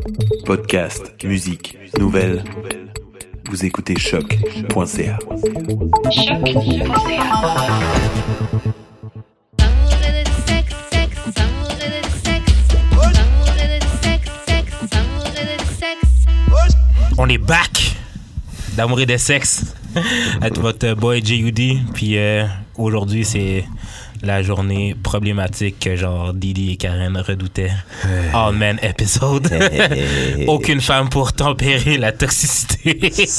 Podcast, musique, nouvelles. Vous écoutez choc.ca. On est back d'amour et de sexe avec votre boy J.U.D. Puis aujourd'hui, c'est la journée problématique que genre Didi et Karen redoutaient. All Men episode. Aucune femme pour tempérer la toxicité.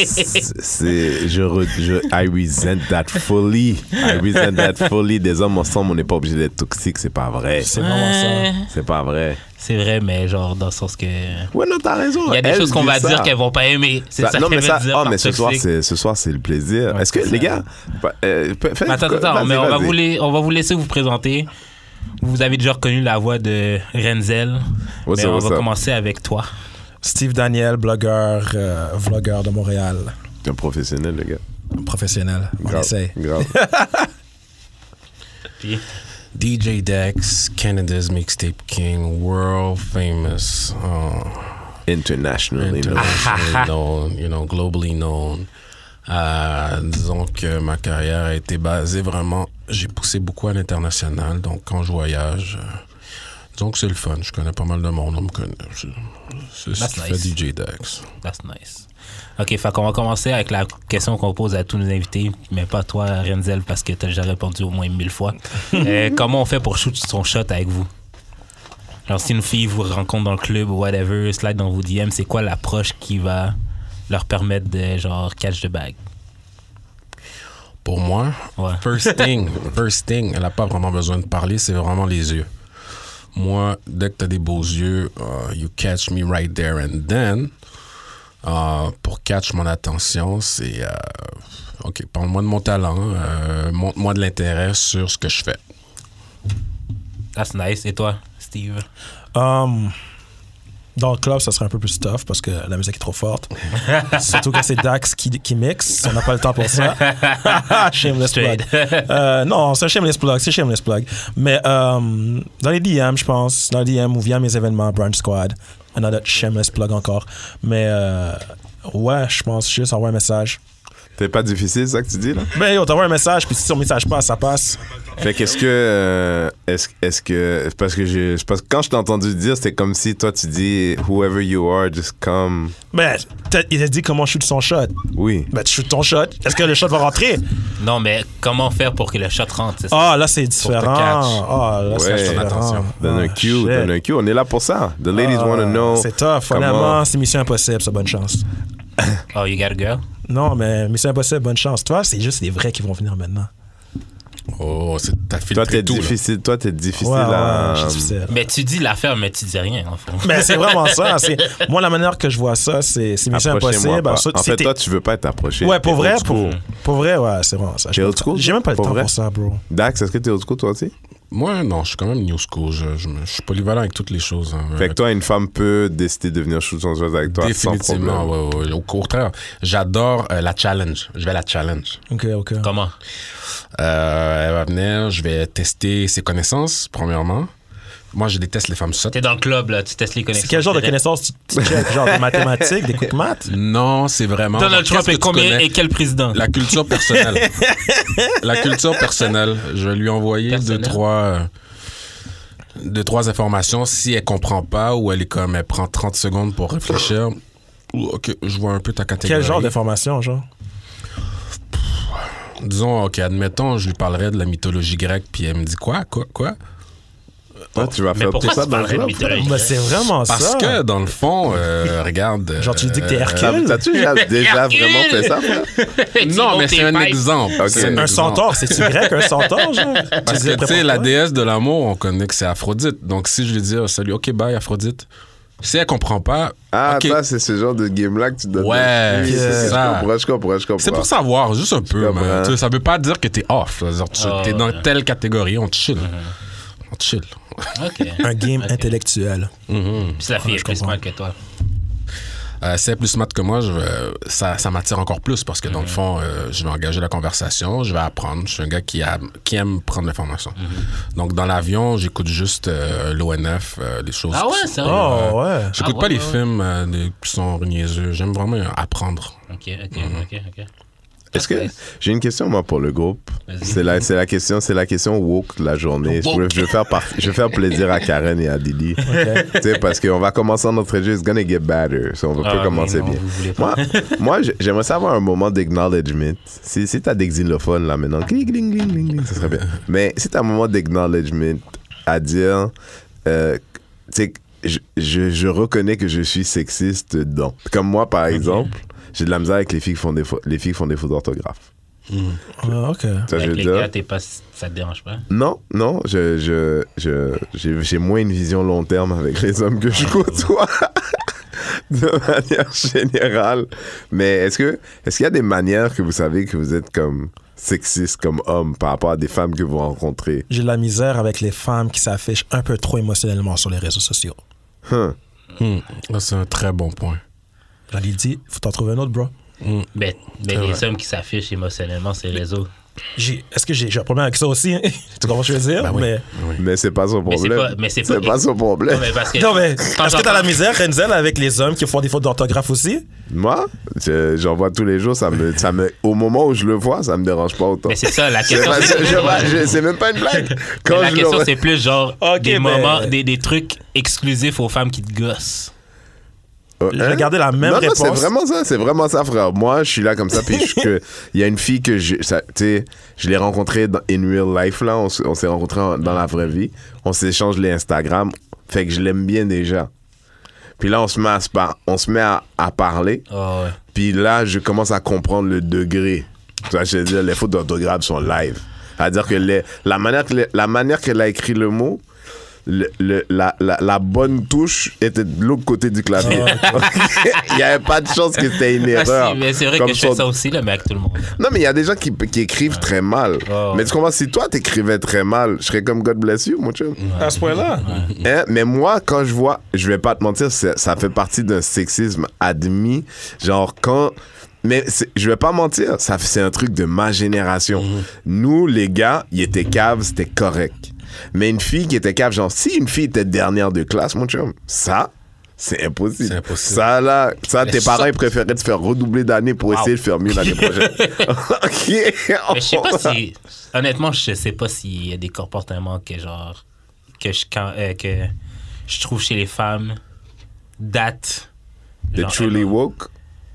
I resent that fully. Des hommes ensemble, on n'est pas obligé d'être toxique, c'est pas vrai. C'est vraiment ça. C'est pas vrai. C'est vrai, mais genre dans le sens que... Ouais, non, t'as raison. Il y a des choses qu'on va dire qu'elles vont pas aimer. C'est ça non, qu'elle mais veut dire. Oh, mais ce soir, c'est le plaisir. Ouais, est-ce que, les gars... Attends, mais on va vous laisser vous présenter. Vous avez déjà reconnu la voix de Renzel. Mais on va commencer avec toi. Steve Daniel, blogueur, vlogueur de Montréal. T'es un professionnel, le gars. Professionnel. On essaie. Grave. Puis... DJ Dex, Canada's Mixtape King, world famous, internationally known, globally known. Disons que ma carrière a été basée vraiment, j'ai poussé beaucoup à l'international, donc quand je voyage, disons que c'est le fun, je connais pas mal de monde, on me connaît. C'est ce qui fait DJ Dex. That's nice. OK, fait qu'on va commencer avec la question qu'on pose à tous nos invités, mais pas toi, Renzel, parce que t'as déjà répondu au moins 1000 fois. Comment on fait pour shoot son shot avec vous? Genre, si une fille vous rencontre dans le club ou whatever, slide dans vos DM, c'est quoi l'approche qui va leur permettre de, genre, catch the bag? Pour moi, ouais. First thing, elle n'a pas vraiment besoin de parler, c'est vraiment les yeux. Moi, dès que t'as des beaux yeux, you catch me right there and then. Pour catch mon attention, c'est OK, parle-moi de mon talent, montre-moi de l'intérêt sur ce que je fais. That's nice. Et toi, Steve? Dans le club, ça serait un peu plus tough parce que la musique est trop forte. Surtout quand c'est Dax qui mixe. On n'a pas le temps pour ça. Shameless plug. Non, c'est un shameless plug. Mais dans les DM, je pense, dans les DM ou via mes événements, Brunch Squad, another shameless plug encore. Mais ouais, je pense juste envoyer un message. C'est pas difficile, ça que tu dis, là? Ben yo, t'envoies un message, puis si ton message passe, ça passe. Fait qu'est-ce que... Parce que quand je t'ai entendu dire, c'était comme si toi, tu dis « Whoever you are, just come... » Ben, il t'a dit comment shoot son shot. Oui. Ben, tu shoot ton shot. Est-ce que le shot va rentrer? Non, mais comment faire pour que le shot rentre? C'est ça? Ah, là, c'est différent. Ah, là, c'est différent. Donne un cue. On est là pour ça. The ladies want to know... C'est tough. Honnêtement, c'est Mission Impossible, ça, bonne chance. Oh, you got a girl? Non, mais Mission Impossible, bonne chance. Toi, c'est juste les vrais qui vont venir maintenant. Oh, t'as filtré tout. Toi, t'es difficile ouais, à... je suis difficile. Mais tu dis l'affaire, mais tu dis rien, en fait. Mais c'est vraiment ça. Moi, la manière que je vois ça, c'est Mission Impossible. En fait, toi, tu veux pas être approché. Ouais, pour vrai, ouais, c'est vraiment ça. T'es old school? J'ai même pas le temps pour ça, bro. Dax, est-ce que t'es old school, toi aussi? Moi, non, je suis quand même new school. Je suis polyvalent avec toutes les choses. Hein. Fait que toi, une femme peut décider de venir shoot son jeu avec toi sans problème. Définitivement, ouais. Au contraire, j'adore la challenge. Je vais la challenge. OK. Comment? Elle va venir, je vais tester ses connaissances, premièrement. Moi, je déteste les femmes sottes. T'es dans le club, là, tu testes les connaissances. C'est quel genre de connaissances tu checkes? Genre des mathématiques, des quick maths? Non, c'est vraiment... Donald Trump est combien et quel président? La culture personnelle. Je vais lui envoyer deux, trois informations. Si elle comprend pas ou elle prend 30 secondes pour réfléchir, OK, je vois un peu ta catégorie. Quel genre d'informations, genre? Disons, OK, admettons, je lui parlerais de la mythologie grecque, puis elle me dit quoi? Toi, tu vas faire tout ça dans le club? Ben, c'est vraiment ça. Parce que, dans le fond, regarde... Genre, tu dis que t'es Hercule? T'as-tu déjà vraiment fait ça? Non, mais c'est un exemple. Okay. Un centaure, c'est-tu grec, un centaure, genre? Parce que, tu sais, la déesse de l'amour, on connaît que c'est Aphrodite. Donc, si je lui dis, salut, OK, bye, Aphrodite. Si elle comprend pas... Ah, okay. ça, c'est ce genre de game-là que tu donnes. Ouais, oui, c'est ça. Je comprends. C'est pour savoir, juste un peu. Mais, ça veut pas dire que t'es off. T'es dans telle catégorie, on te chill. On te chill. Okay. Un game intellectuel. Puis la fille est plus smart que toi. Si elle est plus smart que moi, ça m'attire encore plus parce que dans le fond, je vais engager la conversation, je vais apprendre. Je suis un gars qui aime prendre l'information. Donc, dans l'avion, j'écoute juste l'ONF, les choses. Ah ouais, c'est vrai? Oh, ouais. J'écoute pas les films qui sont niaiseux. J'aime vraiment apprendre. OK. Est-ce que j'ai une question moi pour le groupe? C'est la question woke de la journée. Je vais faire plaisir à Karen et à Didi. Tu sais, parce qu'on va commencer notre jeu, it's gonna get better. So on peut commencer bien. Moi, j'aimerais savoir un moment d'acknowledgement. Si t'as des xylophones là maintenant, cling, cling, cling, cling, ça serait bien. Mais si t'as un moment d'acknowledgement à dire, tu sais, je reconnais que je suis sexiste dedans. Comme moi, par exemple. J'ai de la misère avec les filles qui font des fautes d'orthographe. OK. Ça, avec les gars, ça te dérange pas? Non, j'ai moins une vision long terme avec les hommes que je côtoie. De manière générale. Mais est-ce qu'il y a des manières que vous savez que vous êtes comme sexiste comme homme par rapport à des femmes que vous rencontrez? J'ai de la misère avec les femmes qui s'affichent un peu trop émotionnellement sur les réseaux sociaux. C'est un très bon point. J'allais dire, faut t'en trouver un autre, bro. Mais les hommes qui s'affichent émotionnellement sur les réseaux. Est-ce que j'ai un problème avec ça aussi? Tu comprends ce que je veux dire? Oui. Mais c'est pas son problème. Mais c'est pas son problème. Non, mais est-ce que t'as la misère, Renzel, avec les hommes qui font des fautes d'orthographe aussi? Moi, j'en vois tous les jours. Au moment où je le vois, ça me dérange pas autant. Mais c'est ça, la question. C'est même pas une blague. La question, c'est plus genre moments, des trucs exclusifs aux femmes qui te gossent. Je vais garder la même réponse. C'est vraiment ça, frère. Moi, je suis là comme ça, puis il y a une fille que je l'ai rencontrée in real life, là. On s'est rencontrés dans la vraie vie. On s'échange les Instagram. Fait que je l'aime bien déjà. Puis là, on se met à parler. Oh, ouais. Puis là, je commence à comprendre le degré. Tu vois, je veux dire, les fautes d'orthographe sont live. C'est-à-dire que la manière qu'elle a écrit le mot, la bonne touche était de l'autre côté du clavier. Il n'y avait pas de chance que c'était une erreur. Mais c'est vrai que je fais ça aussi, là, mais avec tout le monde. Non, mais il y a des gens qui écrivent très mal. Mais tu comprends, si toi, t'écrivais très mal, je serais comme God bless you, mon chum. À ce point-là. Hein? Mais moi, quand je vois, je vais pas te mentir, ça fait partie d'un sexisme admis. Genre, mais je vais pas mentir, c'est un truc de ma génération. Nous, les gars, ils étaient caves, c'était correct. Mais une fille qui était cave, genre, si une fille était dernière de classe, mon chum, ça, c'est impossible. C'est impossible. Ça, là, tes parents, ils préféraient te faire redoubler d'années pour essayer de faire mieux l'année prochaine. OK. Mais je sais pas si... Honnêtement, je sais pas s'il y a des comportements que je trouve chez les femmes datent... The truly woke?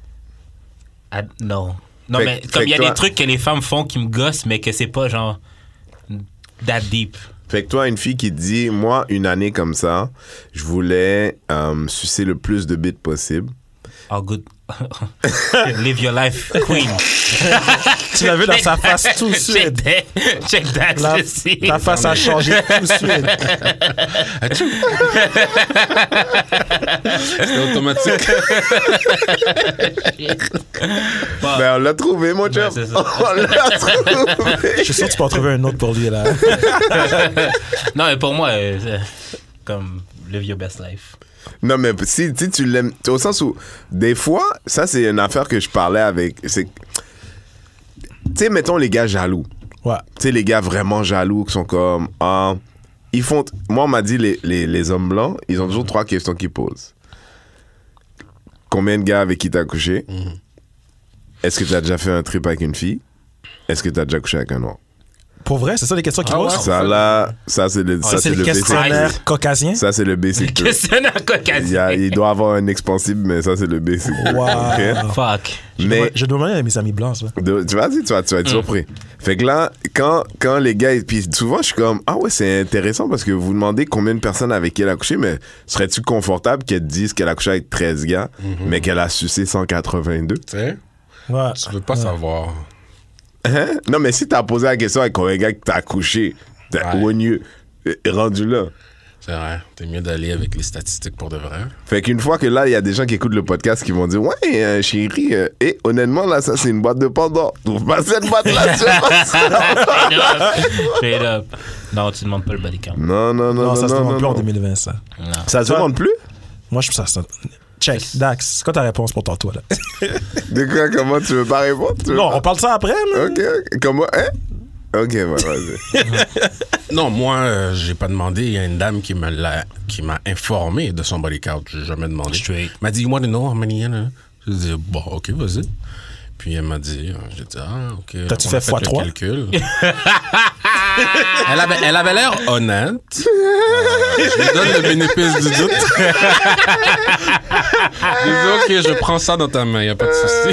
Non. Non, mais comme il y a des trucs que les femmes font qui me gossent, mais que c'est pas genre... that deep. Fait que toi, une fille qui te dit, moi, une année comme ça, je voulais sucer le plus de bits possible. Oh, good. Live your life, queen. Tu l'as vu dans sa face tout de suite. Check that. Ta face a changé tout de suite. C'est automatique. Ben, on l'a trouvé, mon chum. Ouais, on l'a trouvé. Je suis sûr que tu peux en trouver un autre pour lui, là. Non, mais pour moi, comme live your best life. Non, mais si tu l'aimes, au sens où, des fois, ça, c'est une affaire que je parlais avec. Tu sais, mettons les gars jaloux. Ouais. Tu sais, les gars vraiment jaloux qui sont comme. Ils font. Moi, on m'a dit, les hommes blancs, ils ont toujours 3 questions qu'ils posent. Combien de gars avec qui t'as couché? Est-ce que t'as déjà fait un trip avec une fille? Est-ce que t'as déjà couché avec un noir? Pour vrai, c'est ça les questions qui posent? Ça, là, ça, c'est le questionnaire caucasien? Ça, c'est le basic. Questionnaire caucasien. Il doit avoir un expansible, mais ça, c'est le basic. Wow. Okay? Fuck. Je demandais à mes amis blancs, ça. Tu vas être surpris. Fait que là, quand les gars... Puis souvent, je suis comme, ah ouais, c'est intéressant parce que vous demandez combien de personnes avec qui elle a couché, mais serais-tu confortable qu'elle te dise qu'elle a couché avec 13 gars, mais qu'elle a sucé 182? Tu sais, ouais. Tu veux pas savoir. Hein? Non, mais si t'as posé la question avec combien de gars que t'as couché, rendu là. C'est vrai. T'es mieux d'aller avec les statistiques pour de vrai. Fait qu'une fois que là, il y a des gens qui écoutent le podcast qui vont dire, ouais, chérie, et honnêtement, là, ça, c'est une boîte de Pandore. Trouve pas cette boîte-là, Straight up. Non, tu demandes pas le body count. Non, ça se demande plus en 2020, ça. Non. Ça se demande plus? Moi, je trouve ça. Check. Dax, c'est quoi ta réponse pour ton toit, là? De quoi, comment tu veux pas répondre? Non, on parle de ça après, mais... Ok, comment, hein? Ok, vas-y. Non, moi, j'ai pas demandé. Il y a une dame qui m'a informé de son body count. J'ai jamais demandé. Straight. Elle m'a dit, you want to know how many yen? J'ai dit, bon, ok, vas-y. Puis elle m'a dit, j'ai dit, ok. T'as-tu on a fait le x3? calcul. Elle avait l'air honnête. Je lui donne le bénéfice du doute. Je lui dis, ok, je prends ça dans ta main, y a pas de souci.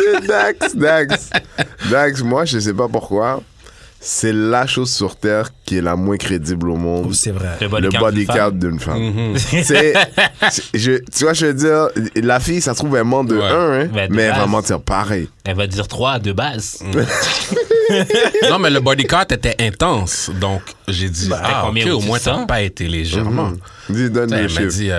Dax, moi, je sais pas pourquoi. C'est la chose sur Terre qui est la moins crédible au monde. Oh, c'est vrai. Le body count d'une femme. Tu vois, je veux dire, la fille, ça se trouve, elle ment de 1, hein, Mais de mais elle va base. mentir pareil. Elle va dire 3 de base. Non, mais le body count était intense. Donc, j'ai dit, combien ok, au vous moins, dites ça? t'as pas été légèrement. Dis, donne Elle le m'a chiffre. dit,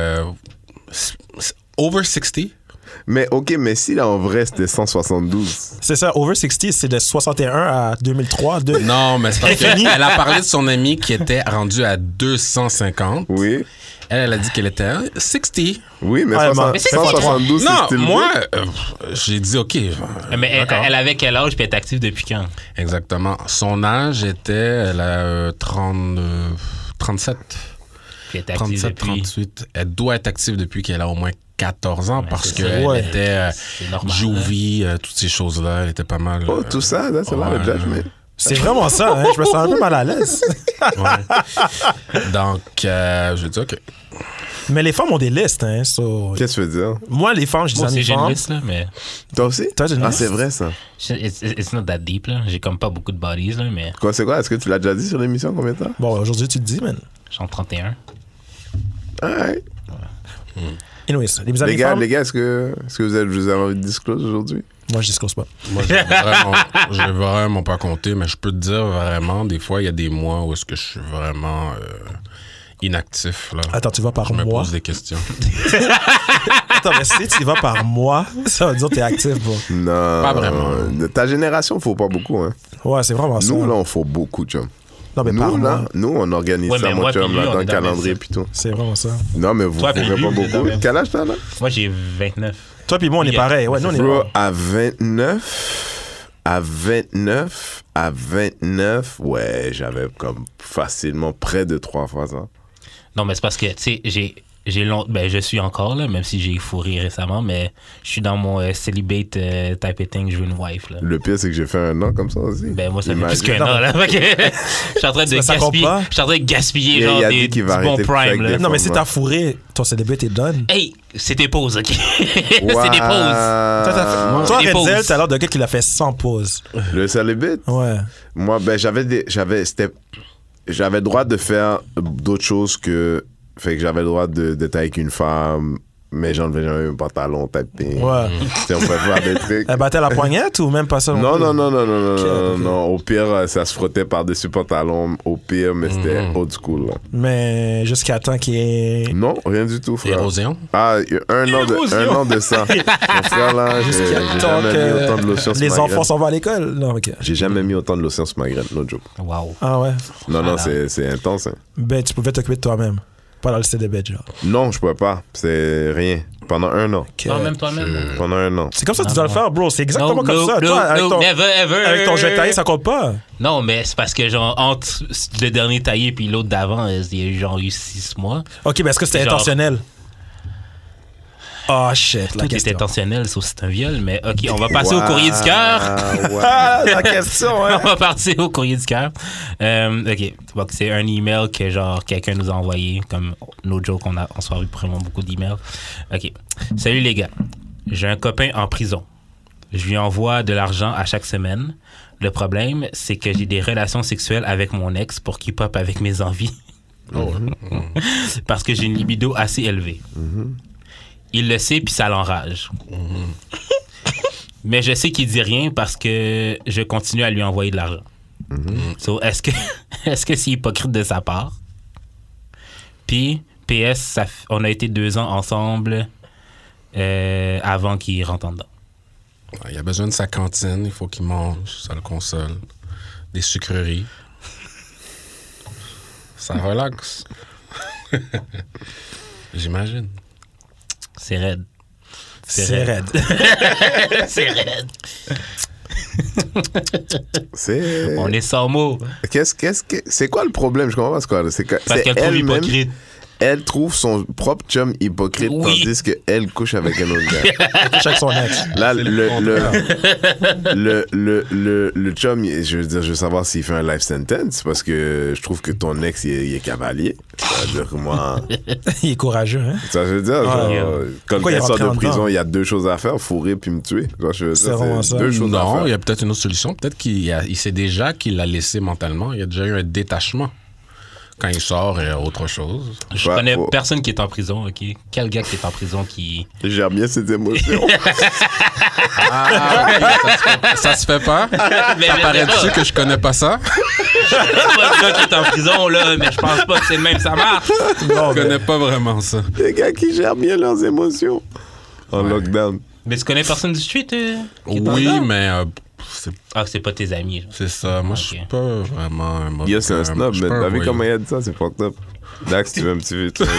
over 60. Mais ok, mais si là, en vrai, c'était 172. C'est ça, Over 60, c'est de 61 à 2003. Non, mais c'est parce qu'elle a parlé de son amie qui était rendue à 250. Oui. Elle a dit qu'elle était à 60. Oui, mais, Ouais, 172, c'est Non, style moi, j'ai dit OK. Mais d'accord. elle avait quel âge puis elle est active depuis quand? Exactement. Son âge était, elle a 37. Puis elle est active 37, depuis... 38. Elle doit être active depuis qu'elle a au moins 14 ans parce c'est ça. qu'elle Ouais. était C'est normal. Jouvie, toutes ces choses-là. Elle était pas mal. Oh, tout ça, là, c'est là le ouais. judgment. C'est vraiment ça, hein? Je me sens un peu mal à l'aise. Ouais. Donc, je dis OK. Mais les femmes ont des listes, hein? So... Qu'est-ce que tu veux dire? Moi, les femmes, je dis Moi à aussi, mes j'ai une femmes... liste, là, mais... Toi aussi? Toi, j'ai une Ah, liste. c'est vrai, ça. It's not that deep, là. J'ai comme pas beaucoup de bodies, là, mais Quoi, c'est quoi? Est-ce que tu l'as déjà dit sur l'émission combien de temps? Bon, aujourd'hui, tu te dis, man. j'en ai 31. Alright. Anyways, les amis femmes... Les gars, est-ce que vous avez envie de disclose aujourd'hui? Moi, je disclose pas. Moi, je vais vraiment pas compter, mais je peux te dire vraiment, des fois, il y a des mois où est-ce que je suis vraiment inactif. Là. Attends, tu vas par Je me mois? pose des questions. Attends, mais si tu y vas par mois, ça veut dire que t'es actif, bro. Non. Pas vraiment. De ta génération, il faut pas beaucoup, hein. Ouais, c'est vraiment ça. Nous, là, on faut beaucoup, chum. Non, mais par Nous, là, mois, nous, on organise Ouais, ça, mais mon moi chum, puis lui, là, on dans est le dans le même calendrier set. puis tout. c'est vraiment ça. Non, mais vous Toi, ne puis pas lui, vous êtes dans beaucoup. le même Quel âge t'as, là? Moi, j'ai 29. Toi puis moi, on est Yeah. pareil. Ouais, nous, on est... Bro, à 29, ouais, j'avais comme facilement près de 3 fois ça. Non, mais c'est parce que, tu sais, je suis encore là, même si j'ai fourré récemment, mais je suis dans mon célibate type of thing, je veux une wife, là. Le pire, c'est que j'ai fait un an comme ça aussi. Ben, moi, ça fait Imagine. plus qu'un an, là. Fait que je suis en train de Ça compte gaspiller. pas? Je suis en train de gaspiller, Il a genre, dit du qu'il va bon arrêter de prime, faire là. des Non, mais si formats. t'as fourré, ton célibate est done. Hey, c'est tes pauses, OK? C'est Wow. des pauses. Toi, des Renzel, pauses. t'as l'air de gars qui l'a fait sans pause. Le célibate? Ouais. Moi, ben, j'avais le droit de faire d'autres choses que. Fait que j'avais le droit d'être avec une femme, mais j'enlevais jamais un pantalon, tapé. Ouais. Tu sais, on pouvait faire des trucs. Elle battait la poignette ou même pas ça? Non, plus? non, non, non, non, non, Ok, non, ok. non. Au pire, ça se frottait par-dessus le pantalon. Au pire, mais c'était old school, là. Mais jusqu'à temps qu'il y ait... Non, rien du tout, frère. Érosion? Ah, il y a un an de ça. Mon frère, là, j'ai Tant jamais mis autant de lotion sur les ma enfants graine. s'en vont à l'école? Non, OK. J'ai jamais mis autant de lotion sur ma graine, no joke. Wow. Ah ouais? Non, non, Voilà. c'est intense, hein. Ben, tu pouvais t'occuper de toi-même. Pas dans le CDB, genre. Non, je pouvais pas. C'est rien. Pendant un an. Ok. Non, même toi-même. Pendant un an. C'est comme ça que tu dois le faire, bro. C'est exactement No, comme no, ça. no, Toi, avec no, ton, never, ever. avec ton jet taillé, ça compte pas. Non, mais c'est parce que, genre, entre le dernier taillé puis l'autre d'avant, il y a genre eu 6 mois. OK, mais est-ce que c'était Genre- intentionnel? Oh, shit, la Tout est question. intentionnel, sauf c'est un viol. Mais OK, on va passer au courrier du cœur. Ouais. Ah, la question, On hein? va passer au courrier du cœur. OK. Donc, c'est un email que, genre, quelqu'un nous a envoyé. Comme, no joke, on se reçoit vraiment beaucoup d'emails. OK. Salut, les gars. J'ai un copain en prison. Je lui envoie de l'argent à chaque semaine. Le problème, c'est que j'ai des relations sexuelles avec mon ex pour qu'il pop avec mes envies. Parce que j'ai une libido assez élevée. Il le sait, puis ça l'enrage. Mais je sais qu'il dit rien parce que je continue à lui envoyer de l'argent. So, est-ce que c'est hypocrite de sa part? Puis, PS, on a été 2 ans ensemble avant qu'il rentre en dedans. Il a besoin de sa cantine, il faut qu'il mange, ça le console. Des sucreries. Ça relaxe. J'imagine. C'est raide. C'est raide. C'est raide. C'est... On est sans mots. C'est quoi le problème? Je comprends pas ce quoi. C'est Parce qu'elle trouve hypocrite. Elle trouve son propre chum hypocrite, Oui. tandis qu'elle couche avec un autre gars. Elle couche avec son ex. Là, le chum, je veux savoir s'il fait un life sentence, parce que je trouve que ton ex, il est cavalier. C'est-à-dire que moi... Il est courageux, hein? Ça veut dire, quand Pourquoi il elle est sort de rentré en prison, dedans? il y a deux choses à faire, fourrer puis me tuer. Je veux dire, C'est vraiment ça. deux choses à Non, faire. il y a peut-être une autre solution. Peut-être il sait déjà qu'il l'a laissé mentalement. Il y a déjà eu un détachement. Quand il sort, il y a autre chose. Je Ouais, connais faut- personne qui est en prison, OK? Quel gars qui est en prison qui... Je gère bien ses émotions. Ah, ok, ça se fait pas? Mais Ça paraît-tu que je connais pas ça? Je connais pas le gars qui est en prison, là, mais je pense pas que c'est le même, ça marche. Je connais pas vraiment ça. Les gars qui gèrent bien leurs émotions. En lockdown. Mais tu connais personne du street qui est en Oui, dedans? mais C'est pas tes amis. c'est ça. Moi, je suis Ok. pas vraiment un mauvais Yo, c'est un snob, je suis mais pas un t'as vu voyou. comment il a dit ça? C'est fucked up. Dax, tu veux un petit peu ça?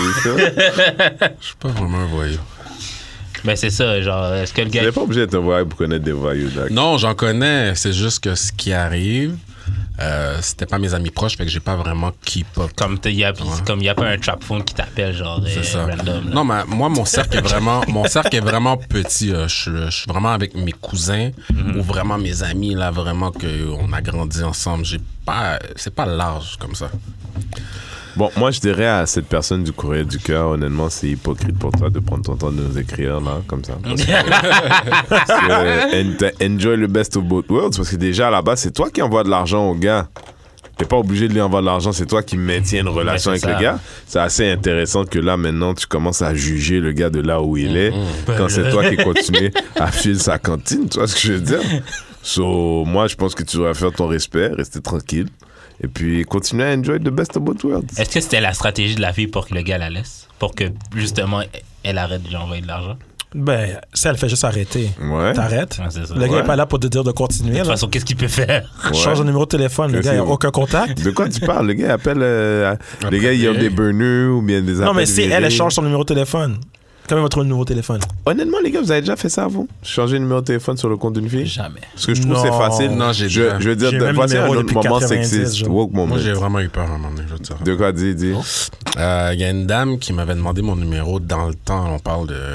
Je suis pas vraiment un voyou. Mais c'est ça, genre, est-ce que le Tu gars... n'es pas obligé d'être un voyou pour connaître des voyous, Dax. Non, j'en connais. C'est juste que ce qui arrive, c'était pas mes amis proches, fait que j'ai pas vraiment keep up. Comme il y a pas un trap phone qui t'appelle, genre, C'est ça. random. là. Non, mais moi, mon cercle est vraiment petit. Je suis vraiment avec mes cousins ou vraiment mes amis, là, vraiment qu'on a grandi ensemble. C'est pas large comme ça. Bon, moi, je dirais à cette personne du courrier du cœur, honnêtement, c'est hypocrite pour toi de prendre ton temps de nous écrire, là, comme ça. Parce que, enjoy the best of both worlds, parce que déjà, à la base, c'est toi qui envoies de l'argent au gars. T'es pas obligé de lui envoyer de l'argent, c'est toi qui maintiens une relation c'est avec ça. le gars. C'est assez intéressant que là, maintenant, tu commences à juger le gars de là où il est, quand c'est toi qui continues à filer sa cantine, tu vois ce que je veux dire? So, moi, je pense que tu devrais faire ton respect, rester tranquille, et puis continuer à enjoy the best of both worlds. Est-ce que c'était la stratégie de la fille pour que le gars la laisse? Pour que, justement, elle arrête de lui envoyer de l'argent? Ben, ça, elle fait juste arrêter. Ouais. T'arrêtes. Ouais, c'est ça. Le gars Ouais. n'est pas là pour te dire de continuer. De toute Là. façon, qu'est-ce qu'il peut faire? Ouais. Change de numéro de téléphone. Le Que gars, il n'a c'est- aucun contact. De quoi tu parles? Le gars il appelle. Les gars, ils ont des burners ou bien des appels. Non, mais si virés. elle change son numéro de téléphone, comment il va trouver un nouveau téléphone? Honnêtement, les gars, vous avez déjà fait ça, vous? Changer le numéro de téléphone sur le compte d'une fille? Jamais. Parce que je trouve que c'est Non. facile. Non, j'ai déjà. Je veux dire, J'ai même voici un numéro autre depuis moment 90, sexiste. genre. Woke moment. Moi, j'ai vraiment eu peur à un moment donné, je veux te dire. De quoi, dis? Il y a une dame qui m'avait demandé mon numéro dans le temps, on parle de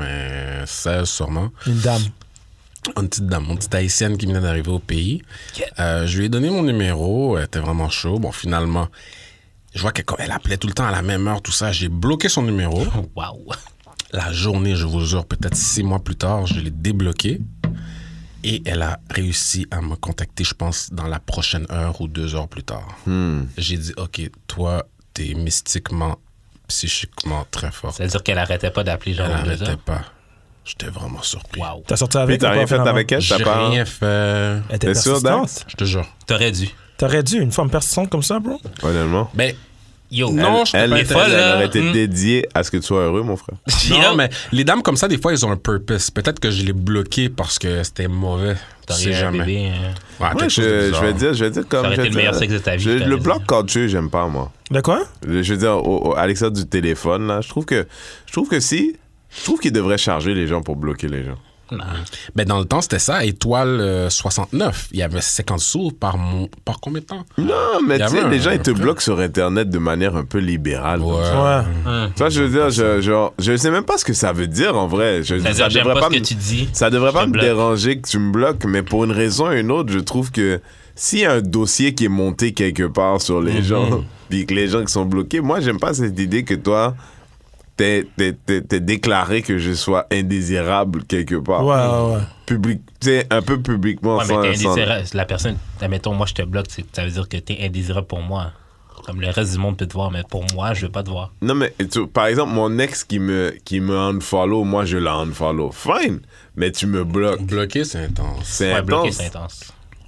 96 sûrement. Une dame. Une petite haïtienne qui venait d'arriver au pays. Je lui ai donné mon numéro, elle était vraiment chaud. Bon, finalement, je vois qu'elle appelait tout le temps à la même heure, tout ça. J'ai bloqué son numéro. Waouh. La journée, je vous jure, peut-être 6 mois plus tard, je l'ai débloqué. Et elle a réussi à me contacter, je pense, dans la prochaine heure ou 2 heures plus tard. J'ai dit, OK, toi, t'es mystiquement, psychiquement très fort. C'est-à-dire qu'elle arrêtait pas d'appeler genre Elle aux 2 n'arrêtait heures? pas. J'étais vraiment surpris. Waouh. T'as sorti Puis avec t'as ou rien pas, fait finalement? avec elle? J'ai T'as pas... rien fait. Elle était T'es sûr, persistante. Je te jure. T'aurais dû. T'aurais dû, une femme persistante comme ça, bro. Honnêtement. Ben, Yo, non, je Elle, pas elle, folle, là. aurait été Hmm. dédiée à ce que tu sois heureux, mon frère. non, mais les dames comme ça, des fois, ils ont un purpose. Peut-être que je l'ai bloqué parce que c'était mauvais. Tu T'aurais sais eu un jamais. bébé. Ouais, Moi, quelque chose de je bizarre. vais dire comme. Ça aurait je vais été le meilleur dire, sexe de ta vie, Le t'aurais bloc dit. culture, j'aime pas, moi. De quoi? Je veux dire, à l'extérieur du téléphone, là, je trouve que si. Je trouve qu'il devrait charger les gens pour bloquer les gens. Non. Ben, dans le temps, c'était ça. Étoile 69. Il y avait 50 sous par combien de temps? Non, mais Il y tu sais, avait les gens, un ils te frais. bloquent sur Internet de manière un peu libérale. Ouais. Ouais. Ça, je veux dire, je sais même pas ce que ça veut dire en vrai. C'est-à-dire, j'aime pas ce que tu dis. Ça devrait je pas te me bloque. déranger que tu me bloques, mais pour une raison ou une autre, je trouve que s'il y a un dossier qui est monté quelque part sur les gens, puis que les gens qui sont bloqués, moi, j'aime pas cette idée que toi, t'es déclaré que je sois indésirable quelque part. Ouais. Public, tu sais, un peu publiquement. Ouais, mais t'es sans- indésirable. La personne, admettons, moi, je te bloque, ça veut dire que t'es indésirable pour moi. Comme le reste du monde peut te voir, mais pour moi, je veux pas te voir. Non, mais par exemple, mon ex qui me unfollow, moi, je la unfollow. Fine, mais tu me bloques. Bloqué, c'est intense. C'est Ouais, bloqué, intense. c'est intense.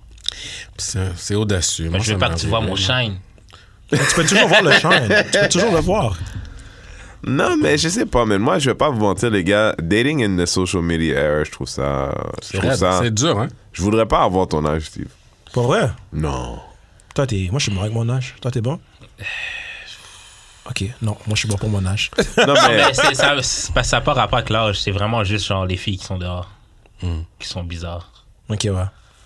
C'est audacieux. Mais Moi, je veux ça pas que tu vois mon shine. Tu peux toujours voir le shine. Tu peux toujours le voir. Non, mais je sais pas, mais moi, je vais pas vous mentir, les gars. Dating in the social media era, je trouve ça. C'est dur, hein? Je voudrais pas avoir ton âge, Steve. Pour vrai? Non. Toi, moi, je suis bon avec mon âge. Toi, t'es bon? Ok, non, moi je suis bon pour mon âge. Non, mais Ça n'a pas rapport avec l'âge. C'est vraiment juste genre les filles qui sont dehors. Qui sont bizarres. Ok, ouais.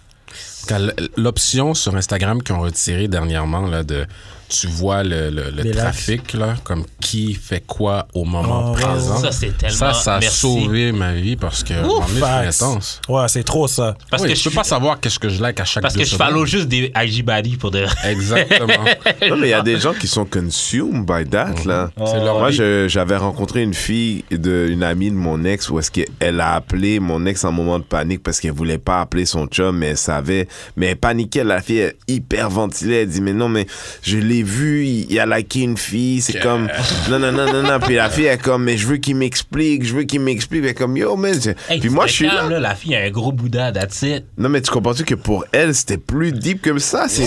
L'option sur Instagram qu'ils ont retirée dernièrement, là, tu vois le trafic, là, comme qui fait quoi au moment présent. Ça, c'est tellement... Ça a sauvé ma vie parce que c'est intense. Ouais, c'est trop ça. Parce que je peux pas savoir qu'est-ce que je like à chaque Parce que je follow juste des IG Body pour de... Exactement. non, mais il y a des gens qui sont consumed by that, là. C'est leur Moi, vie. j'avais rencontré une fille, une amie de mon ex, où est-ce qu'elle a appelé mon ex en moment de panique parce qu'elle voulait pas appeler son chum, mais elle savait. Mais elle paniquait, la fille, elle hyper ventilée. Elle dit, mais non, mais je l'ai vu, il a liké une fille, c'est comme... Non. Puis la fille, elle est comme, mais je veux qu'il m'explique. Elle est comme, yo, man. Hey, puis moi, je suis là. La fille a un gros Bouddha, that's it. Non, mais tu comprends-tu que pour elle, c'était plus deep que ça? C'est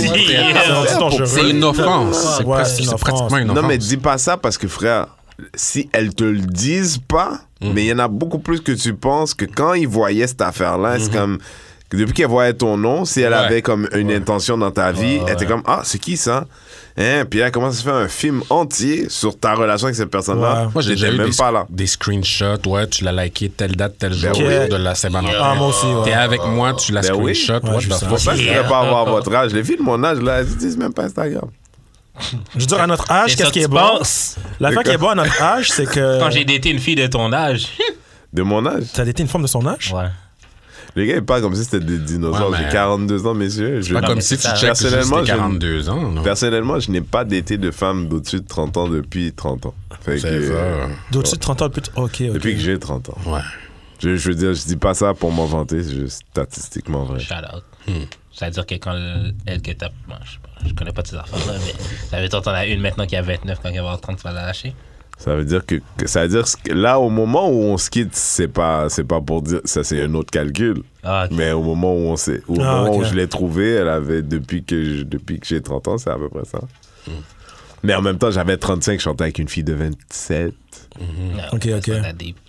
C'est une offense. Ouais, C'est c'est une pratiquement une offense. Non, mais dis pas ça parce que, frère, si elles te le disent pas, mais il y en a beaucoup plus que tu penses que quand ils voyaient cette affaire-là, c'est comme... Depuis qu'elle voyait ton nom, si elle avait comme une intention dans ta vie, elle était comme, ah, c'est qui ça? Hein? Puis elle commence à faire un film entier sur ta relation avec cette personne-là. Ouais. Moi, j'ai déjà eu même pas là. des screenshots. Ouais, tu l'as liké telle date, tel jour oui. de la Saint-Valentin. Ah, moi aussi, ouais. T'es avec moi, tu l'as Ben oui. screenshot. Ouais, What je the sais. fuck? Pour ça, je ne pas avoir votre âge. Les filles de mon âge, là, elles disent même pas Instagram. Je veux dire, à notre âge, C'est qu'est-ce ça qui que est tu bon? penses? L'affaire qui est bonne à notre âge, c'est que. Quand j'ai daté une fille de ton âge. De mon âge? T'as daté une femme de son âge? Ouais. Les gars, ils parlent comme si c'était des dinosaures. Ouais, mais- J'ai 42 ans, messieurs. Pas Non, comme mais si tu c'est ça. checkes juste Personnellement, tes je- 42 ans. non? Personnellement, je n'ai pas daté de femme d'au-dessus de 30 ans depuis 30 ans. Fait C'est que, ça. D'au-dessus de 30 ans, plus. Ok. depuis que j'ai 30 ans. Ouais. Je veux dire, je dis pas ça pour m'en vanter, c'est juste statistiquement vrai. Shout out. Ça veut dire que quand elle que t'as. Bon, je connais pas tes affaires là, mais ça veut dire que t'en as une maintenant qui a 29, quand elle va avoir 30, tu vas la lâcher. Ça veut dire que là, au moment où on se quitte, c'est pas pour dire, ça c'est un autre calcul. Ah, ok. Mais au moment où moment ok. où je l'ai trouvée, elle avait, depuis que j'ai 30 ans, c'est à peu près ça. Mais en même temps, j'avais 35, je chantais avec une fille de 27. Non, Ok, c'est ok. pas that deep.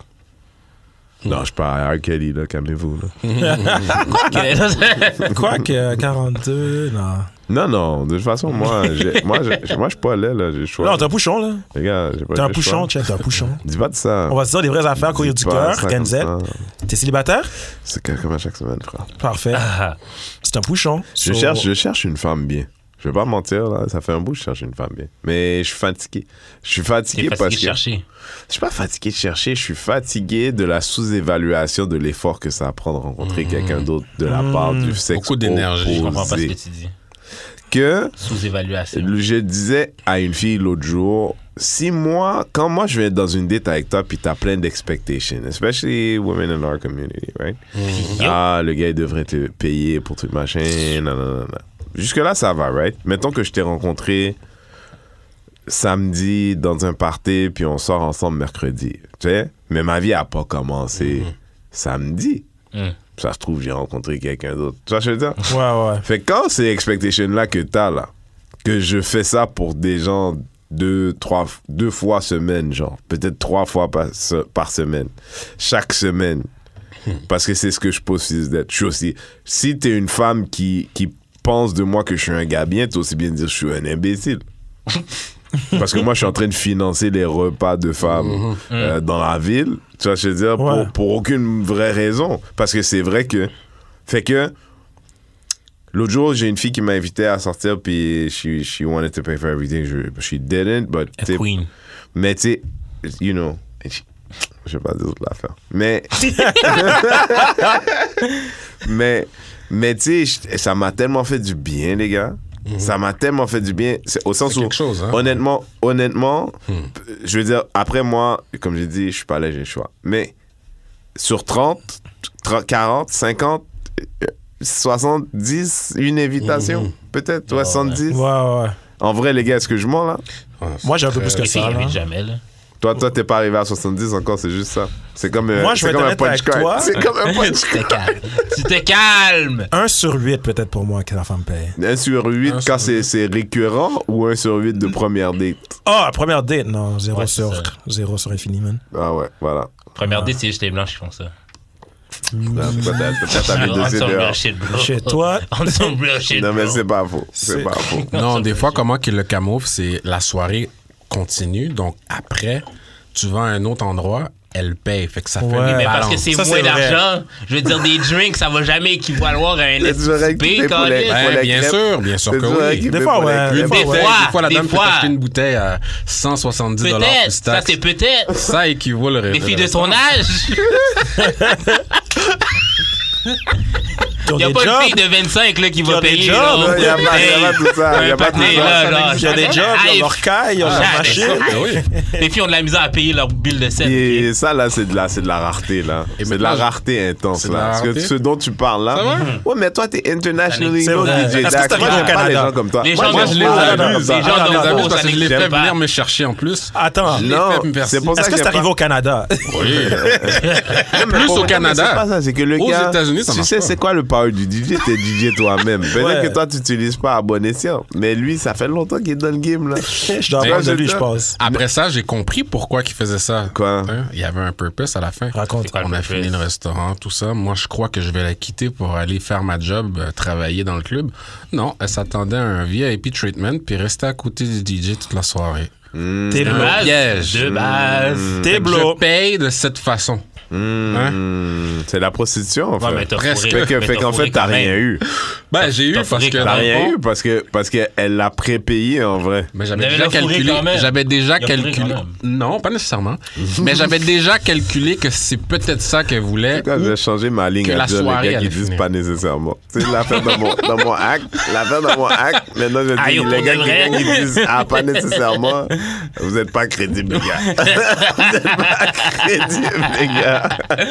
Non, je suis pas à R. Kelly, là, calmez-vous. Là. Quoi que 42, non. Non, de toute façon, moi, je suis pas laid, là, j'ai le choix. Non, t'es un pouchon, là. Les gars, j'ai pas T'es un le pouchon, choix. check, t'es un pouchon. Dis pas de ça. On va se dire des vraies affaires, courir Dis du pas cœur, ça comme Renzel. ça. T'es célibataire? C'est comme à chaque semaine, frère. Parfait. Ah, C'est un pouchon. Je cherche une femme bien. Je vais pas mentir, là, ça fait un bout que je cherche une femme bien. Mais je suis fatigué. Je suis fatigué t'es parce fatigué que... de chercher. Je suis pas fatigué de chercher, je suis fatigué de la sous-évaluation de l'effort que ça prend de rencontrer quelqu'un d'autre de la part du sexe Beaucoup d'énergie. Je comprends pas ce opposé. que tu dis. Que Sous-évaluation. je disais à une fille l'autre jour, quand moi je vais dans une date avec toi puis t'as plein d'expectations, especially women in our community, right? Ah, le gars il devrait te payer pour tout machin, non. Jusque-là, ça va, right? Mettons que je t'ai rencontré samedi dans un party, puis on sort ensemble mercredi, tu sais? Mais ma vie a pas commencé samedi. Ça se trouve, j'ai rencontré quelqu'un d'autre. Tu vois ce que je veux dire? Ouais. Fait que quand ces expectations-là que t'as, là, que je fais ça pour des gens deux fois semaine, genre, peut-être 3 fois par semaine, chaque semaine, parce que c'est ce que je pose d'être. Je suis aussi... Si t'es une femme qui pense de moi que je suis un gars bien, t'as aussi bien dire que je suis un imbécile. Parce que moi, je suis en train de financer les repas de femmes dans la ville. Tu vois, je veux dire, Ouais. pour aucune vraie raison. Parce que c'est vrai que... Fait que... L'autre jour, j'ai une fille qui m'a invité à sortir, puis she wanted to pay for everything. She didn't, but... A queen. Mais tu sais, you know... Je vais pas dire toute l'affaire. Mais tu sais, ça m'a tellement fait du bien, les gars. Ça m'a tellement fait du bien. Au sens C'est où, quelque chose, hein? honnêtement, je veux dire, après moi, comme j'ai dit, je suis pas là, j'ai le choix. Mais sur 30, 40, 50, 70, une invitation, peut-être, 70. Ouais. En vrai, les gars, est-ce que je mens, là? Moi, j'ai un peu plus que Les filles ça, là. invitent jamais, là. Toi, t'es pas arrivé à 70 encore, c'est juste ça. C'est comme, Moi, je c'est vais comme être un honnête punch avec card. toi. C'est comme un punch Tu te calmes. Tu te calmes. 1 sur 8, peut-être, pour moi, que la femme paye. 1 sur 8 quand c'est récurrent ou 1 sur 8 de première date? Ah, première date, non. 0 Ouais, c'est ça. sur infini, man. Ah ouais, voilà. Première date, c'est juste les blancs qui font ça. Peut-être t'avais On deux some dehors. real shit, bro. Chez toi, On some real shit, Non, mais bro. c'est pas faux. C'est C'est- pas faux. Non, des fois, comment qu'il le camoufle, c'est la soirée continue. Donc, après, tu vas à un autre endroit, elle paye. Fait que ça fait Ouais. une Mais parce balance. que c'est Ça, moins c'est vrai. d'argent. Je veux dire, des drinks, ça va jamais équivaloir à un C'est du vrai qui STP, paye pour les- câlisse. pour les Bien crêpes. sûr, bien sûr C'est que du vrai oui. qui Des paye fois, pour les ouais. crêpes. Une Des bouteille, fois, des fois, la des dame peut fois. t'acheter une bouteille à 170 $ Peut-être, plus ça taxe. c'est peut-être. Ça équivaut le Les filles de son âge. Il n'y a pas une fille de 25 là, qui va ont des payer. jobs, là. Il n'y a pas tout ça. Il n'y a pas tout patin, ça. là, genre. Il y a des jobs, il y a Hey, leur caille, il y a leur Ah, machine. Oui. Les filles ont de la misère à payer leur bill de scène. Et ça, là, c'est de la rareté, là. Et C'est de la maintenant, rareté intense, c'est de là. la Parce que rareté? ce dont tu parles, là. Ça va? Ouais, mais toi, t'es internationally C'est known vrai. DJ Est-ce que Dax. c'est Moi, arrivé j'aime au pas les Canada? gens comme toi. Les Moi, gens moi, de je Beau, les là, adore comme les ça. gens de Les amis, Beau, parce ça que je les n'existe fais pas. venir me chercher en plus. Attends, Je l'ai Non, fait me c'est pour ça est-ce que que c'est j'aime arrivé pas. au Canada? Oui. Mais Plus pour au moi, Canada. C'est pas ça, c'est que le Aux gars. États-Unis, ça tu marche sais, pas. c'est quoi le power du DJ? T'es DJ toi-même. Peut-être Ouais. que toi, tu n'utilises pas à bon escient. Mais lui, ça fait longtemps qu'il est dans le game, là. Je dois apprendre de lui, je pense. Après ça, j'ai compris pourquoi il faisait ça. Quoi? Hein? Il y avait un purpose à la fin. Raconte. quoi le On a purpose? fini le restaurant, tout ça. Moi, je crois que je vais la quitter pour aller faire ma job, travailler dans le club. Non, elle s'attendait à un VIP treatment puis rester à côté du DJ toute la soirée. T'es De bleu. base. piège. De base. T'es Fait que bleu. je paye de cette façon. C'est la prostitution, en Ouais, mais fait. t'as Presque. fourré. Fait mais qu'en fourré fait, t'as quand même. rien eu. Ben, j'ai eu t'as parce fourré que quand T'as dans le rien fond, eu parce qu'elle l'a prépayé, en vrai. mais Vous j'avais avez déjà le fourré calculé. quand même. J'avais déjà Il a fourré calculé. quand même. Non, pas nécessairement. Mais j'avais déjà calculé que c'est peut-être ça qu'elle voulait. Quand je vais changer ma ligne que à la dire les soirée gars qui allait disent finir. pas nécessairement. C'est l'affaire dans mon acte. L'affaire dans mon acte. Maintenant, je Aïe, dis pour les de gars vrai. qui disent pas nécessairement. Vous êtes pas crédibles, les gars. Vous êtes pas crédibles, les gars.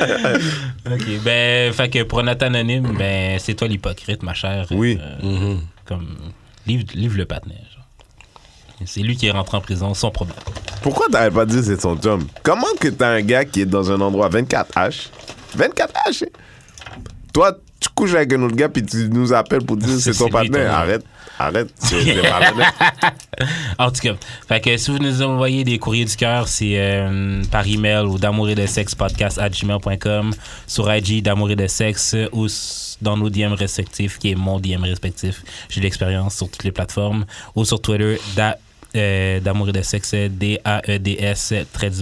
OK, ben, fait que pour notre anonyme, ben, c'est toi l'hypocrite, ma chère. Oui. Comme, livre le patinet, genre. C'est lui qui est rentré en prison, son problème. Pourquoi t'arrêtes pas de dire c'est son job? Comment que t'as un gars qui est dans un endroit 24H? 24H? Toi, tu couches avec un autre gars puis tu nous appelles pour dire c'est ton lui, partenaire. ton- Arrête. C'est pas honnête. En tout cas, fait que si vous nous envoyez des courriers du cœur, c'est par email ou d'amour et de sexe podcast@gmail.com, sur IG d'amour et de sexe ou dans nos DM respectifs, qui est mon DM respectif. J'ai de l'expérience sur toutes les plateformes, ou sur Twitter d'amour et de sexe, DAEDS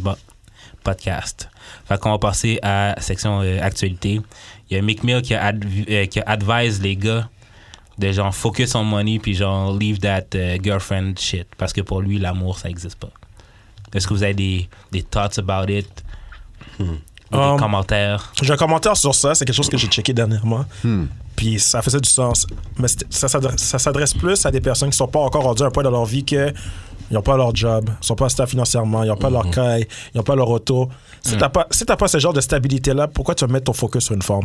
podcast. Fait qu'on va passer à la section actualité. Il y a Mick Mill qui a advise les gars de genre focus on money puis genre leave that girlfriend shit, parce que pour lui l'amour ça existe pas. Est-ce que vous avez des thoughts about it? Ou des commentaires? J'ai un commentaire sur ça, c'est quelque chose que j'ai checké dernièrement. Puis ça faisait du sens. Mais ça s'adresse plus à des personnes qui sont pas encore rendues à un point dans leur vie que ils n'ont pas leur job, ils sont pas stables financièrement, ils n'ont pas leur caille, ils n'ont pas leur auto. Si t'as pas ce genre de stabilité-là, pourquoi tu vas mettre ton focus sur une forme?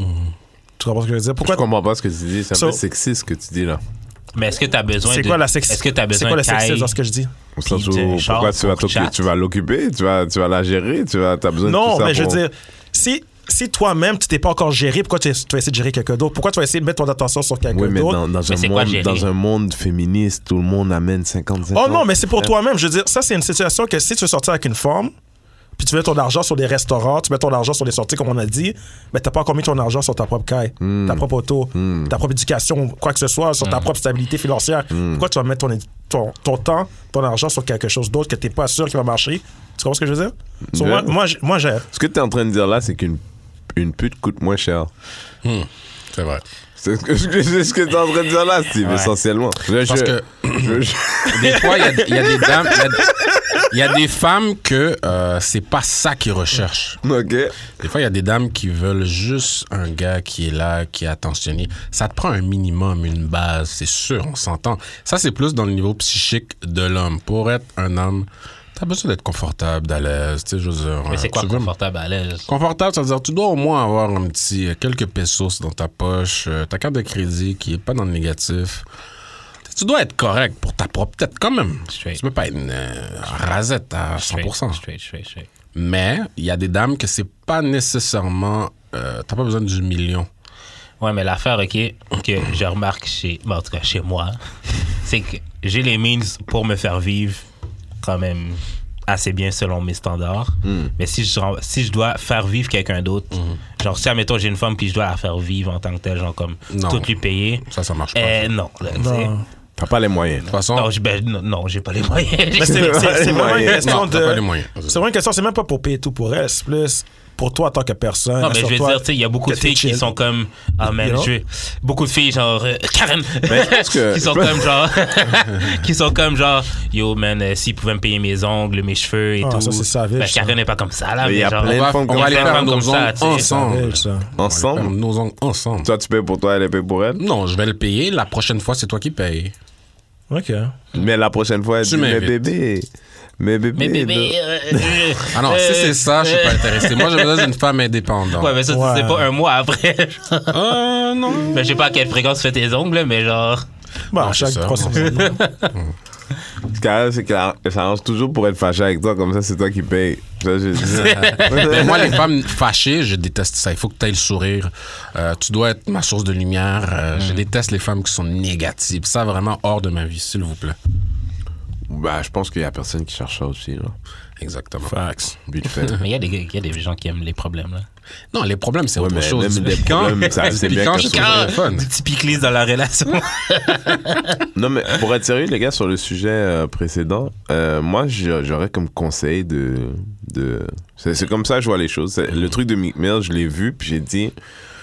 Tu comprends ce que je veux dire? Pourquoi Je comprends pas ce que tu dis. C'est un peu So- sexiste ce que tu dis là. Mais est-ce que tu as besoin c'est de... quoi la sex... Est-ce que tu as C'est besoin quoi le de caille? sexisme dans ce que je dis? Au sens où, Puis, pourquoi genre, pour chat. tu vas l'occuper, tu vas la gérer, t'as besoin de tout Non, ça mais je veux pour- dire, si toi-même, tu t'es pas encore géré, pourquoi tu vas essayer de gérer quelqu'un d'autre? Pourquoi tu vas essayer de mettre ton attention sur quelqu'un Oui, mais d'autre? dans Mais c'est quoi gérer? un monde féministe, tout le monde amène 50-50. Oh non, mais c'est pour toi-même. Je veux dire, ça, c'est une situation que si tu veux sortir avec une femme, puis tu mets ton argent sur des restaurants, tu mets ton argent sur des sorties, comme on a dit, mais t'as pas encore mis ton argent sur ta propre caille, ta propre auto, ta propre éducation, quoi que ce soit, sur ta propre stabilité financière. Pourquoi tu vas mettre ton temps, ton argent sur quelque chose d'autre que t'es pas sûr qui va marcher? Tu comprends ce que je veux dire? So, Ouais. moi, j'ai... Ce que tu es en train de dire là, c'est qu'une pute coûte moins cher. C'est vrai. C'est ce que tu es en train de dire là, Steve, Ouais. essentiellement. Parce que des fois, il y a des dames, il y a des femmes que c'est pas ça qu'ils recherchent. OK. Des fois, il y a des dames qui veulent juste un gars qui est là, qui est attentionné. Ça te prend un minimum, une base, c'est sûr, on s'entend. Ça, c'est plus dans le niveau psychique de l'homme. Pour être un homme, t'as besoin d'être confortable, à l'aise, tu sais, je veux dire. Mais c'est quoi tu veux- confortable à l'aise? Confortable, ça veut dire tu dois au moins avoir un petit quelques pesos dans ta poche, ta carte de crédit qui est pas dans le négatif. Tu dois être correct pour ta propre tête quand même. Straight. Tu peux pas être une rasette à 100%. Straight. Mais il y a des dames que c'est pas nécessairement t'as pas besoin du million. Ouais, mais l'affaire, OK, que je remarque en tout cas chez moi, c'est que j'ai les means pour me faire vivre quand même assez bien selon mes standards. Mais si je dois faire vivre quelqu'un d'autre, genre si, admettons, j'ai une femme puis je dois la faire vivre en tant que telle, genre comme Non. tout lui payer, Ça marche pas. non. Là, tu sais. Non. T'as pas les moyens. De toute façon, Non, j'ai pas les moyens. Mais c'est vraiment une question non, t'as pas les moyens. C'est vraiment une question, c'est même pas pour payer tout pour elle, c'est plus pour toi en tant que personne. Non, mais je veux dire, tu sais, il y a beaucoup de filles qui sont comme. Ah, man, beaucoup de filles, genre. Karen! que... qui sont comme genre. qui sont comme genre. Yo, man, s'ils pouvaient me payer mes ongles, mes cheveux et tout. Ça, c'est savage. Ben, Karen n'est pas comme ça, là. Mais il y a genre, plein de femmes On va aller faire nos comme ça, ongles tu sais. ensemble. Ensemble? Nos ongles ensemble. Toi, tu payes pour toi, elle paye pour elle? Non, je vais le payer. La prochaine fois, c'est toi qui payes. OK. Mais la prochaine fois, elle dit, mais bébé... Mais bébé... Ah non, si c'est ça, je suis pas intéressé. Moi, j'ai besoin d'une femme indépendante. Ouais, mais ça, c'est pas un mois après. Non. Ben, je sais pas à quelle fréquence tu fais tes ongles, mais genre. Bon, Non, chaque c'est ça. 3 semaines. Ce qui arrive, c'est qu'elle s'arrange toujours pour être fâchée avec toi, comme ça, c'est toi qui payes. Ça, je dis. Mais moi, les femmes fâchées, je déteste ça. Il faut que tu aies le sourire. Tu dois être ma source de lumière. Je déteste les femmes qui sont négatives. Ça, vraiment hors de ma vie, s'il vous plaît. Bah, je pense qu'il y a personne qui cherche ça aussi, là. Exactement. Facts. Vite fait. Mais il y a des gens qui aiment les problèmes, là. Non, les problèmes, c'est autre mais chose. même Du des piquant, problèmes, ça, c'est du bien piquant, que je ça trouve soit le fun. Des petits piclis dans la relation. Non, mais pour être sérieux, les gars, sur le sujet précédent, moi, j'aurais comme conseil de... C'est comme ça que je vois les choses. Le truc de Meek Mill, je l'ai vu, puis j'ai dit...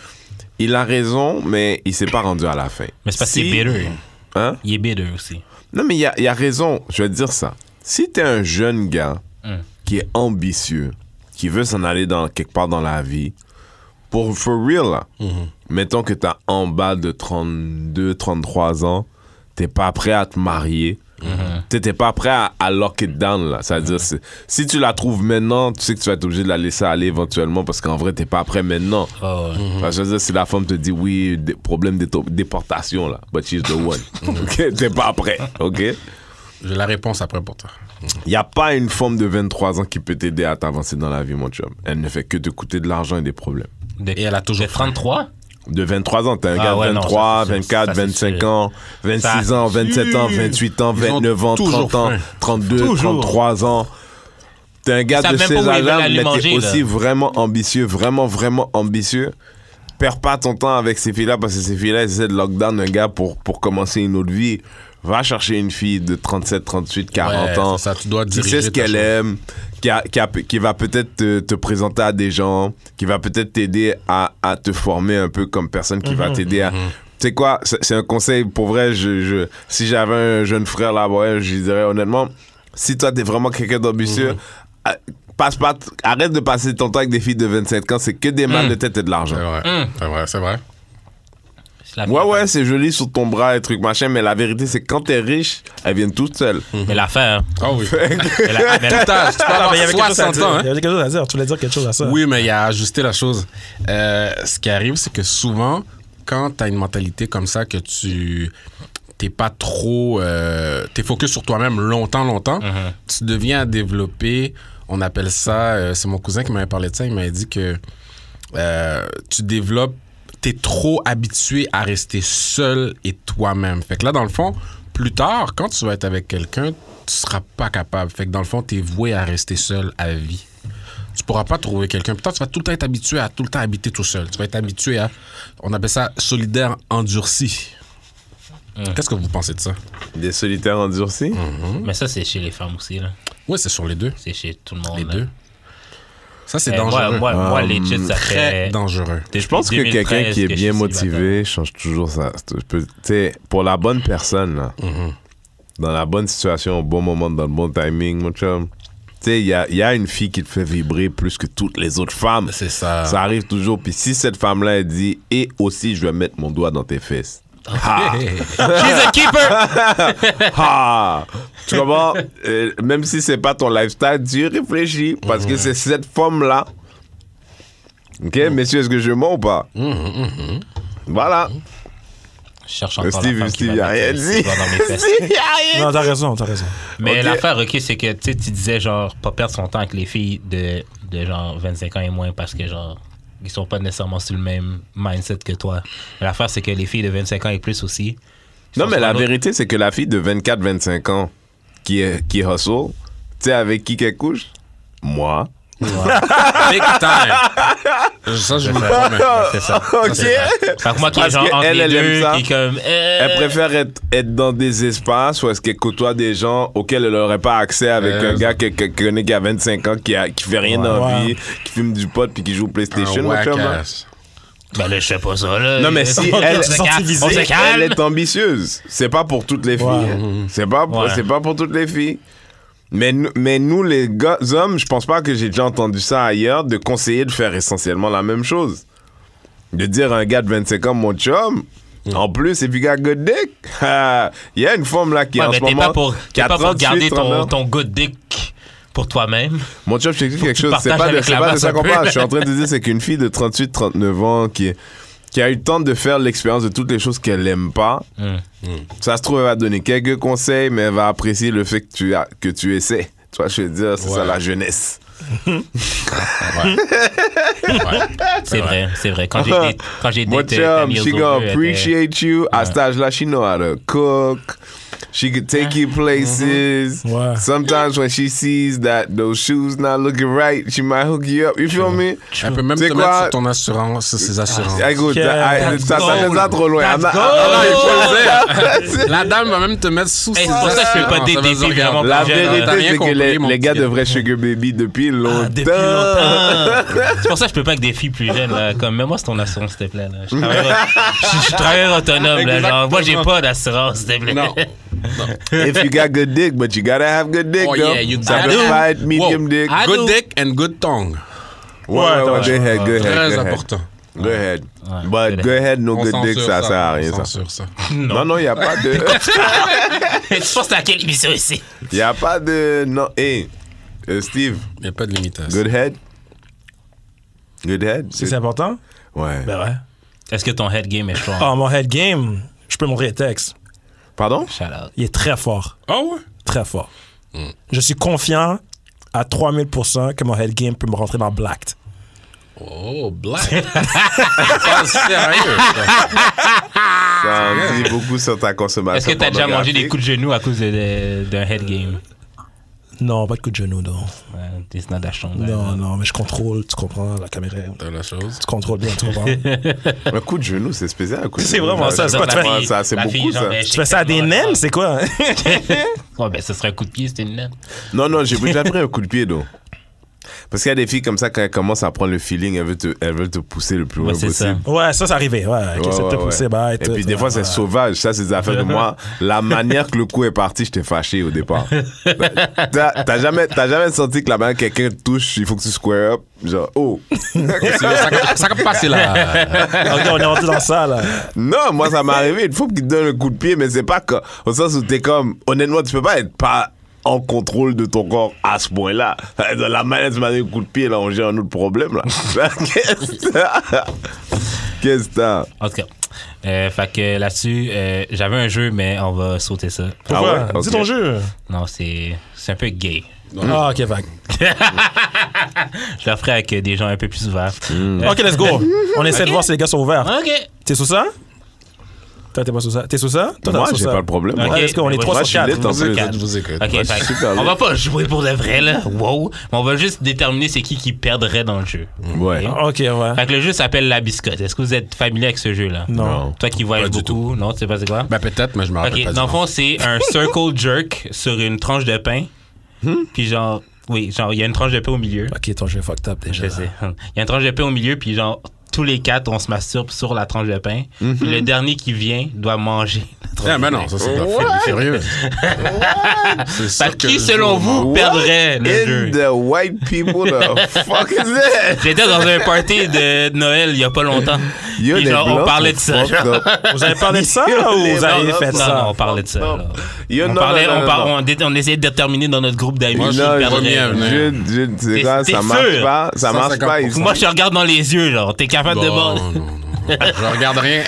Il a raison, mais il s'est pas rendu à la fin. Mais c'est parce qu'il est bitter. Hein? Il est bitter aussi. Non, mais il a raison. Je vais te dire ça. Si t'es un jeune gars qui est ambitieux, qui veut s'en aller quelque part dans la vie, for real, là, mettons que t'as en bas de 32, 33 ans, t'es pas prêt à te marier, t'es pas prêt à lock it down, là. C'est-à-dire, si tu la trouves maintenant, tu sais que tu vas être obligé de la laisser aller éventuellement parce qu'en vrai, t'es pas prêt maintenant. Oh, ouais. Parce que je veux dire, si la femme te dit oui, problème de déportation, là, but she's the one. OK? T'es pas prêt. OK? J'ai la réponse après pour toi. Il n'y a pas une femme de 23 ans qui peut t'aider à t'avancer dans la vie, mon chum. Elle ne fait que te coûter de l'argent et des problèmes. Et elle a toujours De 33? De 23 ans, t'es un gars de ouais, 23, non, ça, c'est 24, sûr. Ça, c'est 25 sûr. ans, 26 ans, 27 ans, 28 ans, Ils ont 29 ans, toujours 30 ans, faim. 32, Toujours. 33 ans. T'es un gars Ils savent de même ces pas où ils veulent âges-là, aller mais manger, t'es aussi vraiment ambitieux, vraiment ambitieux. Perds pas ton temps avec ces filles-là parce que ces filles-là, elles essaient de lockdown un gars pour commencer une autre vie. Va chercher une fille de 37, 38, 40 Ouais, ans. c'est ça, tu dois qui diriger sait ce ta qu'elle chose. aime, qui va peut-être te présenter à des gens, qui va peut-être t'aider à te former un peu comme personne, qui va t'aider à... Tu sais quoi, c'est un conseil, pour vrai, si j'avais un jeune frère là, ouais, je lui dirais honnêtement, si toi t'es vraiment quelqu'un d'ambitieux, arrête de passer ton temps avec des filles de 25 ans, c'est que des mal de tête et de l'argent. C'est vrai. Ouais, c'est joli sur ton bras et trucs machin, mais la vérité, c'est que quand t'es riche, elles viennent toutes seules. Mais l'affaire. Ah oui. mais la- mais la- Tout âge, tu peux avoir il y avait quelque chose à 60 dire. ans, hein? Il y avait quelque chose à dire. Tu voulais dire quelque chose à ça. Oui, mais il a ajusté la chose. Ce qui arrive, c'est que souvent, quand tu as une mentalité comme ça, que tu t'es pas trop... t'es focus sur toi-même longtemps, tu deviens à développer, on appelle ça... c'est mon cousin qui m'avait parlé de ça, il m'avait dit que tu développes... T'es trop habitué à rester seul et toi-même. Fait que là, dans le fond, plus tard, quand tu vas être avec quelqu'un, tu seras pas capable. Fait que dans le fond, t'es voué à rester seul à vie. Tu pourras pas trouver quelqu'un. Puis toi, tu vas tout le temps être habitué à tout le temps habiter tout seul. Tu vas être habitué à... On appelle ça solidaire endurci. Qu'est-ce que vous pensez de ça? Des solitaires endurcis? Mais ça, c'est chez les femmes aussi, là. Oui, c'est sur les deux. C'est chez tout le monde. Les là. deux. Ça, c'est dangereux. Moi, legit, ça Très fait... dangereux. Je pense que quelqu'un qui est bien motivé change toujours ça. Tu sais, pour la bonne personne, là, dans la bonne situation, au bon moment, dans le bon timing, mon chum, tu sais, il y a une fille qui te fait vibrer plus que toutes les autres femmes. C'est ça. Ça arrive toujours. Puis si cette femme-là, elle dit, et aussi, je vais mettre mon doigt dans tes fesses. Ah! She's a keeper! Ah! Tu comprends? Même si c'est pas ton lifestyle, tu y réfléchis. Parce que c'est cette femme-là. OK, messieurs, est-ce que je mens ou pas? Voilà. Je cherche encore Steve, la femme qui va il a rien mettre ses dit. doigts dans mes fesses. Il a rien Non, t'as raison. Mais Ok. l'affaire, OK, c'est que tu disais, genre, pas perdre son temps avec les filles de genre 25 ans et moins parce que, genre, ils sont pas nécessairement sur le même mindset que toi. Mais l'affaire, c'est que les filles de 25 ans et plus aussi. Non, mais la vérité vérité, c'est que la fille de 24-25 ans qui hustle, tu sais avec qui qu'elle couche? Moi. Big time. Ça, je me promets. C'est ça. Ok. Fait que moi qui est Parce genre entre qu'elle, les elle aime deux, ça. qui est comme... Elle préfère être dans des espaces où est-ce qu'elle côtoie des gens auxquels elle n'aurait pas accès avec un gars qu'elle connaît qui a 25 ans, qui fait rien dans la vie, qui fume du pot puis qui joue au PlayStation. Un mon chum, là. whack-ass. Ben là, je sais pas ça, là. Non, mais si On elle, se calme. elle est ambitieuse, c'est pas pour toutes les filles. Ouais. C'est pas pour toutes les filles. Mais nous, les hommes, je pense pas que j'ai déjà entendu ça ailleurs, de conseiller de faire essentiellement la même chose. De dire à un gars de 25 ans, mon chum, en plus, if you got good dick, il y a une femme là qui Ouais, en mais ce t'es moment... pas pour garder 39. ton good dick pour toi-même. Mon chum, je t'explique quelque tu chose. C'est partages pas de avec la c'est pas de masse ça un qu'on peu. parle. Je suis en train de te dire, c'est qu'une fille de 38-39 ans qui a eu le temps de faire l'expérience de toutes les choses qu'elle aime pas, ça se trouve, elle va donner quelques conseils, mais elle va apprécier le fait que tu essaies. Tu vois, je veux dire, c'est ça la jeunesse. C'est vrai. Quand j'ai Mon daté chum, Camille she Zozo, gonna elle était- appreciate you. À cet âge-là, she know how to cook. She could take you places. Ouais. Sometimes when she sees that those shoes not looking right, she might hook you up. You feel me? Elle peut même C'est te quoi? mettre sur ton assurance, sur ses assurances. Écoute, Yeah. ça fait ça trop loin. Let's I'm not- go. I'm not- La dame va même te mettre sous ses Hey, c'est pour ça que je peux pas assurances. Ça dater veut des dire, filles vraiment La plus jeunes. T'as vérité, rien c'est que compris, mon les gars petit devraient sugar baby depuis longtemps. Ah, depuis longtemps. C'est pour ça que je peux pas avec des filles plus jeunes. Là. Comme, mets-moi sur ton assurance, s'il te plaît. Là. Je travaille autonome. Là, genre, moi, j'ai pas d'assurance, s'il te plaît. Non. If you got good dick, but you gotta have good dick, Oh, though. yeah, you Satisfied, medium Whoa. dick. I do. Good dick and good tongue. Ouais, go ahead. Très important. Go ahead. Ouais, But good go ahead, no On good dick, censure ça sert à rien, on ça. censure ça. Non, il n'y a pas de... Tu penses à quelle émission ici? Il n'y a pas de... Non, hey, Steve, Il n'y a pas de limitation. good head? Good head? C'est important? Ouais. Ben ouais. Est-ce que ton head game est strong? Ah, mon head game, je peux montrer les textes. Pardon? Shout out. Il est très fort. Ah ouais? Très fort. Je suis confiant à 3000% que mon head game peut me rentrer dans Blacked. Oh, black. Pas sérieux, ça. Ça en dit beaucoup sur ta consommation. Est-ce que t'as déjà mangé des pornographique. coups de genoux à cause d'un head game? Non, pas de coup de genou, non. Ouais, it's not that strong. Non, mais je contrôle, tu comprends, la caméra. T'as la chose. Tu contrôles bien, tu comprends. Un coup de genou, c'est spécial. Un coup de C'est genou. vraiment ça, c'est quoi, tu fais- Ça, c'est beaucoup, ça. Tu fais ça à des naines, c'est quoi? Ouais, ben, ce serait un coup de pied, c'était une naine. Non, j'ai déjà pris un coup de pied, donc. Parce qu'il y a des filles comme ça, quand elles commencent à prendre le feeling, elles veulent te pousser le plus loin Ouais, c'est ça. possible. Ouais, ça, c'est arrivé. Ouais, ok, c'est de te pousser, bah, Et puis des fois, c'est sauvage. Ça, c'est des affaires de moi. La manière que le coup est parti, j'étais fâché au départ. T'as jamais senti que la manière que quelqu'un te touche, il faut que tu square up. Genre, oh. Ça peut passer là. Ok, on est rentré dans ça, là. Non, moi, ça m'est arrivé. Il faut qu'il te donne un coup de pied, mais c'est pas au sens où t'es comme, honnêtement, tu peux pas être pas en contrôle de ton corps à ce point-là. Dans la manière tu m'as donné un coup de pied, là, on gère un autre problème, là. Qu'est-ce que t'as? En tout cas, fait que là-dessus, j'avais un jeu, mais on va sauter ça. Pourquoi? ouais? Dis Ok. ton jeu. Non, c'est un peu gay. Ah, ok, vague. Je le ferai avec des gens un peu plus ouverts. Ok, let's go. On essaie de voir si les gars sont ouverts. OK. T'es sous ça? Toi, t'es pas sous ça? T'es sous ça? Toi, t'es Moi, sous j'ai ça. pas le problème. Ok. moi. Ouais, let's go, on est Moi, 3 je sur suis 4. lit, en plus. Je vous écoute. OK, Ouais, fait, super on bien. va pas jouer pour de vrai, là. Wow. Mais on va juste déterminer c'est qui perdrait dans le jeu. Ouais. Ok, ouais. Fait que le jeu s'appelle La Biscotte. Est-ce que vous êtes familier avec ce jeu-là? Non. Toi qui voyages Pas du beaucoup, non? Tu sais pas c'est quoi? Ben peut-être, mais je me rappelle OK, pas. dans le du nom. fond, c'est un circle jerk sur une tranche de pain. Puis genre, oui, genre, il y a une tranche de pain au milieu. Ok, ton jeu est fucked up déjà. Je sais. Il y a une tranche de pain au milieu, puis genre, tous les quatre, on se masturbe sur la tranche de pain. Puis le dernier qui vient doit manger la tranche Ah, de ben pain. non, ça c'est de la folie furieuse. C'est sûr Fait que que qui, le selon jour- vous, perdrait le jeu? In the white people, the fuck is that? J'étais dans un party de Noël il y a pas longtemps. Yo, Puis les genre, on Blancs parlait sont de ça. fucked up. Vous avez parlé de ça ou vous avez fait Non, ça? non, on parlait de ça. Non. là. Yo, On non, parlait, non, non, non. on essayait de déterminer dans notre groupe d'amis Moi, qui je- Non, perdrait. je- c'est quoi, T'es ça marche sûr? pas. Ça marche pas 150%. ici. Moi, je te regarde dans les yeux, genre. T'es capable de Bon, bord. non, non. Je regarde rien.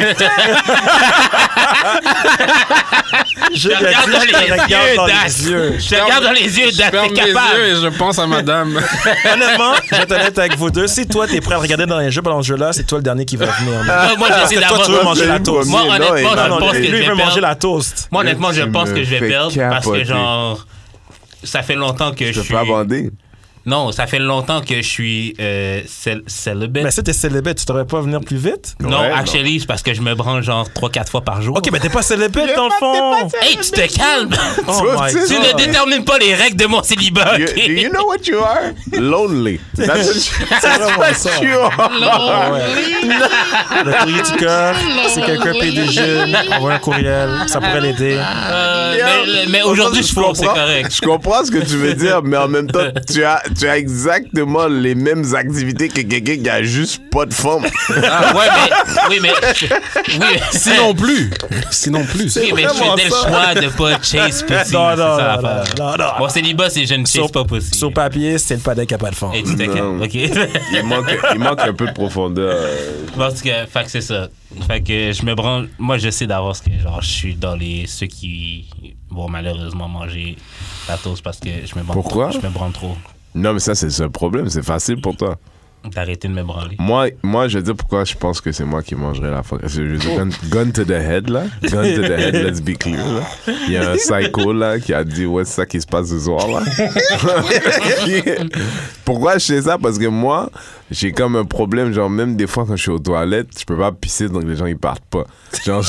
Je te regarde dans les yeux, dans Dax. les yeux. Je te regarde dans les yeux, Je Dax. ferme T'es mes yeux capable. et je pense à madame. Honnêtement, je vais être honnête avec vous deux. Si toi, t'es prêt à regarder dans les jeux pendant ce jeu-là, c'est toi le dernier qui va venir. Non, moi, Parce j'essaie que toi, tu veux d'avoir. manger la le toast. Moi, premier, honnêtement, non, je non, pense que Lui, je il veut vais manger perdre. la toast. Moi, honnêtement, je Tu pense me que je vais fais perdre parce que, capoter. genre, ça fait longtemps que je Je peux suis. pas bander. Non, ça fait longtemps que je suis célibate. Mais si t'es célibataire, tu devrais pas venir plus vite? Non, Ouais, actually, c'est parce que je me branle genre 3-4 fois par jour. Ok, mais t'es pas célibataire dans le fond! Hey, tu te calmes! Oh my Tu Tu God. ne détermines pas les règles de mon célibat, Do ok? you know what you are? Lonely. That's what you are. Le courrier du cœur, si quelqu'un paye des jeunes, envoie un courriel, ça pourrait l'aider. Mais aujourd'hui, je fous, c'est comprends. correct. Je comprends ce que tu veux dire, mais en même temps, tu as exactement les mêmes activités que quelqu'un qui a juste pas de femme. Ah, ouais, mais Sinon plus. Sinon plus. oui, mais je vraiment faisais le ça. choix de pas chase pussy. Non, c'est non, ça non, l'affaire. non. Mon célibat, c'est je ne chase pas pussy. Sur papier, c'est le padec qui a pas de fond. Hey, tu te calmes, Non. ok? Il manque un peu de profondeur. Parce que, fait que c'est ça. Fait que je me branle. Moi, je sais d'avance que genre, je suis dans ceux qui vont malheureusement manger la toast parce que je me branle. Pourquoi? Je me branle trop. Non, mais ça, c'est le seul problème. C'est facile pour toi. D'arrêter de me branler. Moi, je vais dire pourquoi je pense que c'est moi qui mangerai la fois. Je veux dire, gun to the head, là. Gun to the head, let's be clear, là. Il y a un psycho, là, qui a dit, ouais, c'est ça qui se passe ce soir, là. Pourquoi je sais ça? Parce que moi, j'ai comme un problème, genre, même des fois, quand je suis aux toilettes, je peux pas pisser, donc les gens, ils partent pas. Genre,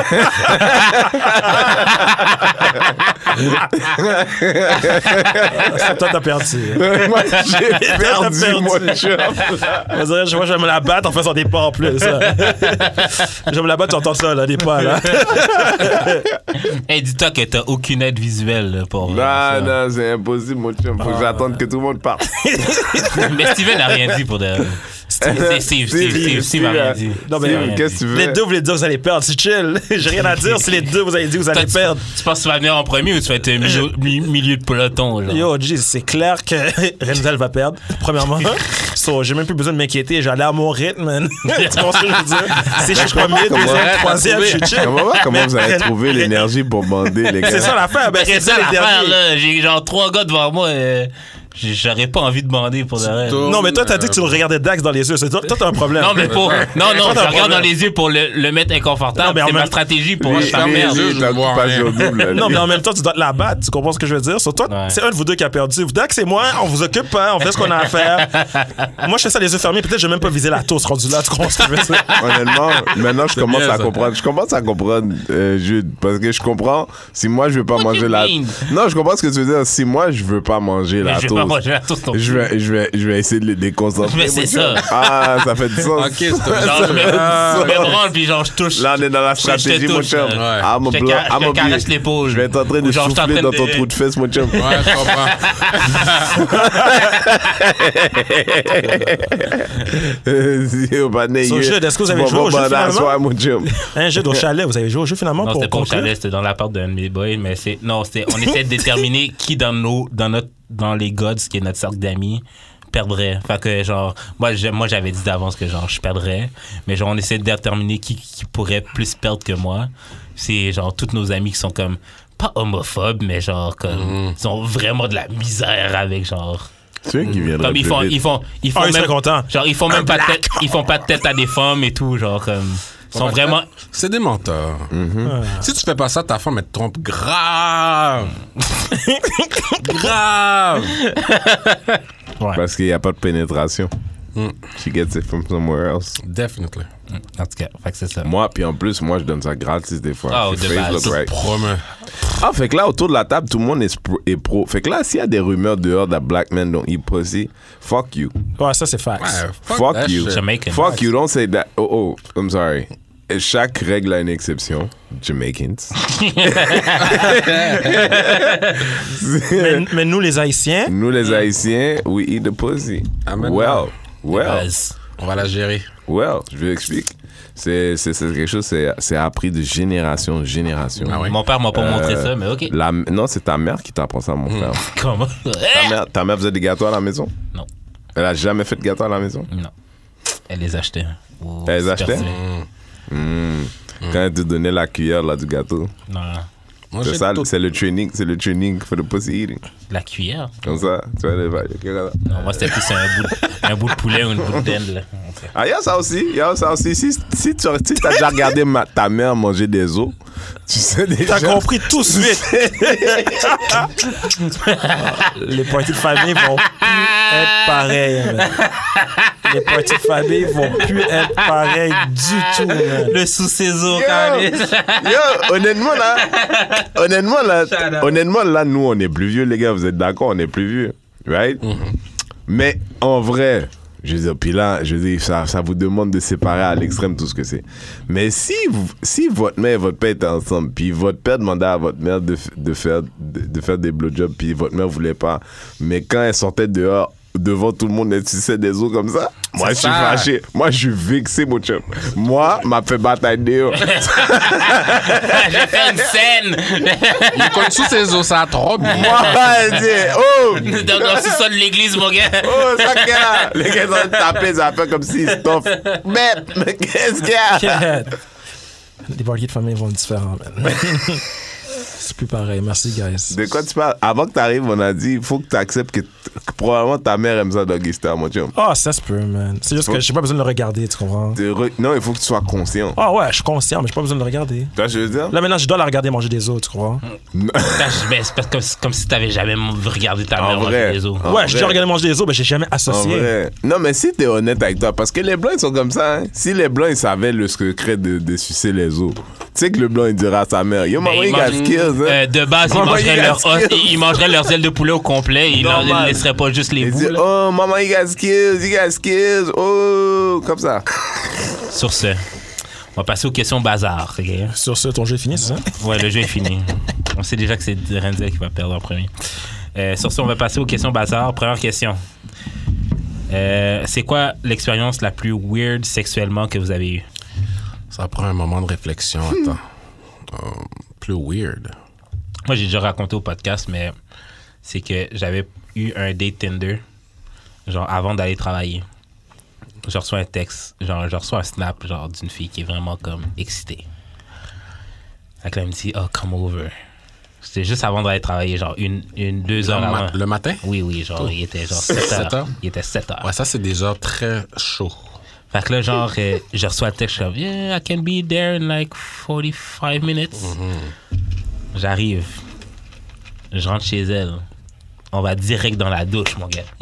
Toi, t'as perdu. moi, j'ai perdu, mon chum. On dirait, je vais me la battre en faisant des pas en plus. Je vais me la battre, tu entends ça, là, des pas, là. Hey, dis-toi que t'as aucune aide visuelle là, pour. ça. Non, c'est impossible, mon chum. Faut que j'attende que tout le monde parte. Mais Steven n'a rien dit pour de. Steve a rien dit. Non, mais Steve, qu'est-ce que tu veux? les deux, vous voulez dire que vous allez perdre, c'est chill. J'ai rien à dire si les deux, vous avez dit que vous allez Toi, perdre. Tu penses que tu vas venir en premier ou tu vas être milieu de peloton? Genre? Yo, G, c'est clair que Renzel va perdre, premièrement. So, j'ai même plus besoin de m'inquiéter, j'allais à mon rythme, man. Tu comprends ce que je veux dire? Si je suis premier, deuxième, troisième, je suis chill. Comment vous allez trouver l'énergie pour bander, les gars? C'est ça l'affaire, ben C'est ça les l'affaire, derniers. là. J'ai genre 3 gars devant moi. J'aurais pas envie de bander pour de vrai. Non, mais toi, t'as dit que tu le regardais Dax dans les yeux. C'est toi, t'as un problème. Non, mais pour. Non, Toi, je t'as un regarde dans problème. les yeux pour le mettre Non, inconfortable. mais en C'est ma même- stratégie pour Lui, le faire lui, merde. lui, Lui, il a vois occupation rien. double. là, Non, lui. mais en même temps, tu dois te la battre. Tu comprends ce que je veux dire? Sur toi, Ouais. c'est un de vous deux qui a perdu. Dax et moi, on vous occupe pas, on fait ce qu'on a à faire. Moi, je fais ça les yeux fermés. Peut-être que je vais même pas viser la toast rendu là. Tu comprends ce que je veux dire? Honnêtement, maintenant, je commence bien, à ça. comprendre. Je commence à comprendre, Jude, parce que je comprends si moi, je veux pas What manger you la... mean? Non, je comprends ce que tu veux dire. Si moi, je veux pas manger la Je vais pas toast, manger la toast non plus. je vais essayer de les déconcentrer. Mais c'est ça. Ah, ça fait du sens. Ok, c'est un- Genre, je me branle puis genre, je touche. Là, on est dans la Je stratégie, te mon touche, chum. ouais. I'm a Je te block. ca- je te caresse l'épaule. Je vais être en train de Ou genre, je suis en souffler train dans ton de- trou de fesse, mon chum. Ouais, je comprends. Au banais, So, Jude, est-ce que vous avez joué au jeu, finalement? soir, mon chum. Un jeu au chalet, vous avez joué au jeu finalement Non, pour c'était pas au conclure? chalet, c'était dans l'appart d'un de mes boys, mais c'est. Non, c'était. On essayait de déterminer qui dans les gods, qui est notre cercle d'amis, perdrait. Fait que genre, moi j'avais dit d'avance que genre je perdrais, mais genre on essaie de déterminer qui pourrait plus perdre que moi. C'est genre tous nos amis qui sont comme pas homophobes, mais genre comme ils ont vraiment de la misère avec genre. Tu sais qui viendrait Comme ils plus font vite. Ah, il serait même content. genre ils font même pas de tête, ils font pas de tête à des femmes et tout, genre comme ils sont vraiment C'est des menteurs. Si tu fais pas ça, ta femme, elle te trompe grave. Grave. Parce qu'il n'y a pas de pénétration. She gets it from somewhere else. Definitely. en tout cas, fait que c'est ça. Moi, puis en plus, moi, je donne ça gratis des fois. Ah, If de face base. look right. Promets. Ah, fait que là, autour de la table, tout le monde est pro. Fait que là, s'il y a des rumeurs dehors that black men don't eat pussy, fuck you. Ouais, ça c'est facts. Ouais, Fuck that you. shit. Jamaican. Fuck you, don't say that. Oh, I'm sorry. Et chaque règle a une exception. Jamaicans. Mais nous, les Haïtiens, Nous, les Haïtiens, we eat the pussy. Amen. Well, Base. On va la gérer. je vais expliquer. C'est quelque chose, c'est appris de génération en génération. Ah ouais. Mon père m'a pas montré ça, mais ok. Non, c'est ta mère qui t'apprend ça, mon frère. Comment? Ta mère faisait des gâteaux à la maison? Non. Elle a jamais fait de gâteaux à la maison? Non. Elle les achetait. Elle les achetait? Super. Quand elle te donnait la cuillère là, du gâteau. Non. C'est ça, c'est le training for the pussy eating. La cuillère. Comme ça, tu vois les vagues. Non, moi, c'était plus un bout de poulet ou une bout de dinde, là. Ah, il y a ça aussi. Si tu as déjà regardé ta mère manger des os, tu sais déjà. T'as compris tout de suite. Les parties de famille vont plus être pareilles. Man. Les parties de famille vont plus être pareilles du tout. Man. Le sous-saison, honnêtement, là, nous, on est plus vieux, les gars. Vous êtes d'accord, on est plus vieux. Right? Mais en vrai, je veux dire, puis là, je veux dire, ça vous demande de séparer à l'extrême tout ce que c'est. Mais si votre mère et votre père étaient ensemble, puis votre père demandait à votre mère de faire des blowjobs, puis votre mère voulait pas, mais quand elle sortait dehors, devant tout le monde, elle tissait des os comme ça, moi, je suis fâché. Moi, je suis vexé, mon chum. Moi, m'a fait bataille dehors. J'ai fait une scène. Il colle sous ses os, ça trop bien. Moi, elle dit, oh! Dans le sous-sol de l'église, mon gars. Oh, ça qu'il y a. Les gars sont tapés, ça fait comme s'ils stoffent. Mais qu'est-ce qu'il y a? Les parties de famille vont être différents, man. C'est plus pareil. Merci, guys. De quoi tu parles? Avant que tu arrives, on a dit, il faut que tu acceptes que probablement ta mère aime ça Doggy Style, mon chum. Ah, ça se peut, man. C'est juste que j'ai pas besoin de le regarder, tu comprends? Non, il faut que tu sois conscient. Ah ouais, je suis conscient, mais j'ai pas besoin de le regarder. Tu vois ce que je veux dire? Là, maintenant, je dois la regarder manger des os, tu comprends? C'est comme si t'avais jamais regardé ta mère manger des os. Ouais, j'ai déjà regardé manger des os, mais j'ai jamais En associé. vrai. Non, mais si t'es honnête avec toi, parce que les Blancs, ils sont comme ça. Hein. Si les Blancs, ils savaient le secret de sucer les os, tu sais que le Blanc, il dira à sa mère, yo, maman, il got skills. Hein. De base, ils mangeraient leurs ailes de poulet au complet. Ils ne laisseraient pas juste les Il bouts. dit, oh, maman, il got skills, oh, comme ça. Sur ce, on va passer aux questions bazar. Okay? Sur ce, ton jeu est fini, c'est ça? Ouais, le jeu est fini. On sait déjà que c'est Renzel qui va perdre en premier. Sur ce, on va passer aux questions bazar. Première question. C'est quoi l'expérience la plus weird sexuellement que vous avez eue? Ça prend un moment de réflexion. Attends. Plus weird. Moi, j'ai déjà raconté au podcast, mais c'est que j'avais eu un date Tinder, genre avant d'aller travailler. Je reçois un texte, genre je reçois un snap genre d'une fille qui est vraiment comme excitée. Fait que là, elle me dit, oh, come over. C'était juste avant d'aller travailler, genre 2 heures avant. Le matin? Oui, genre il était genre 7 heures. Il était 7 heures. Ouais, ça, c'est des heures très chauds. Fait que là, genre, je reçois le texte, je suis comme, yeah, I can be there in like 45 minutes. J'arrive. Je rentre chez elle. On va direct dans la douche, mon gars.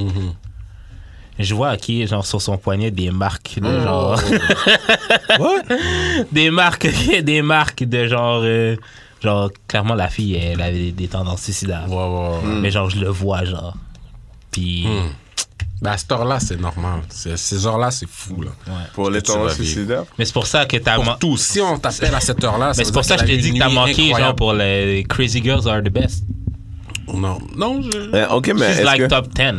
Je vois, OK, genre, sur son poignet, des marques de genre... What? des marques de genre... genre, clairement, la fille, elle avait des tendances suicidaires. Mais genre, je le vois, genre. Puis... Ben à cette heure-là, c'est normal. Ces heures-là, c'est fou, là. Ouais. Pour les tendances suicidaires. Mais c'est pour ça que t'as... Pour tout. Si on t'appelle à cette heure-là, mais c'est pour ça que je te dis que t'as manqué, genre, pour les Crazy Girls Are the Best. Non, OK, mais She's like top 10.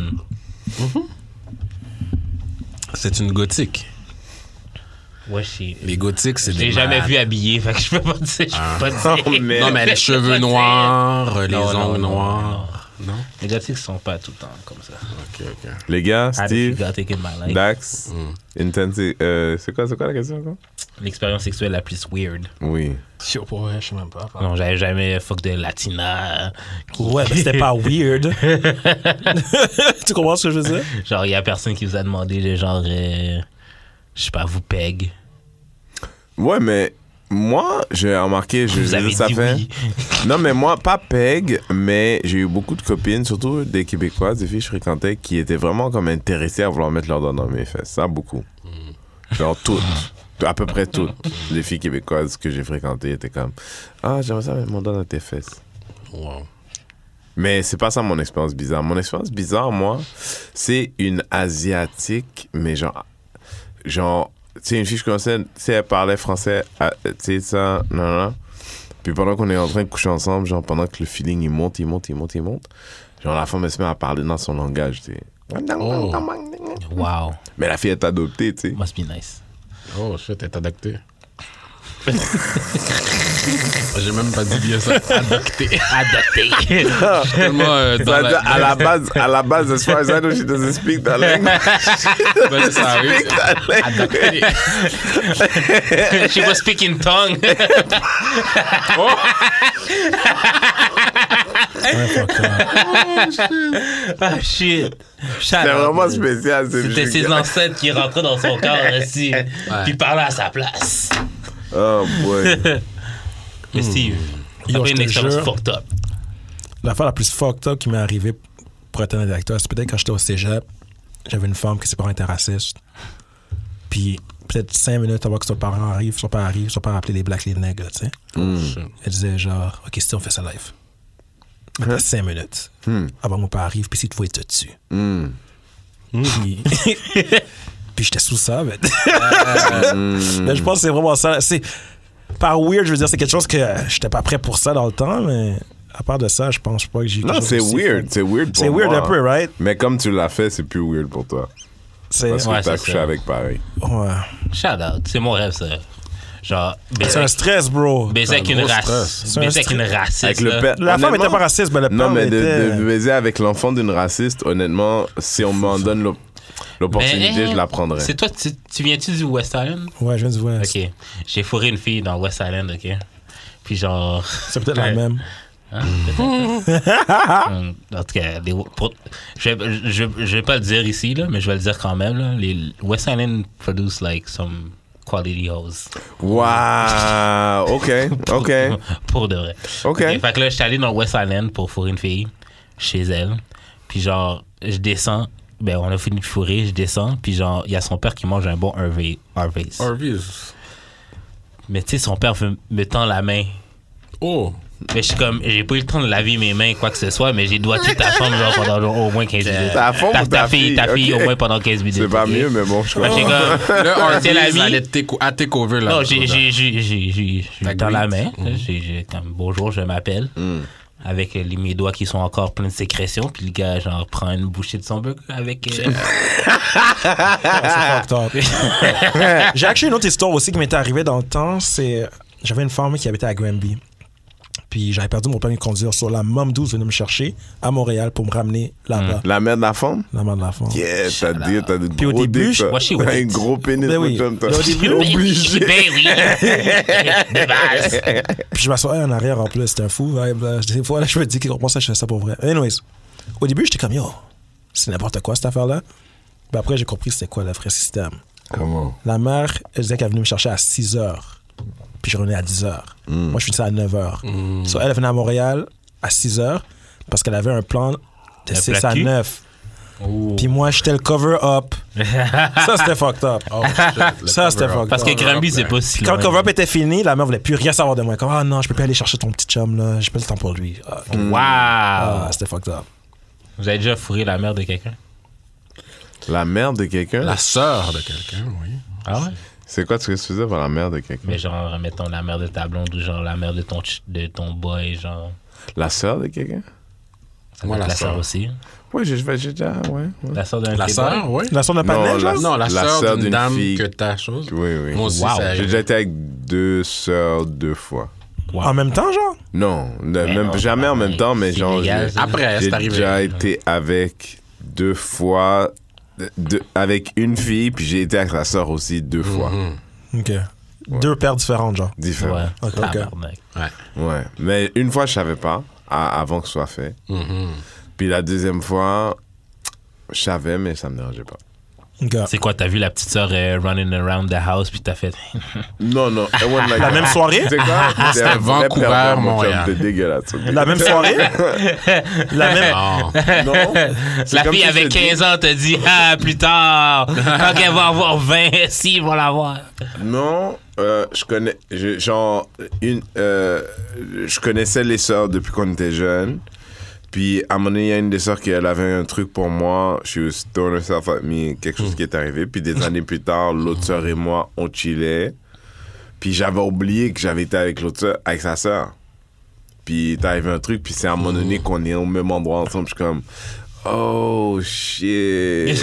C'est une gothique. Ouais, les gothiques, c'est des... Je l'ai jamais vu habillé, fait que je peux pas dire. Non, mais les cheveux noirs, les ongles noirs. Non? Les gothiques sont pas tout le temps comme ça. OK. Les gars, Steve, Gothic in my life. Dax, Intensity, c'est quoi la question encore? L'expérience sexuelle la plus weird. Oui. Ouais, je sais même pas. Non, j'avais jamais fuck de Latina. Ouais, mais c'était pas weird. Tu comprends ce que je veux dire? Genre, il y a personne qui vous a demandé de genre, je sais pas, vous peg. Ouais, mais moi, j'ai remarqué, Vous avez ça dit fait. oui. Non, mais moi, pas peg, mais j'ai eu beaucoup de copines, surtout des Québécoises, des filles que je fréquentais, qui étaient vraiment comme intéressées à vouloir mettre leurs doigts dans mes fesses. Ça, beaucoup. Genre toutes. À peu près toutes les filles québécoises que j'ai fréquentées étaient comme, ah, j'aimerais ça mettre mon doigt dans tes fesses. Wow. Mais c'est pas ça mon expérience bizarre. Mon expérience bizarre, moi, c'est une asiatique, mais genre, tu sais, une fille que je connaissais, tu sais, elle parlait français, tu sais, ça, non. Puis pendant qu'on est en train de coucher ensemble, genre, pendant que le feeling, il monte, genre, la femme, elle se met à parler dans son langage, tu sais. Wow. Mais la fille est adoptée, tu sais. Must be nice. Oh, shit, t'es adapté. J'ai même pas dit bien ça. Adopté. Adopté. Tellement dans la... À la base, as far as I know, she doesn't speak that language. Ben, ça arrive. Speak that language. She was speaking tongue. Ah, shit. C'est vraiment spécial. C'était ses ancêtres qui rentraient dans son corps aussi, puis parlaient à sa place. Oh boy. Mais Steve, t'as pas une expérience fucked up. L'affaire la plus fucked up qui m'est arrivée, pour être honnête avec toi, c'est peut-être quand j'étais au cégep, j'avais une femme qui ses parents étaient racistes. Puis peut-être 5 minutes avant que son père arrive, son père appelait les blacks les nègres, tu sais. Elle disait genre, OK, si on fait ça live. 5 minutes avant que mon père arrive, puis si tu vois, il te tue. Puis j'étais sous ça, mais je pense que c'est vraiment ça. C'est par weird, je veux dire, c'est quelque chose que j'étais pas prêt pour ça dans le temps, mais à part de ça, je pense pas que j'ai. Non, c'est weird. C'est weird pour moi. C'est weird un peu, right? Mais comme tu l'as fait, c'est plus weird pour toi. Parce que t'as couché avec pareil. Ouais. Shout out. C'est mon rêve, ça. Genre, c'est un stress, bro. Baiser avec une raciste. Baiser avec une raciste. Avec le père. La femme était pas raciste, mais le père. Non, mais était... de baiser avec l'enfant d'une raciste, honnêtement, si on m'en donne l'opportunité, je la prendrais. C'est toi, tu viens-tu du West Island? Ouais, je viens du West. Ok. J'ai fourré une fille dans West Island, ok? Puis genre. C'est peut-être la même. Hein? En tout cas, je vais pas le dire ici, là, mais je vais le dire quand même. Là, les West Island produce like some quality hoes. Wow! OK. Pour de vrai. OK. Fait que là, j'étais allé dans West Island pour fourrer une fille chez elle. Puis genre, je descends. Ben, on a fini de fourrer, je descends. Puis genre, il y a son père qui mange un bon Harvey's. Mais tu sais, son père me tend la main. Oh! Mais je suis comme, j'ai pas eu le temps de laver mes mains, quoi que ce soit, mais j'ai doigté ta femme genre, pendant genre, au moins 15 minutes. Ta femme ou ta fille? Ta fille, Okay. au moins pendant 15 minutes. C'est pas mieux, mais bon, je crois. J'ai comme, Le c'est la Harvey's vie. allait take over là. Non, j'ai dans la main. Mm-hmm. J'ai comme, bonjour, je m'appelle. Avec mes doigts qui sont encore pleins de sécrétions. Puis le gars, genre, prend une bouchée de son burger avec... C'est fucked up. J'ai actually une autre histoire aussi qui m'était arrivée dans le temps. J'avais une femme qui habitait à Granby. Puis j'avais perdu mon permis de conduire. Sur la Mom 12 venait me chercher à Montréal pour me ramener là-bas. La mère de la femme? La mère de la femme. Yeah, t'as dit Puis au début, T'as un gros pénis. Ben oui. Au début, obligé. Ben oui. De base. Puis je m'assoyais en arrière en plus. C'était un fou vibe. Là. Des fois, là, je me dis comment ça, je fais ça pour vrai. Anyways, au début, j'étais comme yo, c'est n'importe quoi cette affaire-là. Puis après, j'ai compris c'était quoi le vrai système. Comment? La mère, elle disait qu'elle venait me chercher à 6 heures. Puis je revenais à 10 heures. Moi, je finissais à 9 heures. So, elle venait à Montréal à 6 heures parce qu'elle avait un plan de 6 à 9. Puis moi, j'étais le cover-up. Ça, c'était fucked up. Oh, shit, Ça, c'était fucked up. Parce que Granby, c'est pas si Quand loin. le cover-up était fini, la mère voulait plus rien savoir de moi. Comme, ah non, je peux plus aller chercher ton petit chum, là. J'ai pas le temps pour lui. Wow. C'était fucked up. Vous avez déjà fourré la mère de quelqu'un? La mère de quelqu'un? La sœur de quelqu'un, oui. Ah ouais? C'est quoi ce que tu faisais pour la mère de quelqu'un? Mais genre, mettons la mère de ta blonde ou genre la mère de ton boy, genre. La sœur de quelqu'un? Ça Moi, peut être la la sœur sœur. aussi. Ouais, j'ai déjà, ouais. La sœur d'un La kid, sœur, oui. La soeur n'a pas de neige, genre? Non, la sœur sœur d'une dame fille. que ta chose. Oui. Moi aussi, Wow. ça J'ai déjà été avec 2 sœurs 2 fois. En même temps, genre? Non, même non, jamais en même temps, mais c'est genre, illégal, ça. Après, j'ai c'est arrivé. déjà été avec 2 fois, avec une fille, puis j'ai été avec la sœur aussi 2 fois. OK. 2 paires différentes, genre. Différentes. Ouais. Ok. Tabarnak. Ouais. Mais une fois, je savais pas, avant que ce soit fait. Puis la deuxième fois, je savais, mais ça me dérangeait pas. OK. C'est quoi, t'as vu la petite sœur running around the house puis t'as fait. Non. La même soirée? C'est quoi? C'était un vrai Vancouver, pervers, mon chum, Montréal. t'es dégueulasse. La même soirée? La même... Non. Non. La comme fille si avec je te dis- 15 ans te dit ah plus tard quand elle va avoir 20 si ils vont l'avoir. Non, je connais, je connaissais les sœurs depuis qu'on était jeunes. Puis à un moment donné, il y a une des sœurs qui elle avait un truc pour moi. She was throwing herself at me, quelque chose qui est arrivé. Puis des années plus tard, l'autre sœur et moi, on chillait. Puis j'avais oublié que j'avais été avec l'autre sœur, avec sa sœur. Puis t'es arrivé un truc, puis c'est à un moment donné qu'on est au même endroit ensemble. Je suis comme, Oh, shit.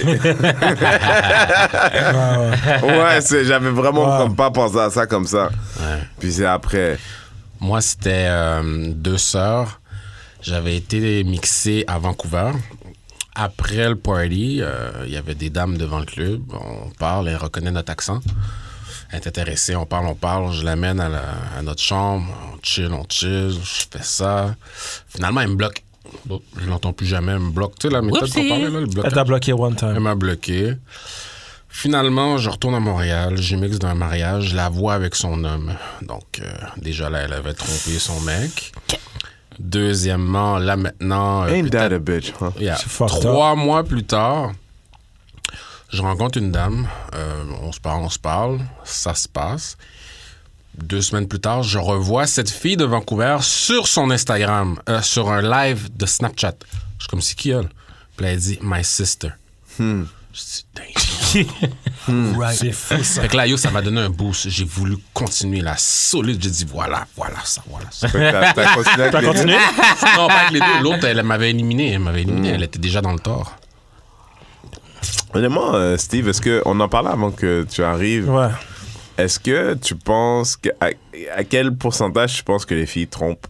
Ouais, j'avais vraiment comme pas pensé à ça comme ça. Ouais. Puis c'est après. Moi, c'était 2 sœurs. J'avais été mixé à Vancouver. Après le party, il y avait des dames devant le club. On parle, elle reconnaît notre accent. Elle est intéressée, on parle. Je l'amène à notre chambre. On chill. Je fais ça. Finalement, elle me bloque. Bon, je l'entends plus jamais, elle me bloque. Tu sais, la méthode qu'on parlait, là, le blocage. Elle t'a bloqué one time. Elle m'a bloqué. Finalement, je retourne à Montréal, je mixe dans un mariage, je la vois avec son homme. Donc, déjà là, elle avait trompé son mec. Deuxièmement, là maintenant... Ain't that a bitch, huh? Yeah, C'est fucked 3 mois plus tard, je rencontre une dame, on se parle, ça se passe. 2 semaines plus tard, je revois cette fille de Vancouver sur son Instagram, sur un live de Snapchat. Je suis comme, c'est qui elle? Puis elle dit, my sister. Je dis, damn. Right. C'est fou, ça. Fait que là, yo, ça m'a donné un boost. J'ai voulu continuer la solide. J'ai dit, voilà ça. Fait que t'as continué avec T'as les continué? Non, pas avec les deux. L'autre, elle m'avait éliminé. Elle était déjà dans le tort. Honnêtement, Steve, est-ce qu'on en parlait avant que tu arrives? Ouais. Est-ce que tu penses à quel pourcentage tu penses que les filles trompent?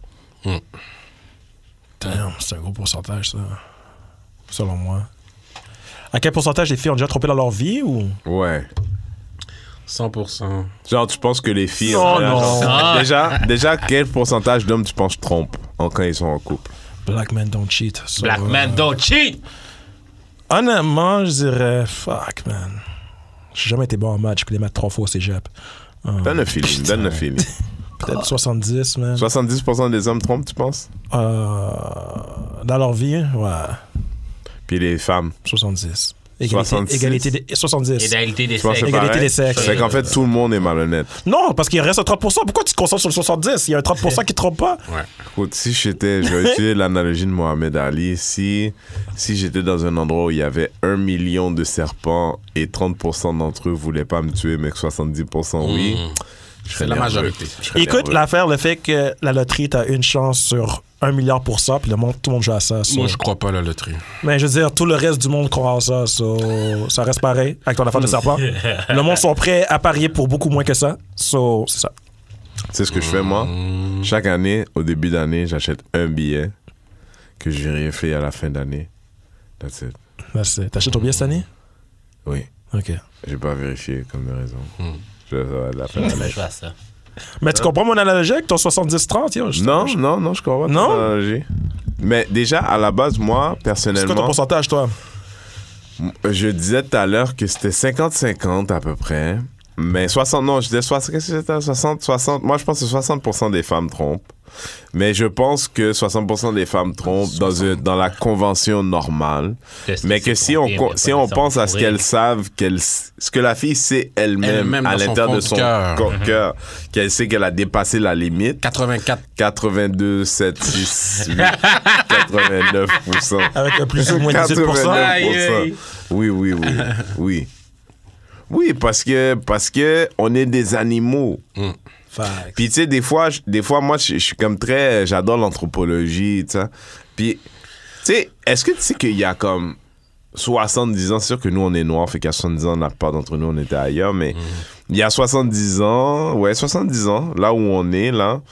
Damn, c'est un gros pourcentage, ça. Selon moi. À quel pourcentage les filles ont déjà trompé dans leur vie ou? Ouais. 100%. Genre, tu penses que les filles... Oh genre, non. déjà, quel pourcentage d'hommes tu penses trompent quand ils sont en couple? Black men don't cheat. So, Black man don't cheat! Honnêtement, je dirais... Fuck, man. J'ai jamais été bon en maths. Je peux les mettre 3 fois au cégep. Donne le feeling. Peut-être 70, man. 70% des hommes trompent, tu penses? Dans leur vie, ouais. Puis les femmes? 70. 66. Égalité des... 70. Égalité des Je pense que sexes. c'est Égalité pareil. des sexes. Fait qu'en fait, tout le monde est malhonnête. Non, parce qu'il reste un 30%. Pourquoi tu te concentres sur le 70? Il y a un 30% qui ne trompe pas. Ouais. Écoute, si je vais utiliser l'analogie de Mohamed Ali, si j'étais dans un endroit où il y avait 1 million de serpents et 30% d'entre eux voulaient pas me tuer, mais que 70% oui, je serais C'est la nerveux. majorité. Je serais Écoute, nerveux. l'affaire, le fait que la loterie, t'as une chance sur 1 milliard pour ça, puis tout le monde joue à ça. Moi, je crois pas à la loterie. Mais je veux dire, tout le reste du monde croit à ça. Ça reste pareil avec ton affaire de serpent. Le monde sont prêts à parier pour beaucoup moins que ça. C'est ça. Tu sais ce que je fais, moi? Chaque année, au début d'année, j'achète un billet que je vérifie à la fin d'année. That's it. T'achètes ton billet cette année? Oui. OK. J'ai pas vérifié comme de raison. Ça va à la fin d'année. Je vois ça. Mais tu comprends mon analogie avec ton 70-30? Yo, Non, je comprends pas Non? ton analogie. Mais déjà, à la base, moi, C'est quoi ton personnellement, pourcentage, toi? je disais tout à l'heure que c'était 50-50 à peu près. Mais 60, non, je disais 60, qu'est-ce que c'était? 60. Moi, je pense que 60% des femmes trompent. Mais je pense que 60% des femmes trompent dans la convention normale. Mais que si on pense à ce qu'elles savent, ce que la fille sait elle-même Elle-même à dans son l'intérieur de fond son de cœur. cœur, qu'elle sait qu'elle a dépassé la limite. 82, 7, 6, 8, 89%. Avec un plus ou moins 18%. 89%. Oui. Oui, parce que on est des animaux. Facts. Puis tu sais, des fois, moi, je suis comme j'adore l'anthropologie, tu sais. Puis, tu sais, est-ce que tu sais qu'il y a comme 70 ans, c'est sûr que nous, on est noirs, fait qu'à 70 ans, la plupart d'entre nous, on était ailleurs, mais il y a 70 ans, là où on est, là,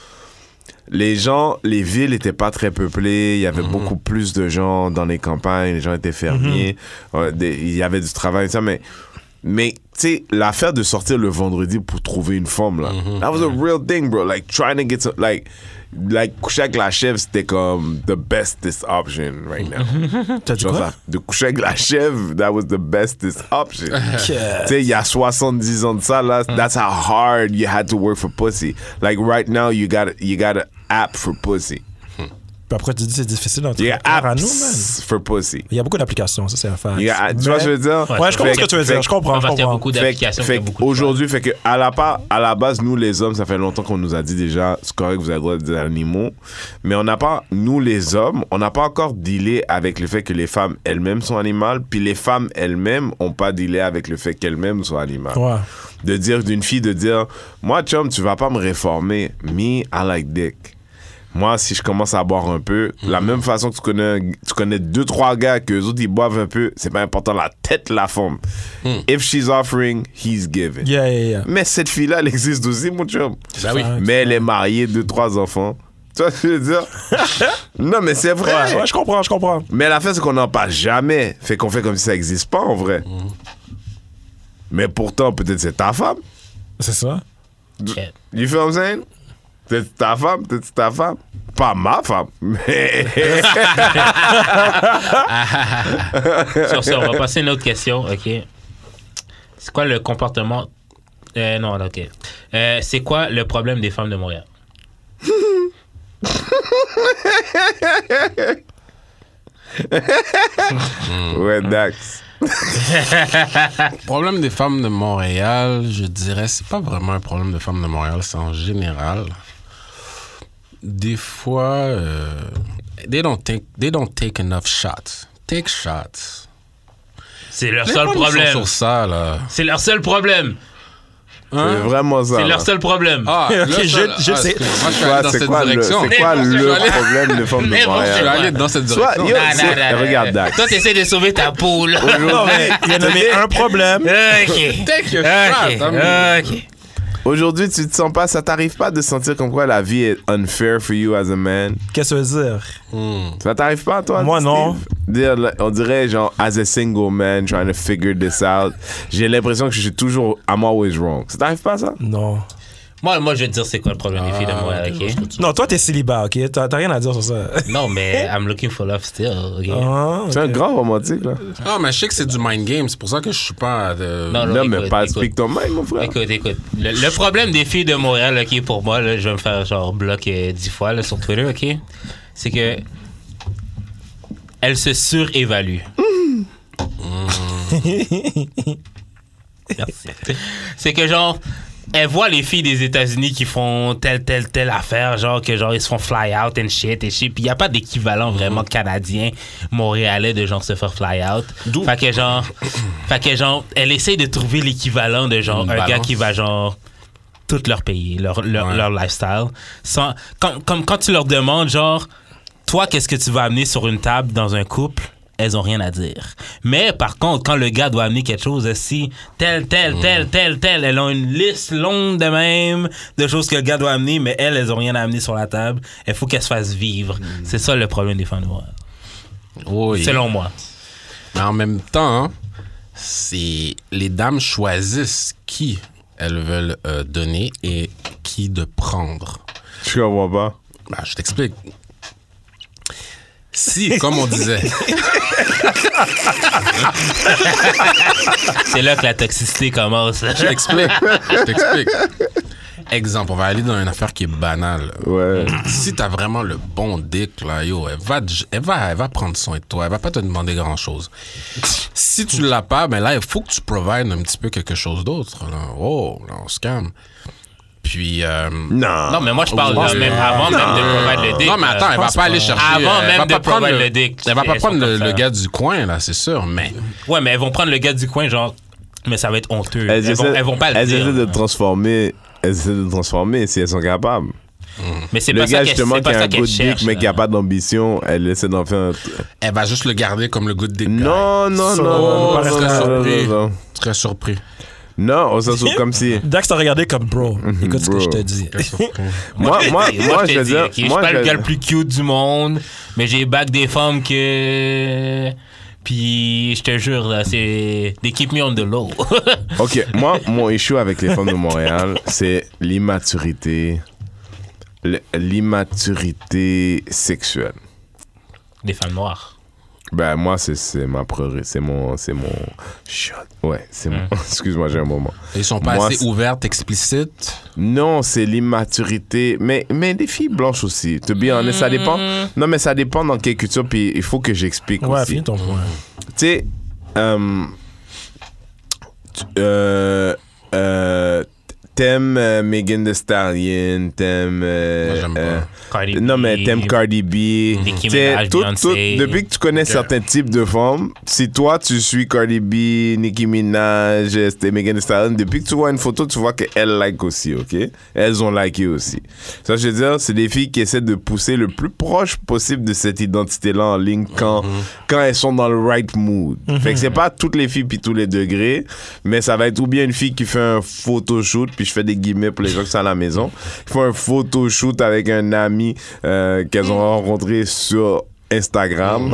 les villes étaient pas très peuplées, il y avait beaucoup plus de gens dans les campagnes, les gens étaient fermiers, il y avait du travail, ça, mais tu sais, l'affaire de sortir le vendredi pour trouver une femme, là, that was a real thing, bro. Like, trying to get some, like coucher avec la chèvre, c'était comme the bestest option right now. T'as dit Genre, quoi? de coucher avec la chèvre, that was the bestest option. Tu sais, il y a 70 ans de ça, là, that's how hard you had to work for pussy. Like, right now, you got an app for pussy. Puis après, tu dis c'est difficile dans You got à nous, man. apps for pussy. Il y a beaucoup d'applications, ça, c'est un fact. Tu vois ce que je veux dire? Ouais, je comprends ce que tu veux dire. Je comprends. Parce qu'il y a beaucoup d'applications. Fait aujourd'hui, fait que à la base, nous les hommes, ça fait longtemps qu'on nous a dit déjà, c'est correct, vous avez le droit de des animaux, mais on n'a pas, nous les hommes, on n'a pas encore dealé avec le fait que les femmes elles-mêmes sont animales, puis les femmes elles-mêmes ont pas dealé avec le fait qu'elles-mêmes sont animales. Ouais. De dire d'une fille, moi chum, tu vas pas me réformer, me, I like dick. Moi, si je commence à boire un peu, la même façon que tu connais 2-3 gars que les autres ils boivent un peu, c'est pas important la tête la forme. If she's offering, he's giving. Yeah. Mais cette fille-là, elle existe aussi, mon chum. Ben oui. Mais elle est mariée, 2-3 enfants. Tu vois ce que je veux dire? Non, mais c'est vrai. Ouais, je comprends. Mais la fin, c'est qu'on n'en parle jamais. Fait qu'on fait comme si ça n'existe pas en vrai. Mais pourtant, peut-être c'est ta femme. C'est ça. You feel what I'm saying? Peut-être ta femme, peut-être ta femme. Pas ma femme, mais... Sur ça, on va passer à une autre question, OK? C'est quoi le comportement... non, OK. C'est quoi le problème des femmes de Montréal? Ouais, Dax. Le problème des femmes de Montréal, je dirais, c'est pas vraiment un problème de femmes de Montréal, c'est en général. Des fois, they don't take enough shots. Take shots. C'est leur Les seul femmes problème. sont sur ça, là. C'est leur seul problème. C'est vraiment ça. C'est là. leur seul problème. Ah, là, Je sais. Moi, je suis allé dans C'est cette quoi direction. le problème des femmes de N'importe Je suis Montréal? allé dans cette Soit, direction. yo, regarde, Dax. Toi, t'essaies de sauver ta poule. Non, mais il a nommé un problème. OK. Take your shot. OK. Aujourd'hui, tu te sens pas, ça t'arrive pas de sentir comme quoi la vie est unfair for you as a man? Qu'est-ce que ça veut dire? Ça t'arrive pas, toi? Moi, Steve? non. On dirait, genre, as a single man trying to figure this out, j'ai l'impression que je suis toujours, I'm always wrong. Ça t'arrive pas, ça? Non. Moi, je vais te dire c'est quoi le problème des filles de Montréal, OK? Non, toi, t'es célibat, OK? T'as rien à dire sur ça. Non, mais I'm looking for love still, OK? Ah, C'est un grand romantique, là. Ah, mais je sais que c'est du mind game, c'est pour ça que je suis pas... Non, mais écoute, pas écoute. speak ton mind, mon frère. Écoute. Le problème des filles de Montréal, OK, pour moi, là, je vais me faire genre bloc 10 fois là, sur Twitter, OK? C'est que elles se surévaluent. Merci. C'est que genre, elles voient les filles des États-Unis qui font telle affaire, genre que genre ils se font fly out and shit, puis il y a pas d'équivalent vraiment canadien, montréalais de genre se faire fly out. Fait que genre, elle essaie de trouver l'équivalent de genre un gars qui va genre tout leur payer, leur lifestyle. Sans, quand tu leur demandes genre, toi qu'est-ce que tu vas amener sur une table dans un couple? Elles ont rien à dire. Mais par contre, quand le gars doit amener quelque chose, si tel, elles ont une liste longue de même de choses que le gars doit amener, mais elles ont rien à amener sur la table. Il faut qu'elles se fassent vivre. C'est ça le problème des femmes noires. Oui. Selon moi. Mais en même temps, c'est les dames choisissent qui elles veulent donner et qui de prendre. Je comprends pas. Ben, je t'explique. Si, comme on disait. C'est là que la toxicité commence. Je t'explique. Exemple, on va aller dans une affaire qui est banale. Ouais. Si t'as vraiment le bon dick, là, yo, elle va prendre soin de toi. Elle va pas te demander grand-chose. Si tu l'as pas, ben là, il faut que tu provides un petit peu quelque chose d'autre. Là. Oh, là, on se calme. Puis... Non. Non, mais moi, je parle même avant même de provide le dick. Non, mais attends, elle va pas aller chercher... Avant elle même va de pas prendre provide le dick. Elle va pas elles prendre sont comme le ça. gars du coin, là, c'est sûr, mais... Ouais, mais elles vont prendre le gars du coin, genre... Mais ça va être honteux. Elles vont pas le elles dire. essaient de transformer. Elles essaient de transformer si elles sont capables. Mais c'est Le pas ça gars, qu'elle justement, c'est qui pas a ça un qu'elle good dick, cherche. mais qui a pas d'ambition, elle essaie d'en faire un... Elle va juste le garder comme le good dick guy. Non. Tu serais surpris. Non, on s'en fout comme si... Dax t'a regardé comme bro. Écoute ce que Bro. je te dis. Moi, je veux dire... Je suis pas le gars le plus cute du monde, mais j'ai back des femmes que... Puis, je te jure, là, c'est... They keep me on the low. OK, moi, mon issue avec les femmes de Montréal, c'est l'immaturité. L'immaturité sexuelle. Des femmes noires. Ben, moi, c'est ma priorité. C'est mon shot. Ouais, c'est mon... Excuse-moi, j'ai un moment. Ils sont pas Moi, assez c'est- ouvertes, explicites. Non, c'est l'immaturité. Mais des filles blanches aussi. To be honest, ça dépend. Non, mais ça dépend dans quelle culture, puis il faut que j'explique Ouais, aussi. finis ton point. Tu sais, t'aimes Megan Thee Stallion, t'aimes... Moi, j'aime pas. Cardi B. Non, mais t'aimes Cardi B. Nicki T'sais, Minaj, Beyoncé. depuis que tu connais certains types de femmes, si toi, tu suis Cardi B, Nicki Minaj, c'était Megan Thee Stallion, depuis que tu vois une photo, tu vois qu'elles like aussi, OK? Elles ont liké aussi. Ça, je veux dire, c'est des filles qui essaient de pousser le plus proche possible de cette identité-là en ligne quand elles sont dans le right mood. Fait que c'est pas toutes les filles puis tous les degrés, mais ça va être ou bien une fille qui fait un photoshoot, puis je fais des guillemets pour les gens qui sont à la maison, qui fait un photoshoot avec un ami qu'elles ont rencontré sur Instagram.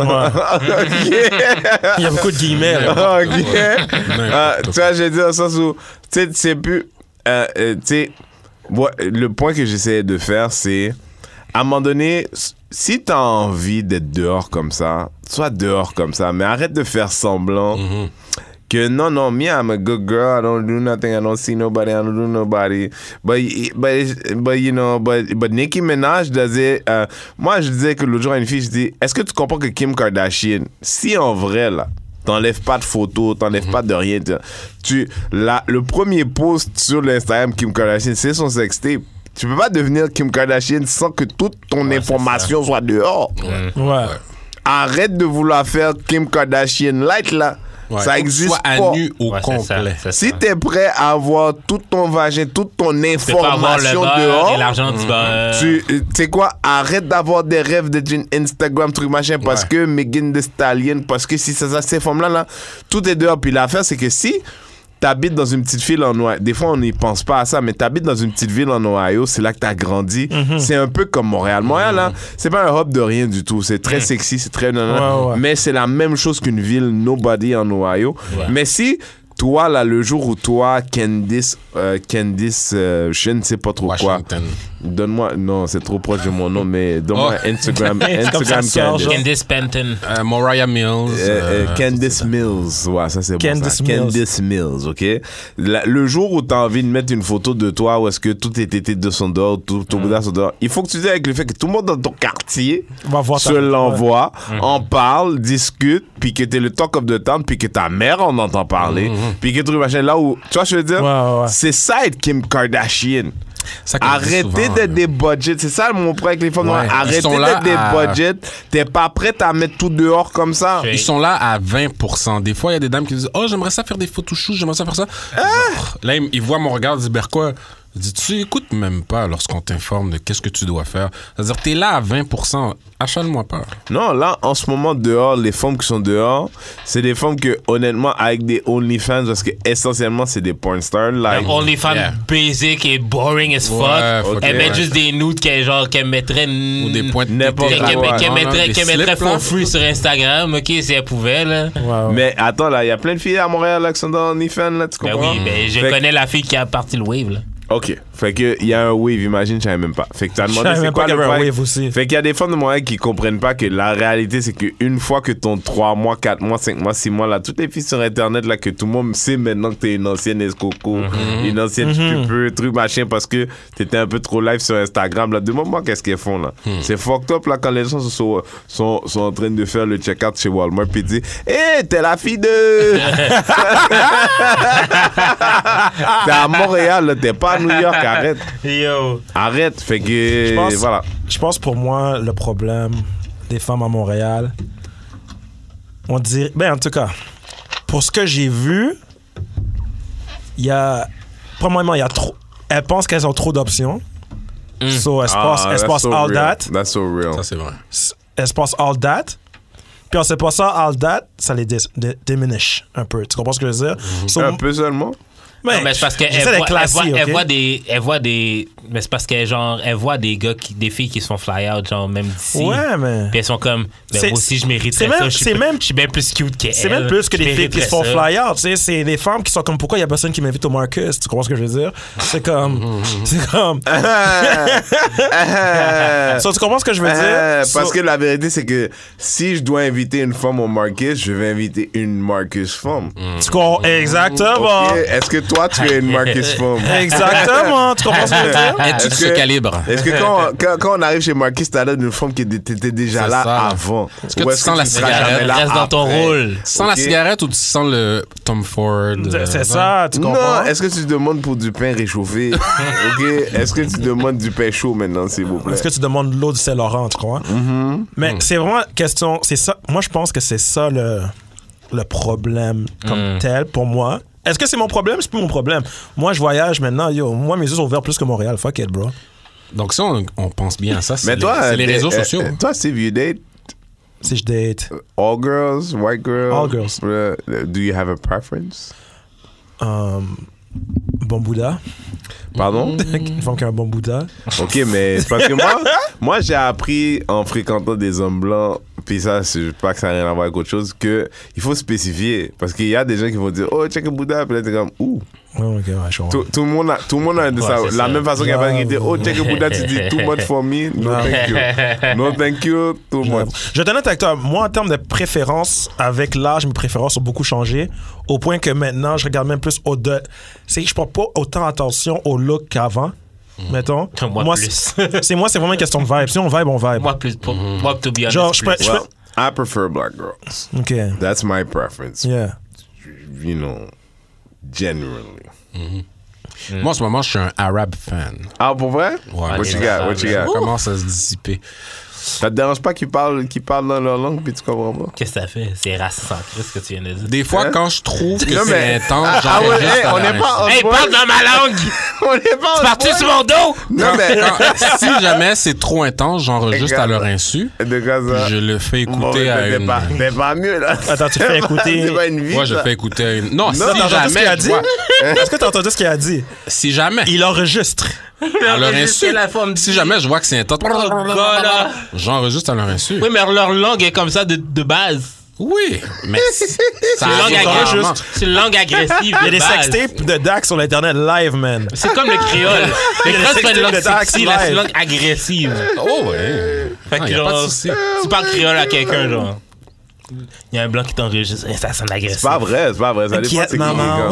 Il y a beaucoup de guillemets. Là. OK. Tu vois, je veux dire, dans le sens où, tu sais, c'est plus... tu sais, le point que j'essayais de faire, c'est, à un moment donné, si t'as envie d'être dehors comme ça, sois dehors comme ça, mais arrête de faire semblant que non, me, I'm a good girl, I don't do nothing, I don't see nobody, I don't do nobody. But you know, but Nicki Minaj disait, moi je disais que l'autre jour à une fille, je dis, est-ce que tu comprends que Kim Kardashian, si en vrai là, t'enlèves pas de photos, t'enlèves pas de rien, le premier post sur l'Instagram Kim Kardashian, c'est son sextape. Tu peux pas devenir Kim Kardashian sans que toute ton information soit dehors. Ouais. Arrête de vouloir faire Kim Kardashian light là. Ouais, ça existe soit pas. à nu au complet. Si t'es prêt à avoir tout ton vagin, toute ton information le dehors, et l'argent du beurre. tu sais quoi, arrête d'avoir des rêves d'être une Instagram truc machin parce que Megan Thee Stallion, parce que si ça ces femmes là, tout est dehors. Puis l'affaire c'est que si t'habites dans une petite ville en Ohio, des fois on n'y pense pas à ça, mais t'habites dans une petite ville en Ohio, c'est là que t'as grandi. C'est un peu comme Montréal. Montréal, là, c'est pas un hub de rien du tout. C'est très sexy, c'est très... Mais c'est la même chose qu'une ville nobody en Ohio. Mais si... Toi, là, le jour où toi, Candice, je ne sais pas trop Washington. quoi. Donne-moi, non, c'est trop proche de mon nom, mais donne-moi Instagram Candice. Candice Penton. Mariah Mills. Candice Mills, ouais, ça c'est Candice bon. Mills. Candice Mills, ok. Le jour où t'as envie de mettre une photo de toi, où est-ce que tout est été de son dehors, tout ton boudin son dehors, il faut que tu dises avec le fait que tout le monde dans ton quartier Va voir se l'envoie, en parle, discute, puis que t'es le talk of the town, puis que ta mère en entend parler. Puis que truc machin là où tu vois je veux dire c'est ça être Kim Kardashian. Arrêtez d'être des budgets, c'est ça mon problème avec les femmes. Arrêtez d'être des budgets, t'es pas prête à mettre tout dehors comme ça. Ils sont là à 20%. Des fois il y a des dames qui disent j'aimerais ça faire des photoshoots, j'aimerais ça faire ça. Là ils voient mon regard, ils disent quoi. Je dis, tu écoutes même pas lorsqu'on t'informe de qu'est-ce que tu dois faire. C'est-à-dire, t'es là à 20%. Achale-moi pas. Non, là, en ce moment, dehors, les femmes qui sont dehors, c'est des femmes que, honnêtement, avec des OnlyFans, parce que essentiellement, c'est des porn stars. Like, OnlyFans basic et boring as fuck. Elle met juste des nudes qu'elle mettrait... Ou des points de n'importe quoi. Qu'elle mettrait for free sur Instagram, ok, si elle pouvait, là. Mais attends, là, il y a plein de filles à Montréal là, qui sont dans OnlyFans, là, tu comprends? Ben oui, je connais la fille qui a parti le wave, là. OK. Fait que il y a un wave, imagine, je savais même pas. Fait que tu as demandé c'est quoi le wave aussi. Fait qu'il y a des femmes de Montréal qui comprennent pas que la réalité c'est qu'une fois que ton 3 mois, 4 mois, 5 mois, 6 mois là, toutes les filles sur internet là que tout le monde sait maintenant que t'es une ancienne escoco, une ancienne stupeux, truc machin parce que t'étais un peu trop live sur Instagram là. Demande-moi qu'est-ce qu'elles font là. C'est fucked up là quand les gens sont en train de faire le check-out chez Walmart puis disent "Hey, t'es la fille de T'es à Montréal là, t'es pas à New York, arrête. Yo. Arrête, fait que voilà. Je pense pour moi, le problème des femmes à Montréal, on dirait... Ben, en tout cas, pour ce que j'ai vu, il y a... Premièrement, il y a trop... Elles pensent qu'elles ont trop d'options. So, elles se passent all that. That's so real. Ça, c'est vrai. Elles se passent all that. Puis on sait pas ça, all that, ça les diminish un peu. Tu comprends ce que je veux dire? So, un peu seulement? Non, mais c'est parce qu'elle voit des mais c'est parce qu'elle genre elle voit des gars des filles qui se font fly out genre même d'ici. Ouais, mais puis elles sont comme moi aussi je mériterais ça. Je suis bien plus cute qu'elle. C'est même plus que des filles qui se font fly out, tu sais, c'est des femmes qui sont comme pourquoi il y a personne qui m'invite au Marcus, tu comprends ce que je veux dire? C'est comme so, tu comprends ce que je veux dire? Parce que la vérité c'est que si je dois inviter une femme au Marcus, je vais inviter une Marcus femme. Tu comprends exactement. Okay. Est-ce que toi, tu es une Marcus Fum. Exactement, tu comprends ce que je veux dire? Es-tu de ce calibre? Est-ce que quand on arrive chez Marcus, t'as l'air d'une femme qui était déjà C'est là ça. avant? Est-ce que Ou tu sens la seras cigarette? jamais là Reste dans ton après? rôle. Tu sens la cigarette ou tu sens le Tom Ford? C'est ça, tu comprends? Non, est-ce que tu demandes pour du pain réchauffé? OK? Est-ce que tu demandes du pain chaud maintenant, s'il vous plaît? Est-ce que tu demandes l'eau du Saint-Laurent, tu crois? Mais c'est vraiment question, c'est ça. Moi, je pense que c'est ça le problème comme tel pour moi. Est-ce que c'est mon problème? C'est plus mon problème. Moi, je voyage maintenant. Yo, moi, mes yeux sont ouverts plus que Montréal. Fuck it, bro. Donc, si on pense bien à ça, c'est Mais toi, c'est les réseaux sociaux. Toi, Steve, you date Si je date, all girls, white girls? All girls. Do you have a preference? bon Bouddha. Pardon? Une femme qui a un bon Bouddha. OK, mais c'est parce que moi j'ai appris en fréquentant des hommes blancs, puis ça, c'est pas que ça n'a rien à voir avec autre chose, qu'il faut spécifier. Parce qu'il y a des gens qui vont dire, oh, check a Bouddha, puis là, t'es comme, ouh. Ouais, ok, ouais, je comprends. Tout le monde a de ça. La même façon qu'il y a pas qui dit, oh, check a Bouddha, tu dis, too much for me. No, thank you. No, thank you, too much. Je vais être honnête avec toi. Moi, en termes de préférence, avec l'âge, mes préférences ont beaucoup changé. Au point que maintenant, je regarde même plus je porte pas autant attention au look qu'avant. Mettons. Moi plus. C'est vraiment une question de vibe. Si on vibe, on vibe. Moi, plus. Moi, to be honest, Genre, plus. Well, I prefer black girls. OK. That's my preference. Yeah. You know, generally. Moi, en ce moment, je suis un Arab fan. Ah, pour vrai? Ouais. What you got? What you Ça got? commence à se dissiper. Ça te dérange pas qu'ils parlent dans leur langue puis tu comprends pas? Qu'est-ce que ça fait? C'est raciste ce que tu viens de dire. Des fois, Hein? quand je trouve que Non, c'est mais- intense, Ah ouais, j'enregistre hey, à on la n'est pas en Hey, point. parle dans ma langue! On n'est pas en Parti point. sur mon dos! Non, mais... Si jamais c'est trop intense, j'enregistre à leur insu. De quoi ça? Puis je le fais Bon, écouter à t'es une... pas mieux, là. Attends, tu fais écouter. C'est pas une vie, Moi, je ça. fais écouter à une... Non, si t'as entendu ce qu'il jamais, a je dit? vois. Est-ce que t'as entendu ce qu'il a dit? Si jamais, Il enregistre. à leur insu. la forme Si jamais je vois que c'est intense, Voilà. j'enregistre à leur insu. Oui, mais leur langue est comme ça de base. Oui, mais C'est une langue rarement. agressive. C'est une langue agressive. Il y a des sextapes de Dax sur l'Internet live, man. C'est comme le créole. Le créole, c'est pas une langue de Dax sexy, là, c'est une live. langue agressive. Oh, ouais. Fait que y a pas de genre, souci. tu parles créole à quelqu'un, genre. Il y a un blanc qui t'enregistre. Ça sonne agressif. C'est pas vrai. Ça dépend Inquiète, c'est qui maman.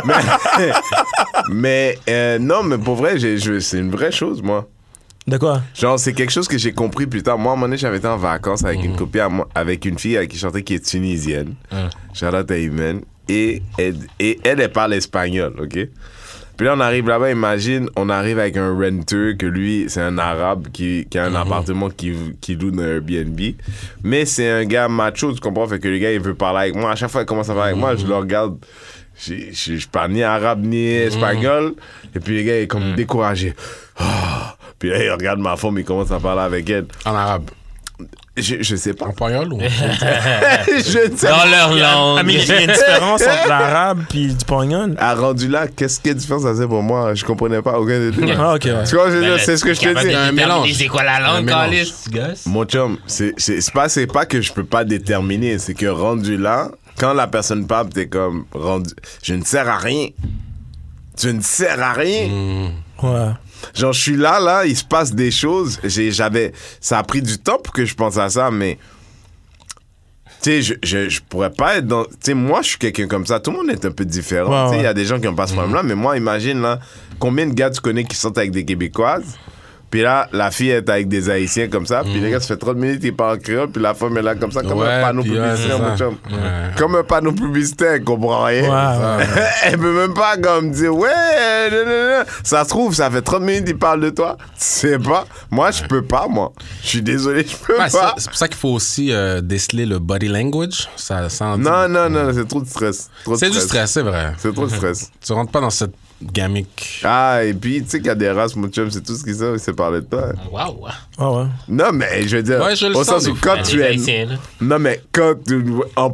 mais non, mais pour vrai, c'est une vraie chose, moi. De quoi? Genre, c'est quelque chose que j'ai compris plus tard. Moi, à un moment donné, j'avais été en vacances avec une copine, avec une fille avec qui je chantais qui est tunisienne. Charlotte Ayman. Et elle parle espagnol, OK? Puis là, on arrive là-bas, imagine, on arrive avec un renter, que lui, c'est un arabe qui a un appartement qui loue dans Airbnb. Mais c'est un gars macho, tu comprends? Fait que le gars, il veut parler avec moi. À chaque fois qu'il commence à parler avec moi, je le regarde. Je parle ni arabe ni espagnol. Et puis le gars, il est comme découragé. Ah. Puis là, il regarde ma femme, il commence à parler avec elle. En arabe. Je sais pas. En pagnol ou... Je ne sais Dans pas. leur langue. Ah, mais il y a une différence entre l'arabe puis du pognon. À rendu là, qu'est-ce qu'il y a de différence ça c'est pour moi? Je comprenais pas aucun des deux. Ah, ok, ouais. Tu vois, je veux dire, c'est ce que je te dis. Il y a un mélange. C'est quoi la langue, Un mélange. Calis, tu gosses? Mon chum, c'est pas que je peux pas déterminer, c'est que rendu là, quand la personne parle, t'es comme rendu. Je ne sers à rien. Tu ne sers à rien. Ouais. Genre, je suis là, il se passe des choses. Ça a pris du temps pour que je pense à ça, mais. Tu sais, je pourrais pas être dans. Tu sais, moi, je suis quelqu'un comme ça. Tout le monde est un peu différent. Ouais, Tu sais, il y ouais. a des gens qui ont pas ce problème-là, mais moi, imagine, là, combien de gars tu connais qui sortent avec des Québécoises? Puis là, la fille est avec des Haïtiens comme ça. Puis les gars, ça fait 30 minutes, ils parlent créole. Puis la femme est là comme ça, comme un panneau puis publicitaire, c'est mon ça. chum. Ouais. Comme un panneau publicitaire, elle comprend rien. Ouais. Elle peut même pas comme dire, ouais, non. Ça se trouve, ça fait 30 minutes, ils parlent de toi. Tu sais pas. Moi, je peux pas, moi. Je suis désolé, je peux Ouais, pas. c'est pour ça qu'il faut aussi déceler le body language. Ça en dit- Non, c'est trop de stress. C'est du stress, c'est vrai. C'est trop de stress. Tu rentres pas dans cette gamique. Ah, et puis, tu sais qu'il y a des races, mon chum, c'est tout ce qu'ils savent, c'est parler de toi. Waouh. Ah, ouais. Non, mais je veux dire, Ouais, je le au sens sens où des quand Les tu es. Haïtiens, là. Non, mais quand en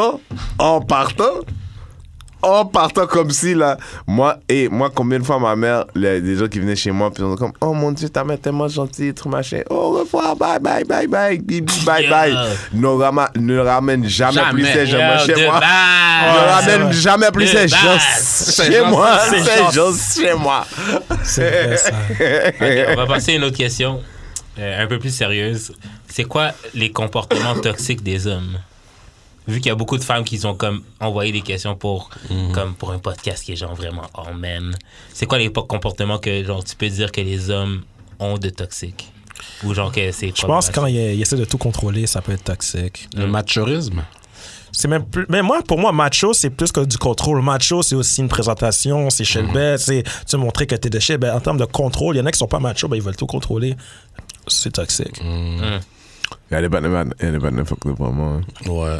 partant comme si, là, moi, combien de fois ma mère, des gens qui venaient chez moi, puis on comme, oh mon Dieu, ta mère est tellement gentille, tout machin, au revoir, bye, bibi, bye. Ne ramène jamais plus ces gens chez moi. Ne ramène jamais plus ces gens chez moi. Ces gens chez moi. C'est vrai, ça. Ok, on va passer à une autre question, un peu plus sérieuse. C'est quoi les comportements toxiques des hommes? Vu qu'il y a beaucoup de femmes qui ont comme envoyé des questions pour un podcast qui est genre vraiment oh man. C'est quoi les comportements que genre tu peux dire que les hommes ont de toxiques? Ou genre que c'est Je pense que quand il essaie de tout contrôler, ça peut être toxique. Le machorisme. C'est même plus... Mais pour moi, macho, c'est plus que du contrôle. Macho, c'est aussi une présentation, c'est chez le bête, c'est tu montrer que t'es de chez. Ben, en termes de contrôle, il y en a qui sont pas machos, ben, ils veulent tout contrôler. C'est toxique. Il y a des bâtiments fuck up vraiment. Ouais.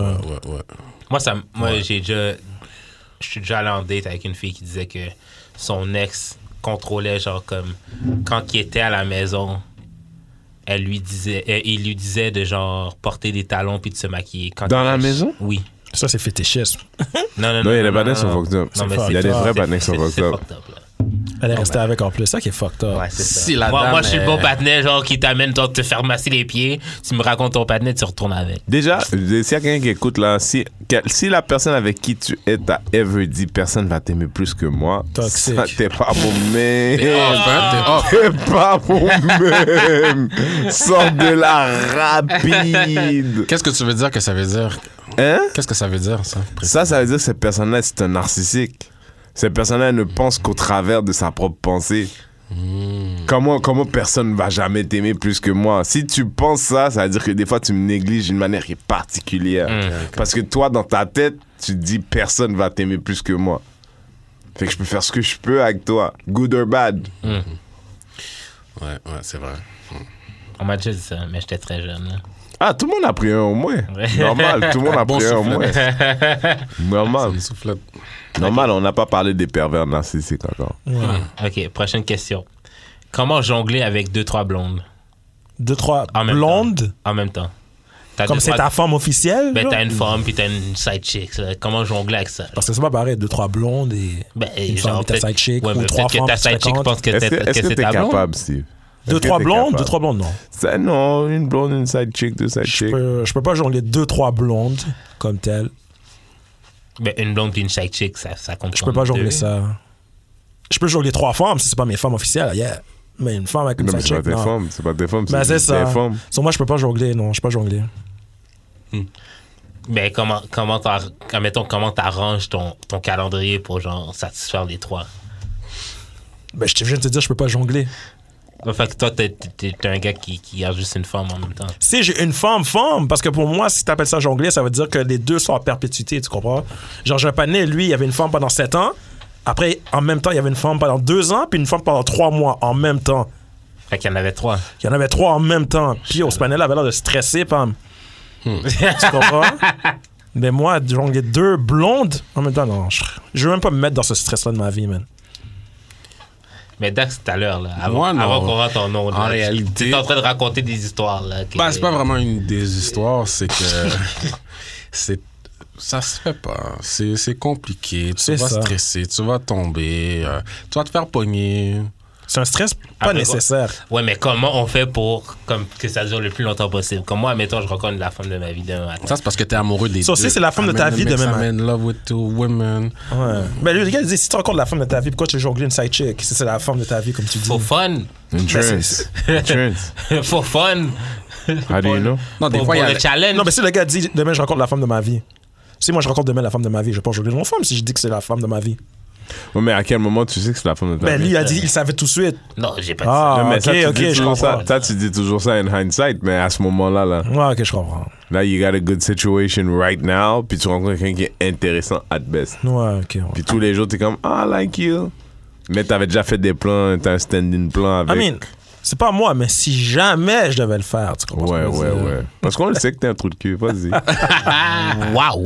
Moi, je suis déjà allé en date avec une fille qui disait que son ex contrôlait, genre, comme, quand il était à la maison, il lui disait de, genre, porter des talons puis de se maquiller. Dans la maison? Oui. Ça, c'est fétichisme. Non, il y a des bâtiments qui sont fucked up. Il y a des vrais bâtiments qui sont fucked up. Elle est restée avec en plus. Ça qui est fucked up. Ouais, c'est ça. Si la moi, dame je suis le bon patinet, genre, qui t'amène te faire masser les pieds. Tu me racontes ton patinet, tu retournes avec. Déjà, s'il y a quelqu'un qui écoute là, si la personne avec qui tu es t'a ever dit personne va t'aimer plus que moi, Toxique. ça, t'es pas bon même. T'es T'es pas bon même. Sors de la rapide. Qu'est-ce que tu veux dire que ça veut dire? Hein? Qu'est-ce que ça veut dire, ça? Ça veut dire que cette personne-là, c'est un narcissique. Cette personne-là ne pense qu'au travers de sa propre pensée. Comment personne ne va jamais t'aimer plus que moi? Si tu penses ça, ça veut dire que des fois, tu me négliges d'une manière qui est particulière. Parce que toi, dans ta tête, tu te dis personne va t'aimer plus que moi. Fait que je peux faire ce que je peux avec toi. Good or bad. Ouais, c'est vrai. On m'a déjà dit ça, mais j'étais très jeune. Là. Ah, tout le monde a pris un au moins. Normal, tout le monde a pris un au moins. Normal. Une soufflette. Normal, on n'a pas parlé des pervers narcissiques encore. OK, prochaine question. Comment jongler avec 2-3 blondes? 2-3 En même blondes? En même temps. Comme c'est ta femme officielle? Ben, genre? t'as une femme puis t'as une side chick. Là. Comment jongler avec ça? Parce que c'est pas pareil, 2-3 blondes et une femme et ta side chick. Ouais, Ou mais 3 peut-être femmes. que ta side chick pense que Est-ce que c'est t'es ta blonde? capable, Steve? 2-3 blondes? 2-3 blondes, non. Ça, non, une blonde, une side chick, deux side chicks. Je peux pas jongler 2-3 blondes comme telles. Ben, une blonde puis une side chick, ça compte. Je peux pas jongler ça. Je peux jongler 3 femmes si c'est pas mes femmes officielles, yeah. Mais une femme avec une Non, mais side c'est chick, pas tes non. femmes, c'est pas tes femmes, Ben, c'est ça. tes femmes. Sur moi, je peux pas jongler, non, je peux pas jongler. Ben, comment t'arranges ton calendrier pour, genre, satisfaire les 3? Ben, je viens de te dire, je peux pas jongler. Fait que toi, t'es un gars qui a juste une femme en même temps. Si j'ai une femme, parce que pour moi, si t'appelles ça jongler, ça veut dire que les deux sont à perpétuité, tu comprends? Genre, j'ai un patinet, lui, il avait une femme pendant 7 ans. Après, en même temps, il y avait une femme pendant 2 ans, puis une femme pendant 3 mois en même temps. Fait qu'il y en avait 3. Il y en avait 3 en même temps. Puis au panel avait l'air de stresser, Pam. Tu comprends? Mais moi, jongler 2 blondes en même temps, non. Je veux même pas me mettre dans ce stress-là de ma vie, man. Mais Dax, tout à l'heure, là, Moi, non. avant qu'on rentre en nom, En réalité- tu es en train de raconter des histoires. Là, Ben, c'est pas vraiment une des histoires, c'est que ça se fait pas. C'est compliqué. Tu C'est vas ça. stresser, tu vas tomber, tu vas te faire pogner. C'est un stress pas Après, nécessaire. Ouais, mais comment on fait pour que ça dure le plus longtemps possible? Comme moi, admettons, je rencontre la femme de ma vie demain matin. Ça, c'est parce que t'es amoureux des Ça deux. aussi, c'est la femme de ta vie de même. I'm in love with 2 women. Ouais. Mais lui, le gars, il dit si tu rencontres la femme de ta vie, pourquoi tu veux jongler une side chick? Si c'est la femme de ta vie, comme tu dis. For fun. Insurance. Insurance. For fun. How do you know? Non, des Pour fois, il y a le challenge. Non, mais si le gars dit demain, je rencontre la femme de ma vie. Si moi, je rencontre demain la femme de ma vie, je vais pas jongler mon femme si je dis que c'est la femme de ma vie. Ouais, mais à quel moment tu sais que c'est la femme de ta Ben, vie? lui, il a dit, il savait tout de suite. Non, j'ai pas dit Ah, Non, mais ok, ça, tu ok, dis je toujours comprends. ça. Tu dis toujours ça in hindsight, mais à ce moment-là, là, Ouais, ok, je comprends. là, you got a good situation right now, puis tu rencontres quelqu'un qui est intéressant at best. Ouais, ok. Ouais. Puis tous les jours, t'es comme, I like you. Mais t'avais déjà fait des plans, t'as un stand-in plan avec. I mean, c'est pas moi, mais si jamais je devais le faire, tu comprends? Ouais, ce que je veux dire? ouais. Parce qu'on le sait que t'es un trou de cul, vas-y. Waouh!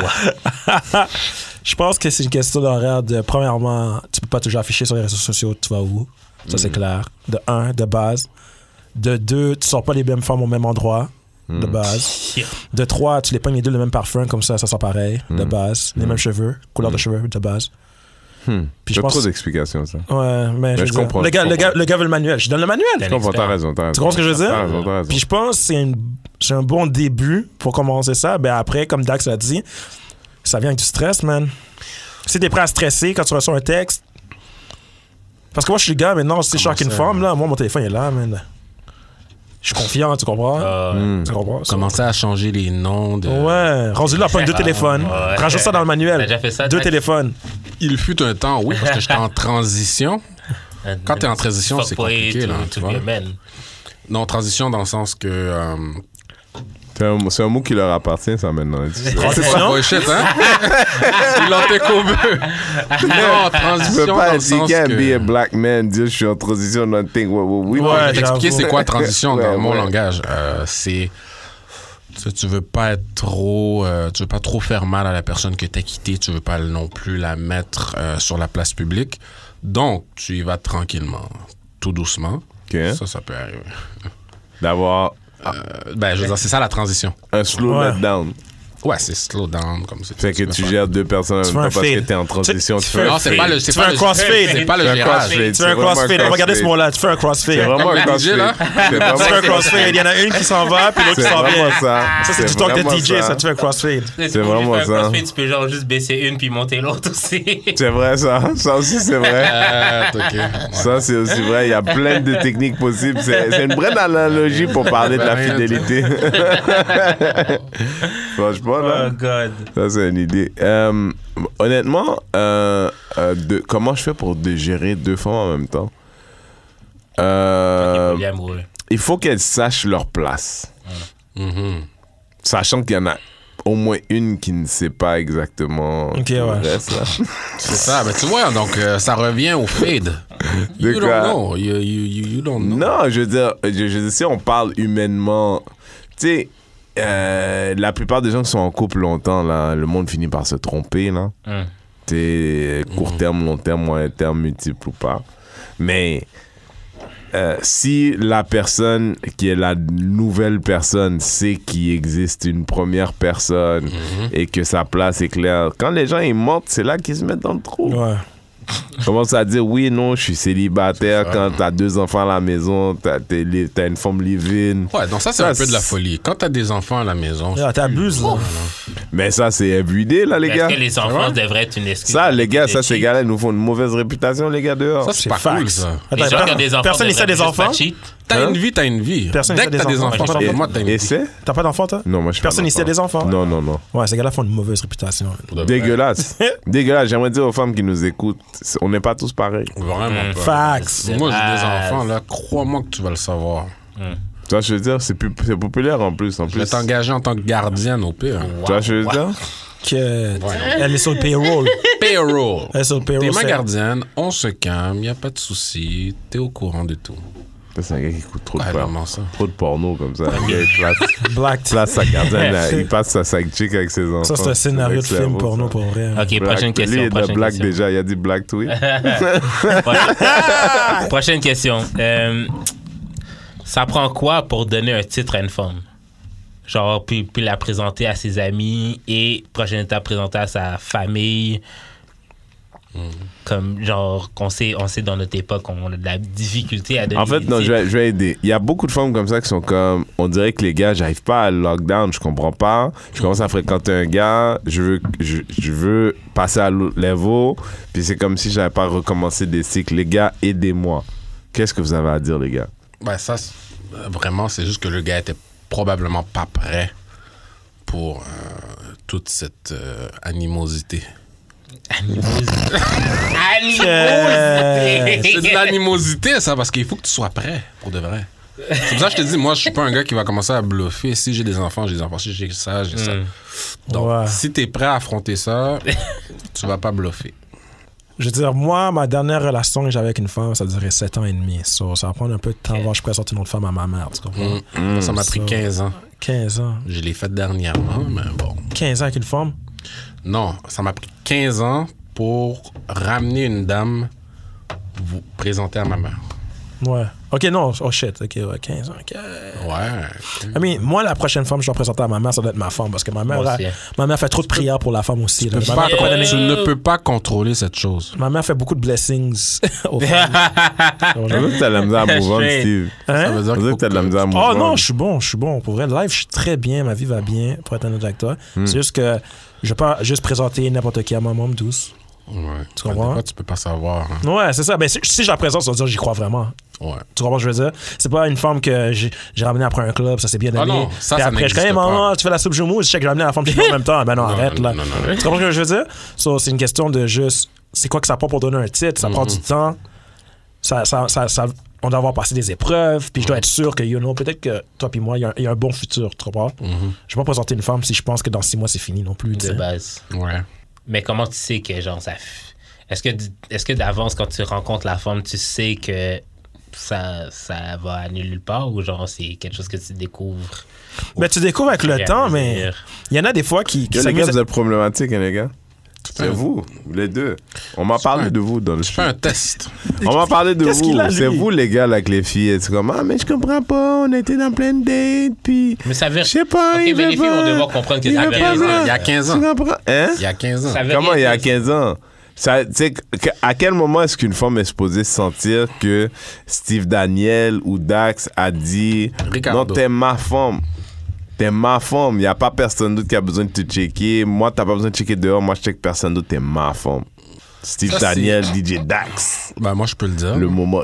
Je pense que c'est une question d'horaire de, premièrement, tu peux pas toujours afficher sur les réseaux sociaux, tu vas où? Ça, c'est clair. De 1, de base. De 2, tu sors pas les mêmes femmes au même endroit, de base. De 3, tu les pognes les deux le même parfum, comme ça sent pareil, de base. Les mêmes cheveux, couleur de cheveux, de base. Puis C'est je pense... trop d'explications, ça. Ouais, mais je je veux dire, comprends, le gars, je le comprends. gars veut le manuel. Je donne le manuel. Je comprends, t'as raison, t'as raison. Tu comprends ce que je veux dire? T'as raison, t'as raison. Puis je pense que c'est un bon début pour commencer ça. Ben après, comme Dax l'a dit, ça vient avec du stress, man. Si t'es prêt à stresser quand tu reçois un texte. Parce que moi, je suis le gars, maintenant, si je suis avec une femme, là, moi, mon téléphone est là, man. Je suis confiant, tu comprends? Tu comprends? Commencer à changer les noms de... Ouais, rendu là, pogne 2 téléphones. Rajoute ça dans le manuel. T'as déjà fait ça, 2 téléphones. Il fut un temps, oui, parce que j'étais en transition. Quand t'es en transition, c'est compliqué, là, tu vois. Non, transition dans le sens que... C'est un mot qui leur appartient, ça, maintenant. Transition? Oh shit, hein? Il en fait qu'au veut. Non, transition Tu peux pas dans le être sens can't que... be a black man, dire je suis en transition, don't think what we Ouais, want. je vais t'expliquer j'avoue. c'est quoi transition dans mon Ouais. langage. C'est... Tu veux pas être trop... tu veux pas trop faire mal à la personne que t'as quittée. Tu veux pas non plus la mettre sur la place publique. Donc, tu y vas tranquillement, tout doucement. OK. Ça peut arriver. D'avoir Ben, je veux dire, c'est ça la transition. un slow Ouais. letdown. Ouais, c'est slow down, comme c'est. Fait que tu gères 2 personnes en Tu même fais un temps parce que fade. t'es en transition. Tu Tu fais fais Non, un c'est fade. pas le. Tu fais un crossfade. C'est pas le Tu fais un gérage. crossfade. Tu fais un crossfade. Regardez ce mot-là. Tu fais un crossfade. C'est vraiment un Comme le DJ, là. crossfade. C'est Tu fais un vraiment crossfade. Il y en a une qui s'en va, puis l'autre qui C'est s'en vraiment vient. ça. Ça, c'est du talk de vraiment DJ, ça. Tu fais un crossfade. C'est vraiment ça. Tu peux genre juste baisser une puis monter l'autre aussi. C'est vrai, ça. Ça aussi, c'est vrai. Ok. Ça, c'est aussi vrai. Il y a plein de techniques possibles. C'est une vraie analogie pour parler de la Rien fidélité. Franchement, là, God. ça, c'est une idée. Honnêtement, comment je fais pour gérer 2 femmes en même temps? Il faut qu'elles sachent leur place. Sachant qu'il y en a au moins une qui ne sait pas exactement Ok, le ouais. reste, là. C'est ça. Ben, tu vois, donc, ça revient au fade. De You quoi? don't know. You don't know. Non, je veux dire, si on parle humainement, tu sais, la plupart des gens qui sont en couple longtemps, là, le monde finit par se tromper, là. Tu sais, court terme, long terme, moyen terme, multiple ou pas. Mais si la personne qui est la nouvelle personne sait qu'il existe une première personne et que sa place est claire, quand les gens ils mentent, c'est là qu'ils se mettent dans le trou. Ouais. Commence à dire oui, non, je suis célibataire quand t'as 2 enfants à la maison, t'as une femme live-in. Ouais, donc ça, c'est un peu de la folie. Quand t'as des enfants à la maison. T'abuses, là. Mais ça, c'est everyday, là, les gars. Est-ce que les enfants devraient être une excuse? Ça, les gars, ça, ces gars-là, ils nous font une mauvaise réputation, les gars, dehors. Ça, c'est pas cool, ça. Les gens qui ont des enfants Personne n'essaie devraient des juste pas enfants. cheat. T'as une vie, t'as une vie. Personne Dès essaie que t'as des des enfants. enfants, Et- pour moi, t'as une vie. Essaie? T'as pas d'enfant, toi? Non, moi, je suis Personne pas ici a des enfants? Non, non, non. Ouais, ces gars-là font une mauvaise réputation. Dégueulasse. Dégueulasse. J'aimerais dire aux femmes qui nous écoutent, on n'est pas tous pareils. Vraiment pas. Facts. Moi, j'ai des enfants, là. Crois-moi que tu vas le savoir. Tu vois, je veux dire, c'est populaire en plus. Je vais t'engager en tant que gardienne, au pire. Tu vois, je veux dire? Elle est sur le payroll. Payroll. Elle est sur le payroll. T'es ma c'est- gardienne, on se calme, y a pas de souci, t'es au courant de tout. C'est un gars qui écoute trop de Ah, porno. vraiment ça. Trop de porno comme ça. Le gars, il Black. place sa gardienne, là, il passe sa side chick avec ses enfants. Ça, c'est un scénario de next film level, porno ça. pour vrai. Ok, Black. prochaine Lui, question. il est de Prochaine black question. déjà. Il a dit black tweet. Prochaine question. Ça prend quoi pour donner un titre à une femme? Genre, puis la présenter à ses amis et, prochaine étape, présenter à sa famille. Comme, genre, on sait dans notre époque, on a de la difficulté à donner En fait, des non, titres. je vais aider. Il y a beaucoup de femmes comme ça qui sont comme, on dirait que les gars, j'arrive pas à lockdown, je comprends pas. Je commence à fréquenter un gars, je veux passer à l'autre level, puis c'est comme si j'avais pas recommencé des cycles. Les gars, aidez-moi. Qu'est-ce que vous avez à dire, les gars? Ben, ça, vraiment, c'est juste que le gars était probablement pas prêt pour toute cette animosité. Animosité. C'est de l'animosité, ça, parce qu'il faut que tu sois prêt, pour de vrai. C'est pour ça que je te dis, moi, je suis pas un gars qui va commencer à bluffer. Si j'ai des enfants, j'ai des enfants. Si j'ai ça, j'ai ça. Donc, Ouais. si t'es prêt à affronter ça, tu vas pas bluffer. Je veux dire, moi, ma dernière relation que j'avais avec une femme, ça durait 7 ans et demi. So, ça va prendre un peu de temps avant que je présente une autre femme à ma mère, tu comprends? Ça m'a pris ça. 15 ans. 15 ans. Je l'ai fait dernièrement, mais bon. 15 ans avec une femme? Non, ça m'a pris 15 ans pour ramener une dame, vous présenter à ma mère. Ouais. OK, non. Oh shit. OK, ouais, 15 ans. OK. Ouais. I mean, moi, la prochaine femme que je dois présenter à ma mère, ça doit être ma femme. Parce que ma mère, Moi aussi. ma mère fait trop de prières pour la femme aussi. là. Tu Ma mère peut pas donner- ne peux pas contrôler cette chose. Ma mère fait beaucoup de blessings aux femmes. On veut que t'as de la misère à move on, Straight. Steve. Ça Hein? veut dire On qu'il veut faut que t'as de la misère à move Oh on. non, je suis bon. Pour vrai, live, je suis très bien. Ma vie va bien, pour être honnête avec toi. C'est juste que je vais pas juste présenter n'importe qui à ma maman douce. Ouais. Tu comprends? Des fois, tu peux pas savoir. Hein. Ouais, c'est ça. Ben, si je la présente, ça veut dire que j'y crois vraiment. Ouais. Tu comprends ce que je veux dire? C'est pas une femme que j'ai ramenée après un club, ça s'est bien allé. non, ça Puis après, je n'existe dis, hey, pas. maman, tu fais la soupe joumou, je sais que j'ai ramené la femme qui en même temps. Ben non, arrête, là. Non. Tu comprends ce que je veux dire? So, c'est une question de juste, c'est quoi que ça prend pour donner un titre? Ça prend du temps. On doit avoir passé des épreuves, puis je dois être sûr que, peut-être que toi puis moi, il y a un bon futur, tu comprends? Je vais pas présenter une femme si je pense que dans 6 mois, c'est fini non plus. De base. Ouais. Mais comment tu sais que, genre, ça... Est-ce que d'avance, quand tu rencontres la femme, tu sais que ça va à nulle part ou genre c'est quelque chose que tu découvres? Mais tu découvres avec le temps, mais il y en a des fois qui les gars, vous êtes problématiques, hein, les gars? C'est vous, les deux. On m'a parlé de vous dans le fais un test. On m'a parlé de Qu'est-ce vous. qu'il a, lui? C'est vous, les gars, là, avec les filles. C'est comme, mais je comprends pas, on était dans plein de dates, puis... Mais ça veut... Je sais pas, OK, il mais veut les filles pas. vont devoir comprendre que Il ça veut veut pas rien ça. dire. Il y a 15 ans. Tu comprends? Hein? Il y a 15 ans. Ça veut Comment rien il y a dire. 15 ans? Ça, tu sais, à quel moment est-ce qu'une femme est supposée sentir que Steve Daniel ou Dax a dit Ricardo. non, t'es ma femme. T'es ma femme. Il n'y a pas personne d'autre qui a besoin de te checker. Moi, t'as pas besoin de checker dehors. Moi, je check personne d'autre. T'es ma femme. Steve Ça, Daniel, DJ Dax. Ben, moi, je peux le dire. Le moment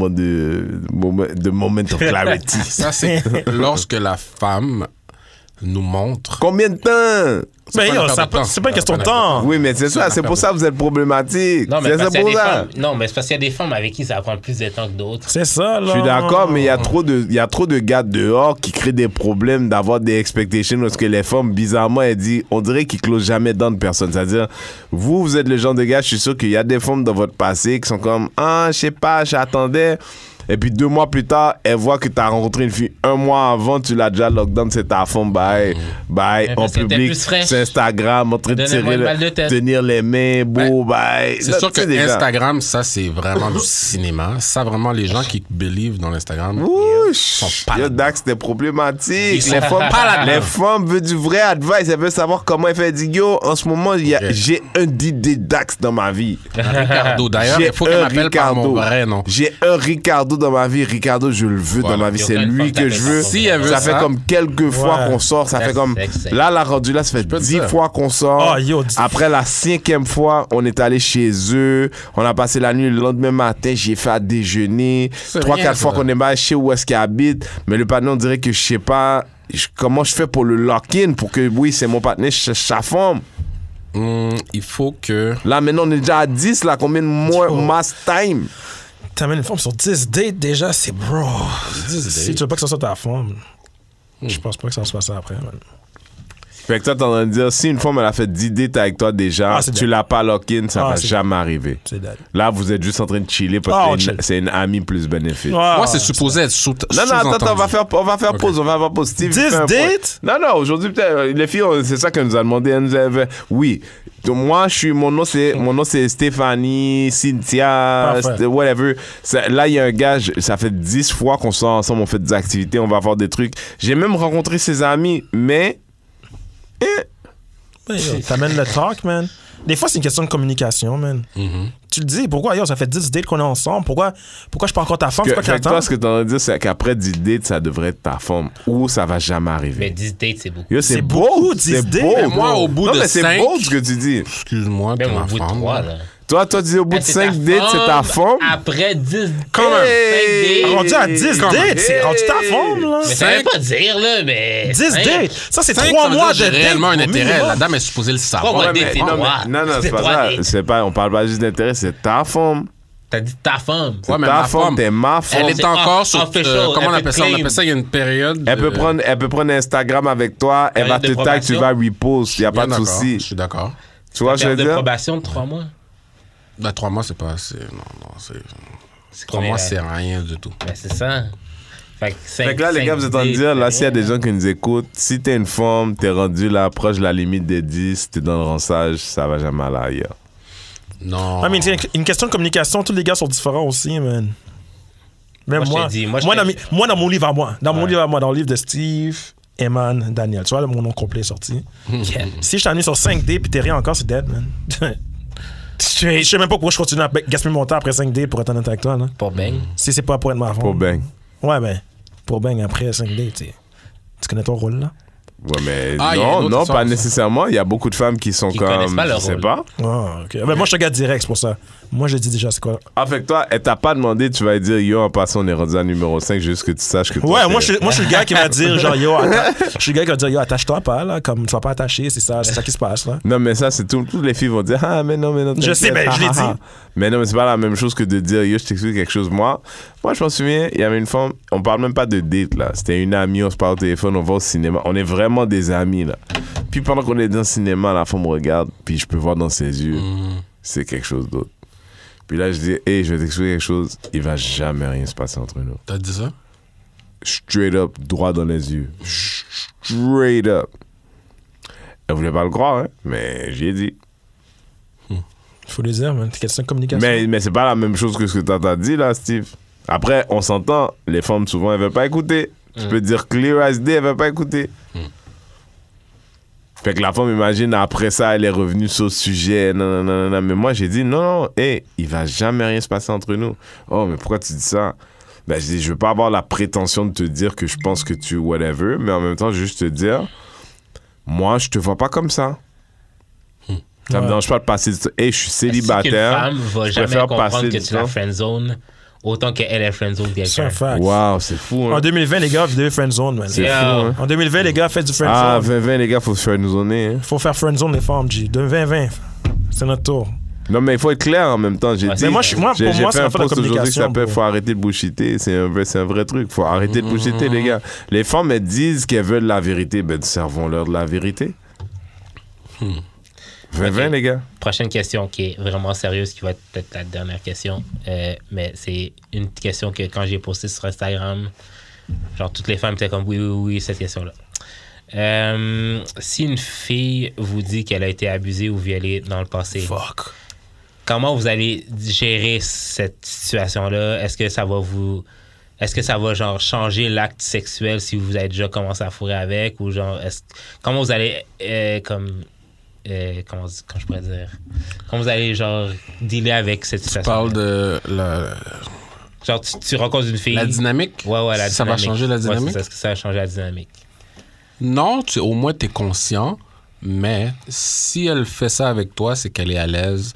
de moment of clarity. Ça, c'est lorsque la femme nous montre. Combien de temps? Mais pas une yo, perte de temps. c'est pas une question de Ça va pas temps. Oui, mais c'est ça. C'est pour ça que vous êtes problématique. Non, mais C'est parce qu'il y a pour des ça. femmes... Non, mais c'est parce qu'il y a des femmes avec qui ça va prendre plus de temps que d'autres. C'est ça, là. Je suis d'accord, mais il y a trop de gars dehors qui créent des problèmes d'avoir des expectations parce que les femmes, bizarrement, elles disent, on dirait qu'ils closent jamais dans de personne. C'est-à-dire, vous êtes le genre de gars, je suis sûr qu'il y a des femmes dans votre passé qui sont comme, je sais pas, j'attendais. Et puis 2 mois plus tard, elle voit que tu as rencontré une fille 1 mois avant, tu l'as déjà lockdown, c'est ta femme, bye, en parce que t'es public, plus fraîche. sur Instagram, en train de Donnez-moi une balle de tête. tenir les mains, beau, bye. C'est Là, sûr tu sais que déjà. Instagram, ça, c'est vraiment du cinéma. Ça, vraiment, les gens qui believe dans l'Instagram. Ouch! pas Yo, là-dedans. Dax, c'était problématique. Ils sont Les femmes, pas là-dedans. les femmes veulent du vrai advice. Elles veulent savoir comment elle fait. Dit, yo, en ce moment, Ok. j'ai un DJ Dax dans ma vie. Ricardo, d'ailleurs, J'ai il faut qu'elle un m'appelle par mon vrai nom. J'ai un Ricardo dans ma vie. Ricardo, je le veux Voilà. dans ma vie. Il y a C'est aucune lui femme que qui je veux. appelle Si elle veut Ça fait ça, comme quelques fois qu'on sort. Ça That's fait comme. sexy. Là, la rendu là, ça fait peux te 10 dire. fois qu'on sort. Oh, yo, Après la 5e fois, on est allé chez eux. On a passé la nuit. Le lendemain matin, j'ai fait à déjeuner. C'est 3-4 rien, fois ça. qu'on est mal chez où est-ce qu'il habite. Mais le partenaire, on dirait que je sais pas comment je fais pour le lock-in pour que, oui, c'est mon partenaire, sa femme. Il faut que. Là, maintenant, on est déjà à 10. Là, combien de mois, mass time? T'amènes une femme sur 10 dates déjà, c'est bro. 10 Si dates. tu veux pas que ça soit ta femme, je pense pas que ça va se passer après, man. Fait que toi, t'es en train de dire, si une femme, elle a fait 10 dates avec toi déjà, Ah, c'est tu dead. l'as pas lock-in, ça Ah, va c'est jamais arriver. C'est dead. Là, vous êtes juste en train de chiller Ah, parce on que chill. c'est une amie plus bénéfice. Moi, c'est supposé être Non, attends, on va faire pause, on va faire pause. Steve, 10 fais un point. dates? Non, aujourd'hui, peut-être, les filles, c'est ça qu'elle nous a demandé. Elle nous avait, oui. Donc, moi, mon nom, c'est Stéphanie, Cynthia, Parfait. whatever. Là, il y a un gars, ça fait 10 fois qu'on sort ensemble, on fait des activités, on va faire des trucs. J'ai même rencontré ses amis, mais Ouais, yo, t'amènes le talk, man. Des fois, c'est une question de communication, man. Tu le dis, pourquoi, yo, ça fait 10 dates qu'on est ensemble, pourquoi je suis pas encore ta femme, c'est pas fait qu'elle que toi, attend? ce que tu en train de dire, c'est qu'après 10 dates, ça devrait être ta femme. Ou ça va jamais Mais arriver. 10 dates, c'est beaucoup. Yo, c'est beau, beaucoup, 10 c'est dates. beau. Mais moi, au bout non, de mais c'est 5, beau ce que tu dis. Excuse-moi, t'es Même ma au bout de femme. 3, là. Toi, tu dis au bout de C'est 5 ta dates, c'est ta femme. Après 10 Quand même. dates. Rendu à 10 Comment? dates, c'est rendu ta femme, là. Mais ça veut pas dire, là, mais... 10 dates. Ça, c'est 5, 3 mois de j'ai dates. réellement un au intérêt. minimum. La dame est supposée le savoir. 3 mois Ouais, de mais date, c'est non, 3. non, c'est pas 3 ça. dates. C'est pas, on parle pas juste d'intérêt, c'est ta femme. T'as dit ta femme. Ouais, mais ta ma femme, femme, t'es ma femme. elle est encore sur. official, Comment on elle appelle ça? On claim. appelle ça, il y a une période. Elle peut prendre Instagram avec toi, elle va Période te de tag, tu vas repost, y a pas de Je souci. suis d'accord. Tu vois, je veux de dire? probation de 3 mois. Ben, 3 mois, c'est pas assez. Non, c'est. C'est 3 combien, mois, là? c'est rien du tout. Ben, c'est ça. Fait que, Là, les gars, vous êtes en train de dire, là, s'il y a des gens qui nous écoutent, si t'es une femme, t'es rendu là, proche de la limite des 10, t'es dans le ronçage, ça va jamais aller ailleurs. Non. Ah, mais c'est une question de communication. Tous les gars sont différents aussi, man. Même Moi, je moi, t'ai dit, moi, dans mon livre à moi, dans le livre de Steve, Eman, Daniel, tu vois, là, mon nom complet est sorti. Si je t'en ai sur 5 dates puis t'es rien encore, c'est dead, man. Je sais même pas pourquoi je continue à gaspiller mon temps après 5 dates pour être honnête avec toi, là. Pour bang. Si c'est pas pour être ma femme. Pour bang. Ouais, ben, pour bang après 5 dates, tu connais ton rôle, là? Ouais, mais Ah, il y a un non, autre non, sens. pas nécessairement. Il y a beaucoup de femmes qui sont Qui comme. connaissent pas leur je sais rôle. pas. Ah, ok. Ben, moi, je te regarde direct, c'est pour ça. Moi, je dis déjà, c'est quoi. Avec toi, elle t'a pas demandé, tu vas dire, yo, en passant, on est rendu à numéro 5, juste que tu saches que. toi, Ouais, t'es- moi, je suis le gars qui va dire, genre, yo, je suis le gars qui va dire, yo, attache-toi pas, là, comme tu vas pas attacher, c'est ça qui se passe, là. Non, mais ça, c'est tout. Toutes les filles vont dire, ah, mais non. Je sais, t'inquiète, ben, je l'ai ah, ah, dit. ah. Mais non, mais c'est pas la même chose que de dire, yo, je t'explique quelque chose. Moi, je m'en souviens, il y avait une femme, on parle même pas de date, là. C'était une amie, on se parle au téléphone, on va au cinéma. On est vraiment des amis, là. Puis pendant qu'on est dans le cinéma, la femme me regarde, puis je peux voir dans ses yeux, c'est quelque chose d'autre. Puis là, je dis, hey, je vais t'expliquer quelque chose, il va jamais rien se passer entre nous. T'as dit ça? Straight up, droit dans les yeux. Straight up. Elle voulait pas le croire, hein, mais j'ai dit. Faut le dire, man. C'est question de communication. Mais c'est pas la même chose que ce que t'as dit, là, Steve. Après, on s'entend, les femmes, souvent, elles veulent pas écouter. Tu peux dire clear as day, elles veulent pas écouter. Fait que la femme, imagine, après ça, elle est revenue sur le sujet. Non. Mais moi, j'ai dit, non, hey, il va jamais rien se passer entre nous. Oh, mais pourquoi tu dis ça? Ben, je dis, je veux pas avoir la prétention de te dire que je pense que tu whatever, mais en même temps, juste te dire, moi, je te vois pas comme ça. Ça me dérange pas de passer du temps. Hey, je suis célibataire. Est-ce qu'une femme va je jamais préfère comprendre passer que du tu la temps. friendzone autant qu'elle est friendzone C'est quelqu'un? un fact. Waouh, c'est fou, hein. En 2020, les gars, vous devez friendzone, man. C'est Yeah. fou, hein. En 2020, les gars, faites du friendzone. Ah, 2020, les gars, faut se faire nous zoner, hein. Faut faire friendzone les femmes, G. De 2020, c'est notre tour. Non, mais il faut être clair en même temps. J'ai Ouais, dit, mais moi, j'ai pour moi, fait c'est un la fin de la post aujourd'hui qui communication, s'appelle bro. Faut arrêter de bullshiter. C'est un vrai truc. Faut arrêter de bullshiter, les gars. Les femmes, elles disent qu'elles veulent la vérité. Ben, servons-leur de la vérité. 2020, Ok. les gars. Prochaine question qui est vraiment sérieuse, qui va être peut-être la dernière question. Mais c'est une question que quand j'ai posté sur Instagram, genre toutes les femmes étaient comme oui, cette question-là. Si une fille vous dit qu'elle a été abusée ou violée dans le passé, Fuck. comment vous allez gérer cette situation-là? Est-ce que ça va genre changer l'acte sexuel si vous avez déjà commencé à fourrer avec, ou genre comment vous allez comment je pourrais dire, comment vous allez genre dealer avec cette Tu situation? parles de la Genre tu rencontres une fille. dynamique? Ouais, la Ça va dynamique. changer la Ouais, dynamique? c'est ça, est-ce que ça va changer la dynamique? Non, au moins, tu es conscient, mais si elle fait ça avec toi, c'est qu'elle est à l'aise.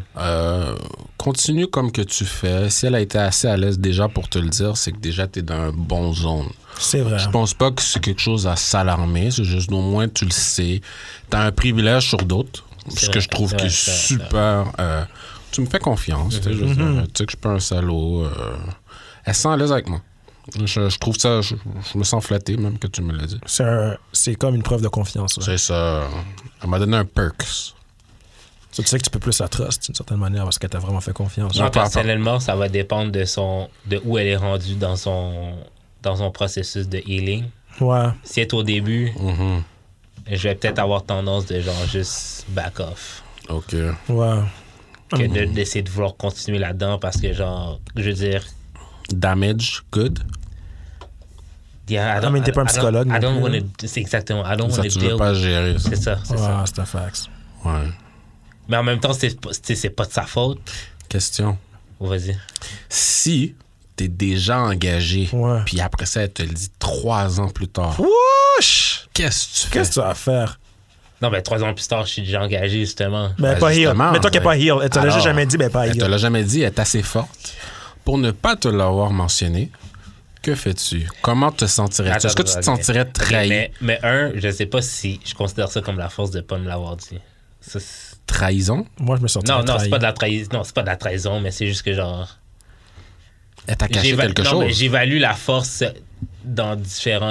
Continue comme que tu fais. Si elle a été assez à l'aise déjà pour te le dire, c'est que déjà, tu es dans un bon zone. C'est vrai. Je pense pas que c'est quelque chose à s'alarmer. C'est juste, au moins, tu le sais. Tu as un privilège sur d'autres. Ce vrai, que je trouve c'est qui vrai, est c'est vrai, super... tu me fais confiance. Tu sais, je veux dire, tu sais que je suis pas un salaud. Elle se sent à l'aise avec moi. Je trouve ça... Je me sens flatté, même, que tu me l'as dit. C'est comme une preuve de confiance. Ouais. C'est ça. Elle m'a donné un perks. Tu sais que tu peux plus la trust d'une certaine manière parce qu'elle t'a vraiment fait confiance. Moi, personnellement, ça va dépendre de où elle est rendue dans son processus de healing. Ouais. Si elle est au début, je vais peut-être avoir tendance de genre juste back off. OK. Ouais. Que d'essayer de vouloir continuer là-dedans parce que genre, je veux dire... Damage, good. Yeah, mais t'es pas un psychologue I don't non plus. wanna... C'est exactement. I don't Ça, wanna tu deal... veux pas gérer ça. C'est ça, c'est ça. Ouais, c'est un fax. Ouais. Mais en même temps, c'est pas de sa faute. Question. Vas-y. Si t'es déjà engagé, Ouais. puis après ça, elle te le dit 3 ans plus tard, Wouch! qu'est-ce que tu fais? Qu'est-ce que tu vas faire? Non, ben 3 ans plus tard, je suis déjà engagé, justement. Ben, Ben, pas heal. justement, Mais toi qui n'es ben, pas heal. Elle te l'a alors, jamais dit, ben, pas Elle te heal. l'a jamais dit, elle est assez forte. Pour ne pas te l'avoir mentionné, que fais-tu? Comment te sentirais-tu? Est-ce que tu te sentirais trahi? Mais je sais pas si je considère ça comme la force de pas me l'avoir dit. Ça, Trahison? Moi, je me sentirais non, trahi. c'est pas de la trahison. Non, c'est pas de la trahison, mais c'est juste que genre... Elle t'a caché quelque non, mais chose? j'évalue la force dans différents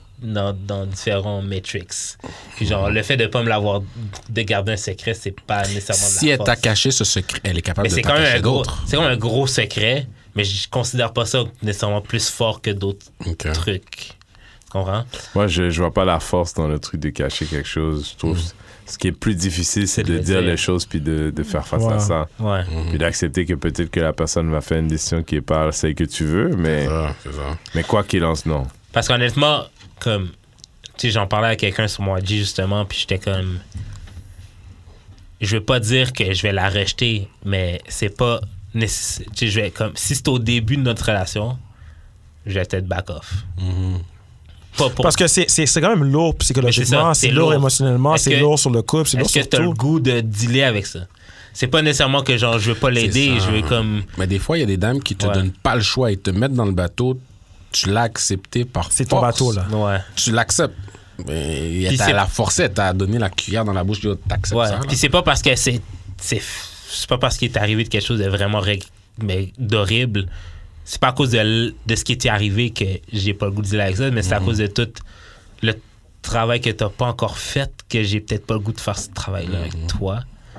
metrics. Puis genre, le fait de pas me l'avoir... de garder un secret, c'est pas nécessairement de la Si elle force. t'a caché ce secret, elle est capable Mais de c'est t'en quand même cacher un gros... d'autres. C'est comme un gros secret, mais je considère pas ça nécessairement plus fort que d'autres OK. trucs. Tu comprends? Moi, je vois pas la force dans le truc de cacher quelque chose. Je trouve ce qui est plus difficile, c'est C'est de de le dire dire. les choses puis de faire face Ouais. à ça. Ouais. Puis d'accepter que peut-être que la personne va faire une décision qui est pas celle que tu veux, mais, C'est ça. mais quoi qu'il en soit, non. Parce qu'honnêtement, comme... Tu sais, j'en parlais à quelqu'un sur mon IG, justement, puis j'étais comme... Je veux pas dire que je vais la rejeter, mais c'est pas... Tu sais, je vais comme... Si c'est au début de notre relation, je vais peut-être back off. Parce que c'est quand même lourd psychologiquement, c'est lourd émotionnellement, c'est lourd sur le couple, c'est lourd sur tout. Est-ce que t'as le goût de dealer avec ça? C'est pas nécessairement que genre je veux pas l'aider, je veux comme... Mais des fois, il y a des dames qui te donnent pas le choix, ils te mettent dans le bateau, tu l'as accepté par force. C'est ton bateau, là. Ouais. Tu l'acceptes. Mais elle t'a la forcé, elle t'a donné la cuillère dans la bouche, t'acceptes ça. Puis c'est pas parce que c'est pas parce qu'il est arrivé de quelque chose de vraiment d'horrible. C'est pas à cause de ce qui t'est arrivé que j'ai pas le goût de dealer avec ça, mais c'est à cause de tout le travail que t'as pas encore fait que j'ai peut-être pas le goût de faire ce travail-là avec toi.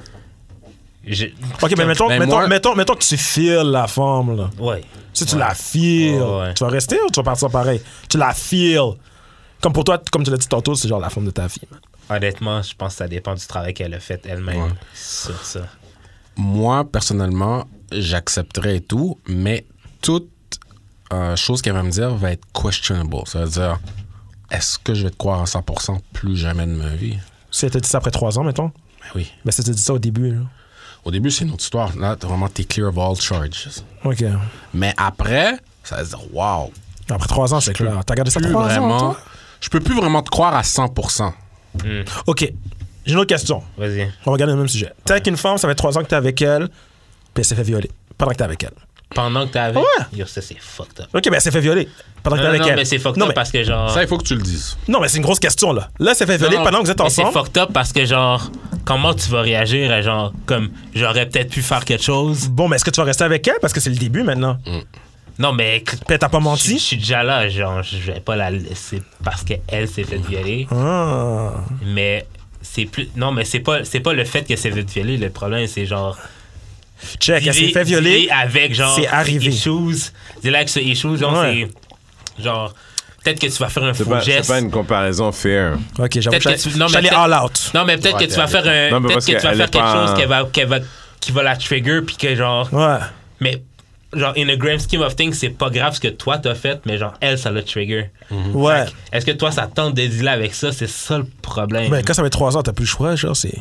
OK, mais mettons que tu files la femme, là. Ouais. Si tu la files, tu vas rester ou tu vas partir pareil? Tu la files. Comme pour toi, comme tu l'as dit tantôt, c'est genre la femme de ta vie. Man. Honnêtement, je pense que ça dépend du travail qu'elle a fait elle-même sur ça. Moi, personnellement, j'accepterais et tout, mais toute chose qu'elle va me dire va être questionable. Ça veut dire, est-ce que je vais te croire à 100% plus jamais de ma vie? Si elle t'a dit ça après 3 ans, mettons? Ben oui. Ben, si elle t'a dit ça au début, là. Au début, c'est une autre histoire. Là, vraiment, t'es clear of all charges. OK. Mais après, ça va se dire, wow. Après 3 ans, c'est clair. T'as gardé ça 3 ans, toi? Je peux plus vraiment te croire à 100%. OK. J'ai une autre question. Vas-y. On va regarder le même sujet. T'es avec une femme, ça fait 3 ans que t'es avec elle, puis elle s'est fait violer. Pendant que t'es avec elle. Pendant que t'es avec? Ouais. Yo, ça, c'est fucked up. OK, ben elle s'est fait violer. Pendant que t'es avec elle. Non, mais c'est fucked up parce que genre... Ça, il faut que tu le dises. Non, mais c'est une grosse question, là. Là, elle s'est fait violer pendant que vous êtes ensemble. C'est fucked up parce que genre... Comment tu vas réagir à genre... Comme, j'aurais peut-être pu faire quelque chose. Bon, mais est-ce que tu vas rester avec elle? Parce que c'est le début, maintenant. Non, mais... Puis t'as pas menti? Je suis déjà là, genre, je vais pas la laisser parce qu'elle s'est fait violer. Ah. Mais c'est plus... Non, mais c'est pas le fait qu'elle s'est fait violer. Le problème, c'est genre... Check, elle s'est fait violer. Avec, genre... C'est arrivé. Issues. Dis-là avec ce issues, genre, c'est... Genre... Peut-être que tu vas faire un faux geste. C'est pas une comparaison fair. OK, j'avoue que je suis allé all out. Non, mais peut-être que tu vas faire un... Peut-être que tu vas faire quelque chose qui va la trigger, puis que genre... Ouais. Mais... Genre, in a grand scheme of things, c'est pas grave ce que toi t'as fait, mais genre, elle, ça l'a trigger. Ouais. Est-ce que toi, ça tente de dealer avec ça? C'est ça le problème. Ben, quand ça fait 3 ans, t'as plus le choix, genre, c'est.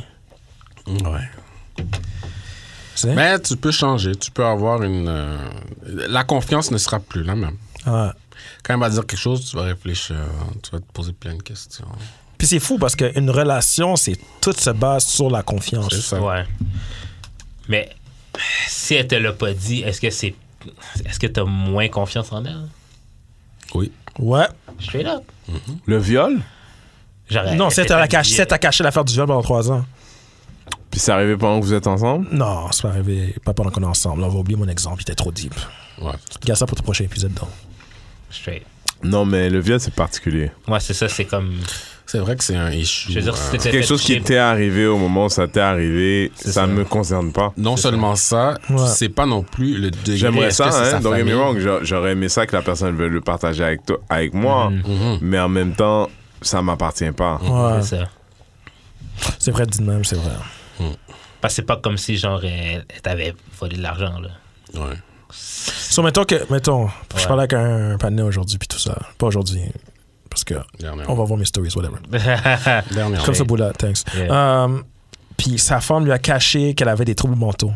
Ouais. Mais tu peux changer. Tu peux avoir une. La confiance ne sera plus la même. Ouais. Quand elle va dire quelque chose, tu vas réfléchir. Tu vas te poser plein de questions. Puis c'est fou parce qu'une relation, c'est tout se base sur la confiance. C'est ça. Ouais. Mais si elle te l'a pas dit, est-ce que t'as moins confiance en elle? Oui. Ouais. Straight up. Le viol? Non, c'est t'as caché l'affaire du viol pendant 3 ans. Puis c'est arrivé pendant que vous êtes ensemble? Non, c'est pas arrivé. Pas pendant qu'on est ensemble. Là, on va oublier mon exemple. Il était trop deep. Ouais. Garde ça pour ton prochain épisode. Donc. Straight. Non, mais le viol, c'est particulier. Ouais, c'est ça. C'est comme... C'est vrai que c'est un issue. Je veux dire, c'est quelque chose qui t'est arrivé au moment où ça t'est arrivé. Ça ne me concerne pas. Non seulement ça, c'est pas non plus le degré. J'aimerais ça, hein. Don't get me wrong. famille. J'aurais aimé ça que la personne veuille le partager avec moi. Mais en même temps, ça m'appartient pas. Ouais. C'est ça. C'est vrai, dit de même, c'est vrai. Parce que c'est pas comme si, genre, elle t'avait volé de l'argent, là. Ouais. So, mettons, je parlais avec un partenaire aujourd'hui, puis tout ça. Pas aujourd'hui. Parce que on va voir mes stories, whatever. Comme ça, Boula, thanks. Yeah. Puis sa femme lui a caché qu'elle avait des troubles mentaux.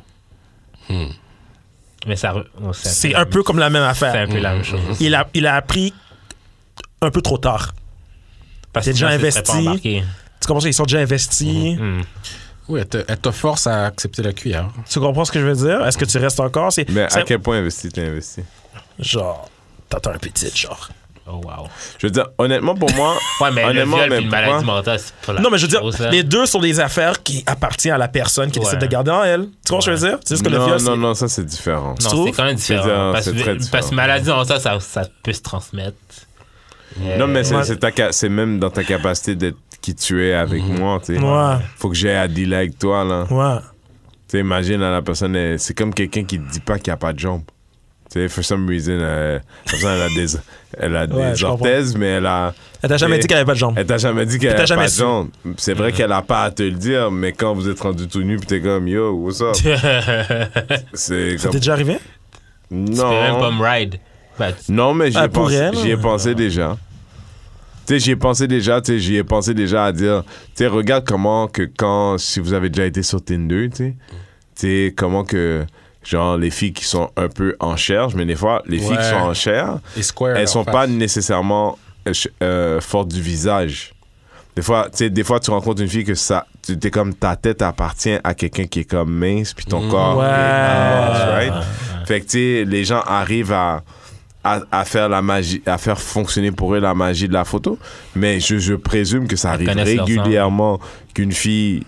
Mais c'est un peu comme la même affaire. C'est un peu la même chose. Il a appris un peu trop tard. Parce que déjà investi. Tu comprends ça? Ils sont déjà investis. Oui, elle te force à accepter la cuillère. Tu comprends ce que je veux dire? Est-ce que tu restes encore? Mais à quel point t'es investi? Genre, t'attends un petit, genre. Oh, wow. Je veux dire, honnêtement, pour moi... Ouais, mais le viol et une maladie mentale, c'est pas la Non, mais je veux dire, chose, les deux sont des affaires qui appartiennent à la personne qui décide de garder en elle. Tu comprends ce que je veux dire? C'est juste que le viol, non, ça, c'est différent. Non, c'est quand même différent. Parce que maladie mentale, ça peut se transmettre. Non, mais c'est même dans ta capacité d'être qui tu es avec moi, tu sais. Ouais. Faut que j'aie à dealer avec toi, là. Ouais. Tu sais, imagine, la personne, c'est comme quelqu'un qui te dit pas qu'il n'y a pas de jambes. Tu sais, for some reason, elle a des orthèses, mais elle a... Elle t'a jamais dit qu'elle avait pas de jambes. Elle t'a jamais dit qu'elle avait pas de jambes. C'est vrai qu'elle a pas à te le dire, mais quand vous êtes rendu tout nu, pis t'es comme, yo, what's up? C'est ça t'est déjà arrivé? Non. Tu peux même pas me ride. Non, mais j'y ai pensé déjà. Tu sais, j'y ai pensé déjà à dire, tu sais, regarde comment que si vous avez déjà été sur Tinder, tu sais, comment que, genre, les filles qui sont un peu en cherche, mais des fois, les filles qui sont en cherche, elles sont pas nécessairement forte du visage. Des fois, tu rencontres une fille que t'es comme ta tête appartient à quelqu'un qui est comme mince, puis ton corps est mince, right? Fait que, tu sais, les gens arrivent à faire la magie, à faire fonctionner pour eux la magie de la photo. Mais je présume que ça arrive régulièrement qu'une fille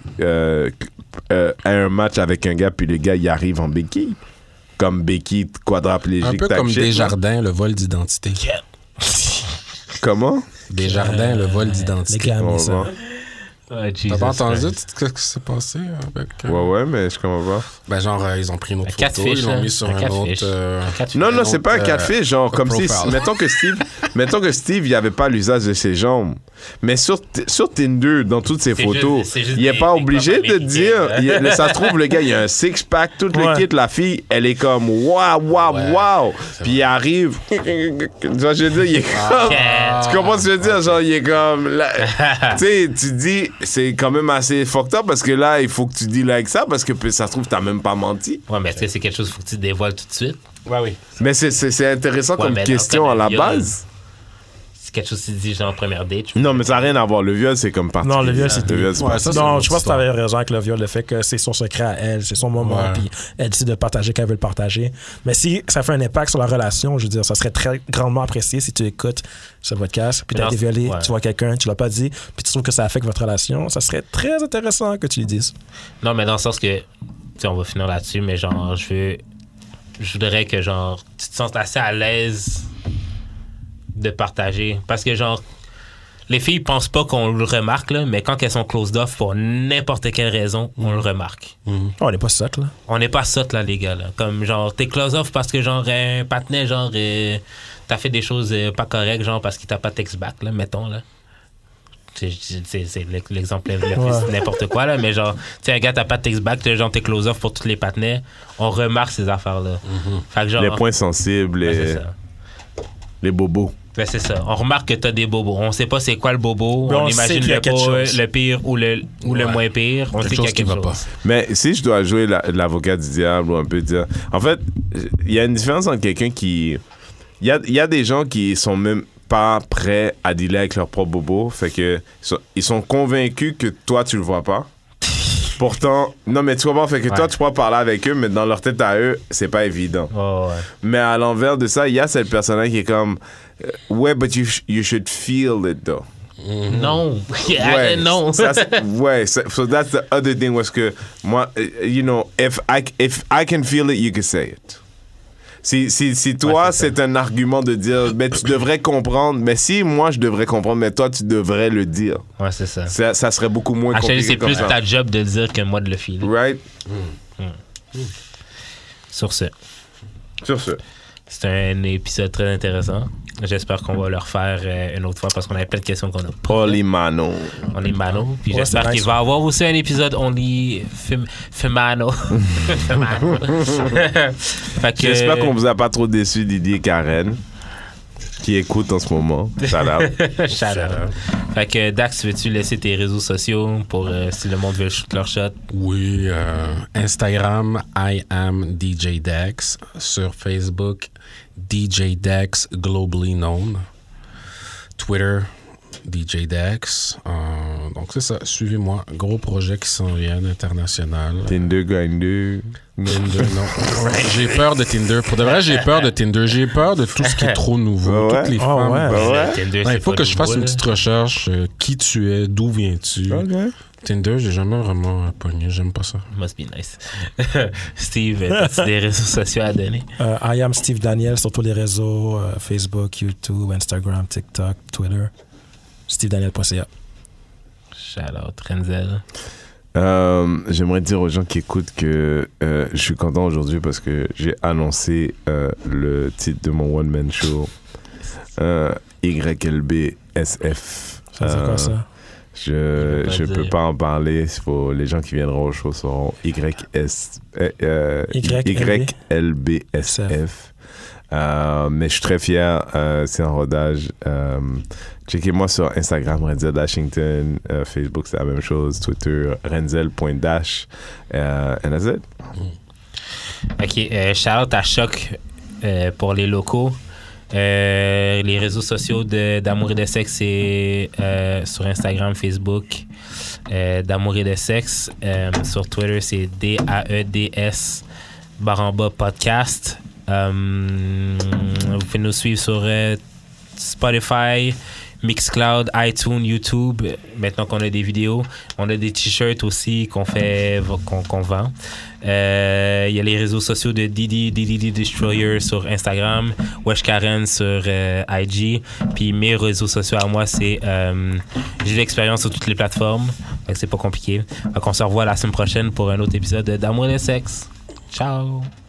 a un match avec un gars, puis le gars, il arrive en béquille. Comme béquille quadraplégique. Un peu comme Desjardins, le vol d'identité. Comment? Desjardins, le vol d'identité. T'as pas entendu ce qui s'est passé avec... Ouais, mais je comprends pas. Ben genre, ils ont pris une autre photo, ils l'ont mis sur un autre... Non, c'est pas un catfish, genre, comme si... Mettons que Steve, il avait pas l'usage de ses jambes. Mais sur Tinder, dans toutes ses photos, il est pas obligé de dire... Ça se trouve, le gars, il a un six-pack, tout le kit, la fille, elle est comme wow. Puis il arrive... Je veux dire, il est comme... Tu comprends ce que je veux dire? Genre, il est comme... Tu sais, tu dis... C'est quand même assez fucked up parce que là, il faut que tu deals avec ça parce que ça se trouve, t'as même pas menti. Ouais, mais tu sais, c'est quelque chose qu'il faut que tu dévoiles tout de suite. Ouais, oui. Mais c'est intéressant comme question à la base. C'est quelque chose que tu dis genre en première date. Non, mais ça n'a rien à voir. Le viol, c'est comme parti. Non, le viol, c'est... Non, je pense que t'avais raison avec le viol, le fait que c'est son secret à elle, c'est son moment, puis elle décide de partager quand elle veut le partager. Mais si ça fait un impact sur la relation, je veux dire, ça serait très grandement apprécié si tu écoutes ce podcast, puis t'as été violé, tu vois quelqu'un, tu l'as pas dit, puis tu trouves que ça affecte votre relation, ça serait très intéressant que tu lui dises. Non, mais dans le sens que, tu sais, on va finir là-dessus, mais genre, je voudrais que, genre, tu te sens assez à l'aise de partager. Parce que, genre, les filles pensent pas qu'on le remarque, là, mais quand elles sont closed off pour n'importe quelle raison, on le remarque. On n'est pas sotte, là. On n'est pas sotte, là, les gars, là. Comme, genre, t'es closed off parce que, genre, un patinet, genre, t'as fait des choses pas correctes, genre, parce qu'il t'a pas text back, là, mettons, là. C'est l'exemple, c'est n'importe quoi, là, mais genre, tu sais, un gars, t'as pas de text back, genre, t'es close off pour tous les patinets, on remarque ces affaires-là. Fait que genre, les points sensibles, les bobos. Ben, c'est ça. On remarque que t'as des bobos. On sait pas c'est quoi le bobo. On imagine le pire ou le moins pire. On sait qu'il y a quelque chose. Mais si je dois jouer l'avocat du diable ou un peu dire... En fait, il y a une différence entre quelqu'un qui... Il y a des gens qui sont même pas prêts à dealer avec leur propre bobo. Fait que ils sont convaincus que toi, tu le vois pas. Pourtant, non, mais tu comprends, fait que toi, tu pourras parler avec eux, mais dans leur tête à eux, c'est pas évident. Mais à l'envers de ça, il y a cette personne-là qui est comme, ouais, but you should feel it, though. Non. Non. So that's the other thing, was que, moi, you know, if I can feel it, you can say it. Si toi, c'est un argument de dire, ben, tu devrais comprendre, mais si moi, je devrais comprendre, mais toi, tu devrais le dire. Ouais, c'est ça. Ça serait beaucoup moins compliqué. C'est plus ta job de dire que moi de le filer. Right? Sur ce. C'est un épisode très intéressant. J'espère qu'on va le refaire une autre fois parce qu'on avait plein de questions qu'on a pas. On est mano. Puis j'espère qu'il va y avoir aussi un épisode only femano. J'espère qu'on vous a pas trop déçu, Didier et Karen, qui écoutent en ce moment. Shout out. Fait que Dax, veux-tu laisser tes réseaux sociaux pour si le monde veut shoot leur shot? Oui, Instagram, I am DJ Dax. Sur Facebook, DJ Dax globally known. Twitter, DJ Dax. Donc c'est ça, suivez-moi. Gros projet qui s'en vient, international. Tinder, Grindr. Tinder, non. J'ai peur de Tinder. Pour de vrai, j'ai peur de Tinder. J'ai peur de tout ce qui est trop nouveau. Toutes les femmes. Tinder, il faut que je fasse une petite recherche. Qui tu es, d'où viens-tu. Tinder, j'ai jamais vraiment pogné. J'aime pas ça. Must be nice. Steve, as-tu des réseaux sociaux à donner? I am Steve Daniel sur tous les réseaux. Facebook, YouTube, Instagram, TikTok, Twitter. SteveDaniel.ca. Shout-out, Renzel. J'aimerais dire aux gens qui écoutent que je suis content aujourd'hui parce que j'ai annoncé le titre de mon one-man show, YLBSF. Ça, c'est quoi ça? Je peux pas en parler. Les gens qui viendront au show sauront YLBSF. Mais je suis très fier. C'est en rodage. Checkez-moi sur Instagram, Renzel Dashington. Facebook, c'est la même chose. Twitter, renzel.dash. And that's it. OK. Shout-out à Choc pour les locaux. Les réseaux sociaux d'Amour et de Sexe, c'est sur Instagram, Facebook, d'Amour et de Sexe. Sur Twitter, c'est DAEDS _podcast. Vous pouvez nous suivre sur Spotify, Mixcloud, iTunes, YouTube. Maintenant qu'on a des vidéos, on a des t-shirts aussi qu'on vend. Il y a les réseaux sociaux de Didi Destroyer sur Instagram, Wesh Karen sur IG. Puis mes réseaux sociaux à moi, c'est j'ai de l'expérience sur toutes les plateformes. Fait que c'est pas compliqué. Fait qu'on se revoit la semaine prochaine pour un autre épisode d'Amour et de Sexe. Ciao!